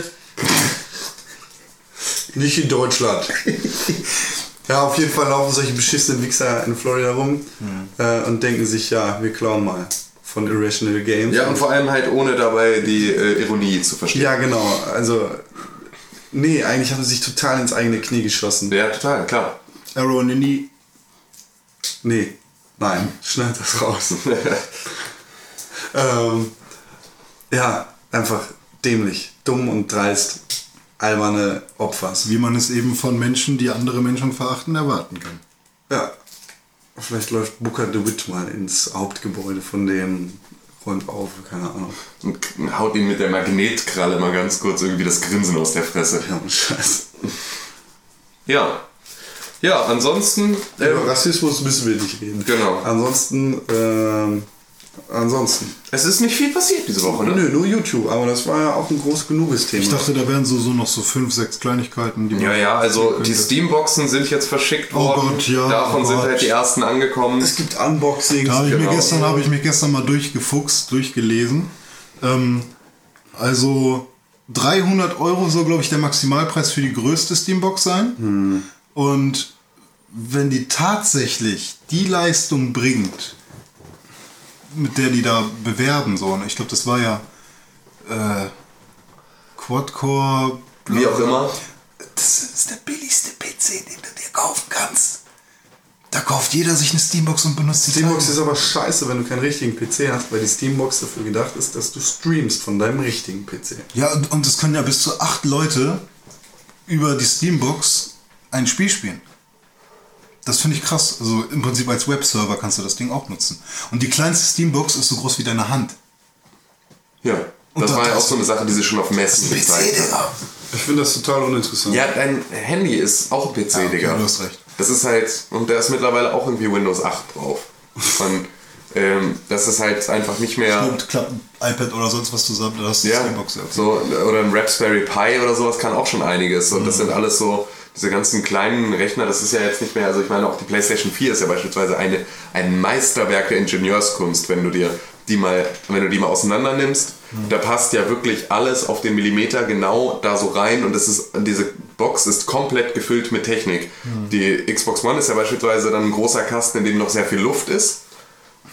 Nicht in Deutschland. Ja, auf jeden Fall laufen solche beschissenen Wichser in Florida rum hm. äh, und denken sich, ja, wir klauen mal von Irrational Games. Ja, und vor allem halt ohne dabei die äh, Ironie zu verstehen. Ja, genau. Also, nee, eigentlich haben sie sich total ins eigene Knie geschossen. Ja, total, klar. Arrow in the knee. Nee, nein, schneid das raus. ähm, ja, einfach dämlich, dumm und dreist. Alberne Opfers. Wie man es eben von Menschen, die andere Menschen verachten, erwarten kann. Ja. Vielleicht läuft Booker DeWitt mal ins Hauptgebäude von dem, räumt auf, keine Ahnung. Und haut ihn mit der Magnetkralle mal ganz kurz irgendwie das Grinsen aus der Fresse. Ja, Scheiße. Ja. Ja, ansonsten... Über Ähm, Rassismus müssen wir nicht reden. Genau. Ansonsten, ähm, ansonsten. es ist nicht viel passiert diese Woche, ne? Nö, nur YouTube, aber das war ja auch ein groß genuges Thema. Ich dachte, da wären so, so noch so fünf, sechs Kleinigkeiten, die man... Ja, ja, also könnte. die Steamboxen sind jetzt verschickt Oh worden. Gott, ja, Davon oh sind Gott. halt die ersten angekommen. Es gibt Unboxings. Da habe ich, Genau. mir gestern, habe ich mich gestern mal durchgefuchst, durchgelesen. Ähm, also dreihundert Euro soll, glaube ich, der Maximalpreis für die größte Steambox sein. Hm. Und wenn die tatsächlich die Leistung bringt, mit der die da bewerben, so, und ich glaube, das war ja äh, Quad-Core... Wie auch immer. Das ist der billigste P C, den du dir kaufen kannst. Da kauft jeder sich eine Steambox und benutzt die Steambox Teile. ist aber scheiße, wenn du keinen richtigen P C hast, weil die Steambox dafür gedacht ist, dass du streamst von deinem richtigen P C. Ja, und, und es können ja bis zu acht Leute über die Steambox ein Spiel spielen. Das finde ich krass. Also im Prinzip als Webserver kannst du das Ding auch nutzen. Und die kleinste Steambox ist so groß wie deine Hand. Ja, Und das dann war ja auch das- so eine Sache, die sie schon auf Messen P C, gezeigt haben. Digga. Ich finde das total uninteressant. Ja, dein Handy ist auch ein P C, Ja, okay, Digga. du hast recht. Das ist halt, und da ist mittlerweile auch irgendwie Windows acht drauf. Und ähm, das ist halt einfach nicht mehr... Und klappt ein iPad oder sonst was zusammen, da hast du Ja, die Steambox. Ja. so, oder ein Raspberry Pi oder sowas kann auch schon einiges. Und das Mhm. sind alles so, diese ganzen kleinen Rechner, das ist ja jetzt nicht mehr, also ich meine auch die PlayStation vier ist ja beispielsweise eine, ein Meisterwerk der Ingenieurskunst, wenn du dir die mal, wenn du die mal auseinander nimmst. Mhm. Da passt ja wirklich alles auf den Millimeter genau da so rein und das ist, diese Box ist komplett gefüllt mit Technik. Mhm. Die Xbox One ist ja beispielsweise dann ein großer Kasten, in dem noch sehr viel Luft ist.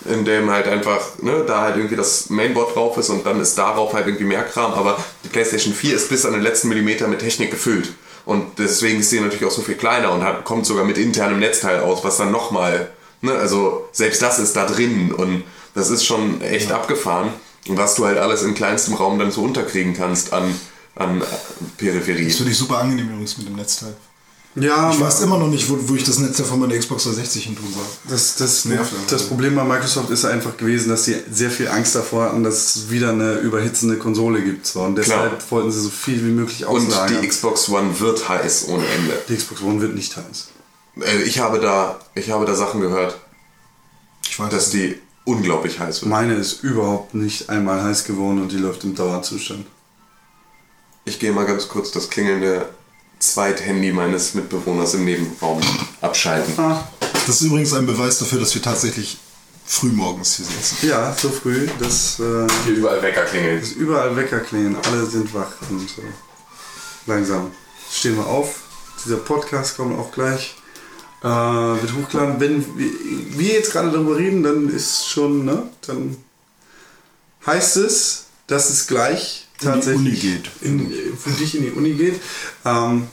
in dem halt einfach, ne, da halt irgendwie das Mainboard drauf ist und dann ist darauf halt irgendwie mehr Kram, aber die PlayStation vier ist bis an den letzten Millimeter mit Technik gefüllt und deswegen ist sie natürlich auch so viel kleiner und hat, kommt sogar mit internem Netzteil aus, was dann nochmal, ne, also selbst das ist da drin und das ist schon echt ja. abgefahren und was du halt alles in kleinstem Raum dann so unterkriegen kannst an, an Peripherie. Das finde ich super angenehm übrigens mit dem Netzteil. Ja, ich weiß immer noch nicht, wo, wo ich das Netzteil von meiner Xbox dreihundertsechzig hin tun soll. Das, das, das, das Problem bei Microsoft ist einfach gewesen, dass sie sehr viel Angst davor hatten, dass es wieder eine überhitzende Konsole gibt. So. Und deshalb Klar. wollten sie so viel wie möglich auslagern. Und die Xbox One wird heiß ohne Ende. Die Xbox One wird nicht heiß. Ich habe da, ich habe da Sachen gehört, ich weiß dass die unglaublich heiß wird. Meine ist überhaupt nicht einmal heiß geworden und die läuft im Dauerzustand. Ich gehe mal ganz kurz das klingelnde Zweithandy meines Mitbewohners im Nebenraum abschalten. Ah. Das ist übrigens ein Beweis dafür, dass wir tatsächlich frühmorgens hier sitzen. Ja, so früh, dass äh, hier überall Wecker klingeln. Dass überall Wecker klingeln, alle sind wach und so. Langsam stehen wir auf. Dieser Podcast kommt auch gleich. Äh, wird hochgeladen. Wenn wir jetzt gerade darüber reden, dann ist schon, ne? Dann heißt es, dass es gleich tatsächlich in die Uni geht. In, für dich in die Uni geht. Ähm,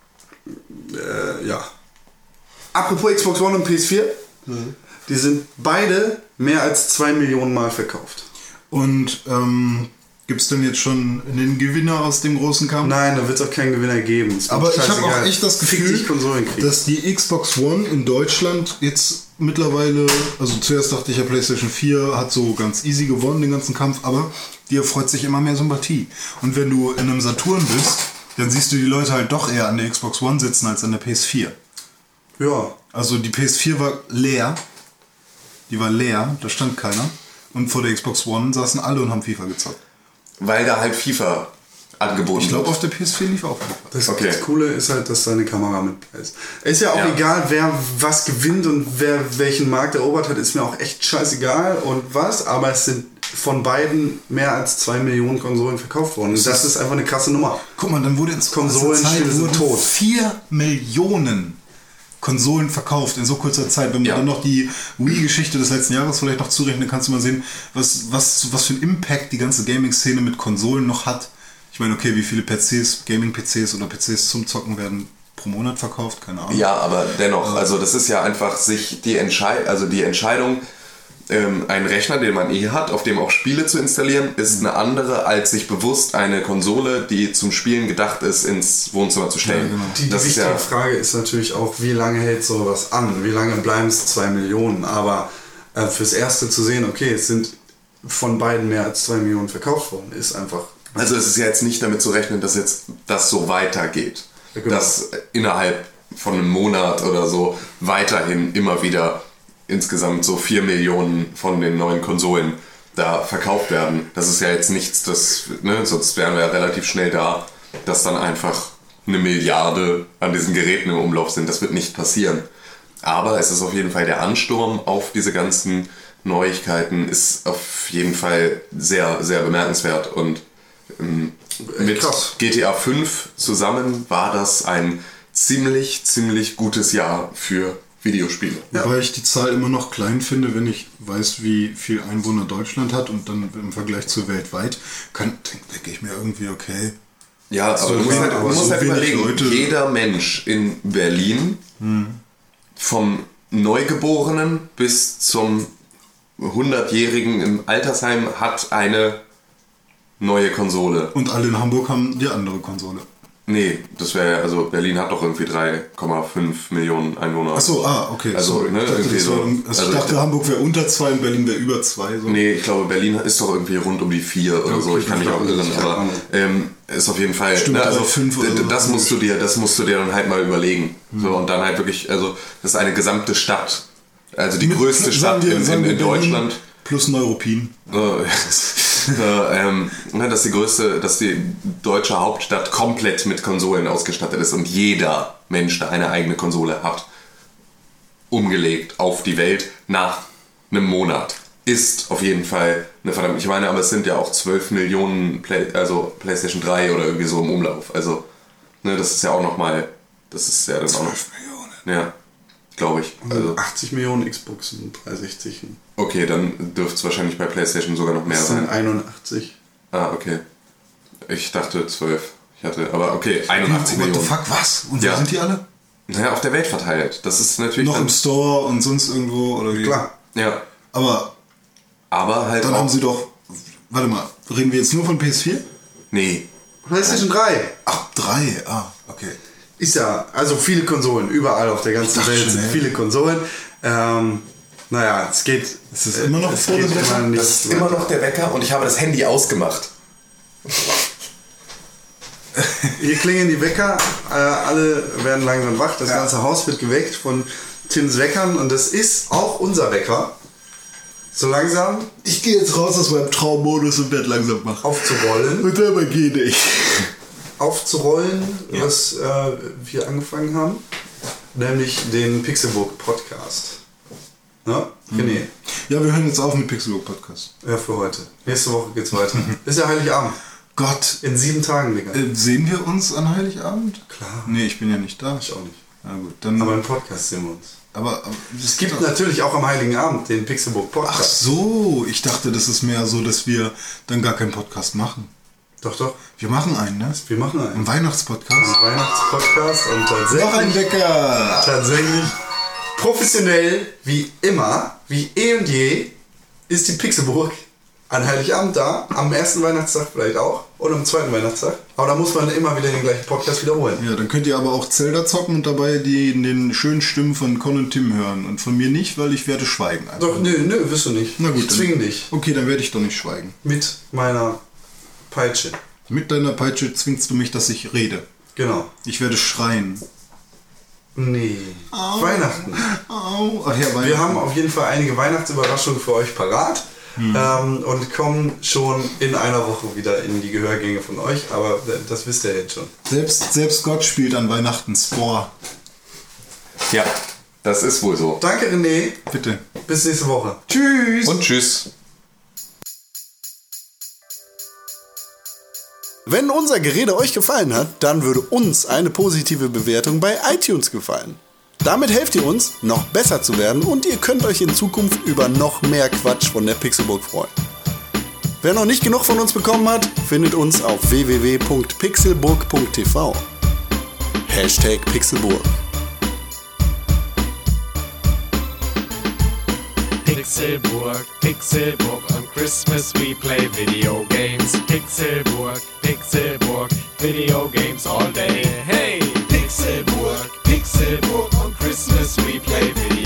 äh, ja. Apropos Xbox One und P S vier, mhm. die sind beide mehr als zwei Millionen Mal verkauft. Und ähm, gibt es denn jetzt schon einen Gewinner aus dem großen Kampf? Nein, da wird es auch keinen Gewinner geben. Aber ich habe auch echt das Gefühl, dass die Xbox One in Deutschland jetzt mittlerweile, also zuerst dachte ich ja PlayStation vier hat so ganz easy gewonnen, den ganzen Kampf, aber die erfreut sich immer mehr Sympathie. Und wenn du in einem Saturn bist, dann siehst du die Leute halt doch eher an der Xbox One sitzen als an der P S vier. Ja. Also die P S vier war leer. Die war leer, da stand keiner. Und vor der Xbox One saßen alle und haben FIFA gezockt. Weil da halt FIFA angeboten Ich glaube, auf der P S vier lief auch FIFA. Das, okay. das Coole ist halt, dass deine Kamera mit bei ist. Ist ja auch ja. egal, wer was gewinnt und wer welchen Markt erobert hat, ist mir auch echt scheißegal und was, aber es sind von beiden mehr als zwei Millionen Konsolen verkauft worden. Das, das ist einfach eine krasse Nummer. Guck mal, dann wurde jetzt Konsolen sind tot. vier Millionen Konsolen verkauft in so kurzer Zeit. Wenn man ja. dann noch die Wii-Geschichte des letzten Jahres vielleicht noch zurechnen, kannst du mal sehen, was, was, was für einen Impact die ganze Gaming-Szene mit Konsolen noch hat. Ich meine, okay, wie viele P Cs, Gaming-P Cs oder P Cs zum Zocken werden pro Monat verkauft? Keine Ahnung. Ja, aber dennoch, also das ist ja einfach sich die Entscheidung, also die Entscheidung, ähm, einen Rechner, den man eh hat, auf dem auch Spiele zu installieren, ist eine andere, als sich bewusst eine Konsole, die zum Spielen gedacht ist, ins Wohnzimmer zu stellen. Ja, genau. Die, die das wichtige ist ja Frage ist natürlich auch, wie lange hält sowas an? Wie lange bleiben es zwei Millionen? Aber äh, fürs Erste zu sehen, okay, es sind von beiden mehr als zwei Millionen verkauft worden, ist einfach... Also es ist ja jetzt nicht damit zu rechnen, dass jetzt das so weitergeht. Ja, genau. Dass innerhalb von einem Monat oder so weiterhin immer wieder insgesamt so vier Millionen von den neuen Konsolen da verkauft werden. Das ist ja jetzt nichts, das, ne, sonst wären wir ja relativ schnell da, dass dann einfach eine Milliarde an diesen Geräten im Umlauf sind. Das wird nicht passieren. Aber es ist auf jeden Fall der Ansturm auf diese ganzen Neuigkeiten ist auf jeden Fall sehr, sehr bemerkenswert und ähm, mit krass. G T A fünf zusammen war das ein ziemlich, ziemlich gutes Jahr für Videospiele. Ja. Wobei ich die Zahl immer noch klein finde, wenn ich weiß, wie viel Einwohner Deutschland hat und dann im Vergleich zu weltweit, kann, denke ich mir irgendwie, okay. Ja, aber du musst halt, du musst so halt überlegen, Leute. Jeder Mensch in Berlin, hm. vom Neugeborenen bis zum hundertjährigen im Altersheim hat eine neue Konsole. Und alle in Hamburg haben die andere Konsole. Nee, das wäre, also Berlin hat doch irgendwie drei Komma fünf Millionen Einwohner. Achso, ah, okay. Also, ne, ich dachte, irgendwie so, war, also also ich dachte Hamburg wäre unter zwei und Berlin wäre über zwei. So. Nee, ich glaube, Berlin ist doch irgendwie rund um die vier oder okay, so. Ich kann mich auch irren, aber ähm, ist auf jeden Fall. Stimmt, ne, also, fünf oder das so. musst du dir, das musst du dir dann halt mal überlegen. Hm. So, und dann halt wirklich, also das ist eine gesamte Stadt. Also die Mit, größte Stadt wir, in, in, in Deutschland. Plus Neuruppin. äh, ähm, dass die größte, dass die deutsche Hauptstadt komplett mit Konsolen ausgestattet ist und jeder Mensch da eine eigene Konsole hat. Umgelegt auf die Welt nach einem Monat. Ist auf jeden Fall eine verdammt. Ich meine, aber es sind ja auch zwölf Millionen Play, also PlayStation drei oder irgendwie so im Umlauf. Also, ne, das ist ja auch nochmal. Das ist ja dann auch noch. zwölf Millionen. Ja. glaube ich. Also, achtzig Millionen Xboxen, dreihundertsechzig. okay, dann dürfte es wahrscheinlich bei PlayStation sogar noch mehr Das sind sein. einundachtzig. Ah, okay. Ich dachte zwölf. Ich hatte, aber okay, einundachtzig What the Millionen. fuck, was? Und wo Ja. sind die alle? Naja, auf der Welt verteilt. Das ist natürlich Noch dann, im Store und sonst irgendwo? Oder wie? Klar. ja. Aber Aber halt dann auch, haben sie doch... Warte mal, reden wir jetzt nur von P S vier? nee. PlayStation drei. Ach, drei. Ah, okay. Ist ja, also viele Konsolen, überall auf der ganzen dachte Welt schon, sind ey. viele Konsolen. Ähm, naja, es geht. Ist das immer noch es vor geht dem Wecker? immer nicht Das ist immer noch der Wecker und ich habe das Handy ausgemacht. Hier klingeln die Wecker, äh, alle werden langsam wach, das Ja. ganze Haus wird geweckt von Tims Weckern und das ist auch unser Wecker. So langsam Ich gehe jetzt raus aus meinem Traummodus und werde langsam wach. aufzurollen, Und dabei gehe ich. aufzurollen, was äh, wir angefangen haben, nämlich den Pixelbook Podcast. Ne? René, Ja, wir hören jetzt auf mit Pixelbook Podcast. ja, für heute. Nächste Woche geht's weiter. Ist ja Heiligabend. Gott, In sieben Tagen, Digga. äh, sehen wir uns an Heiligabend? Klar. Nee, ich bin ja nicht da. Ich auch nicht. Na gut, dann... Aber im Podcast sehen wir uns. aber, aber Es gibt natürlich auch am Heiligen Abend den Pixelbook Ach Podcast. so, ich dachte, das ist mehr so, dass wir dann gar keinen Podcast machen. Doch, doch. Wir machen einen, ne? Wir machen einen. Ein Weihnachtspodcast. Ein Weihnachtspodcast und Noch ein tatsächlich, Wecker! tatsächlich professionell wie immer, wie eh und je, ist die Pixelburg an Heiligabend da, am ersten Weihnachtstag vielleicht auch und am zweiten Weihnachtstag. Aber da muss man immer wieder den gleichen Podcast wiederholen. Ja, dann könnt ihr aber auch Zelda zocken und dabei die, den schönen Stimmen von Con und Tim hören. Und von mir nicht, weil ich werde schweigen. Einfach. Doch, nö, nö, wirst du nicht. Na gut, ich dann- zwinge dich Okay, dann werde ich doch nicht schweigen. mit meiner Peitsche. Mit deiner Peitsche zwingst du mich, dass ich rede. Genau. Ich werde schreien. Nee. Weihnachten. Au. Ach ja, Wir Weihnachten. haben auf jeden Fall einige Weihnachtsüberraschungen für euch parat ähm, und kommen schon in einer Woche wieder in die Gehörgänge von euch, aber das wisst ihr jetzt schon. Selbst, selbst Gott spielt an Weihnachten Spore. Ja, das ist wohl so. Danke René, Bitte. bis nächste Woche. Tschüss. Und tschüss. Wenn unser Gerede euch gefallen hat, dann würde uns eine positive Bewertung bei iTunes gefallen. Damit helft ihr uns, noch besser zu werden und ihr könnt euch in Zukunft über noch mehr Quatsch von der Pixelburg freuen. Wer noch nicht genug von uns bekommen hat, findet uns auf w w w punkt pixelburg punkt t v. Hashtag Pixelburg. Pixelburg, Pixelburg, on Christmas we play video games. Pixelburg, Pixelburg, video games all day. Hey! Pixelburg, Pixelburg, on Christmas we play video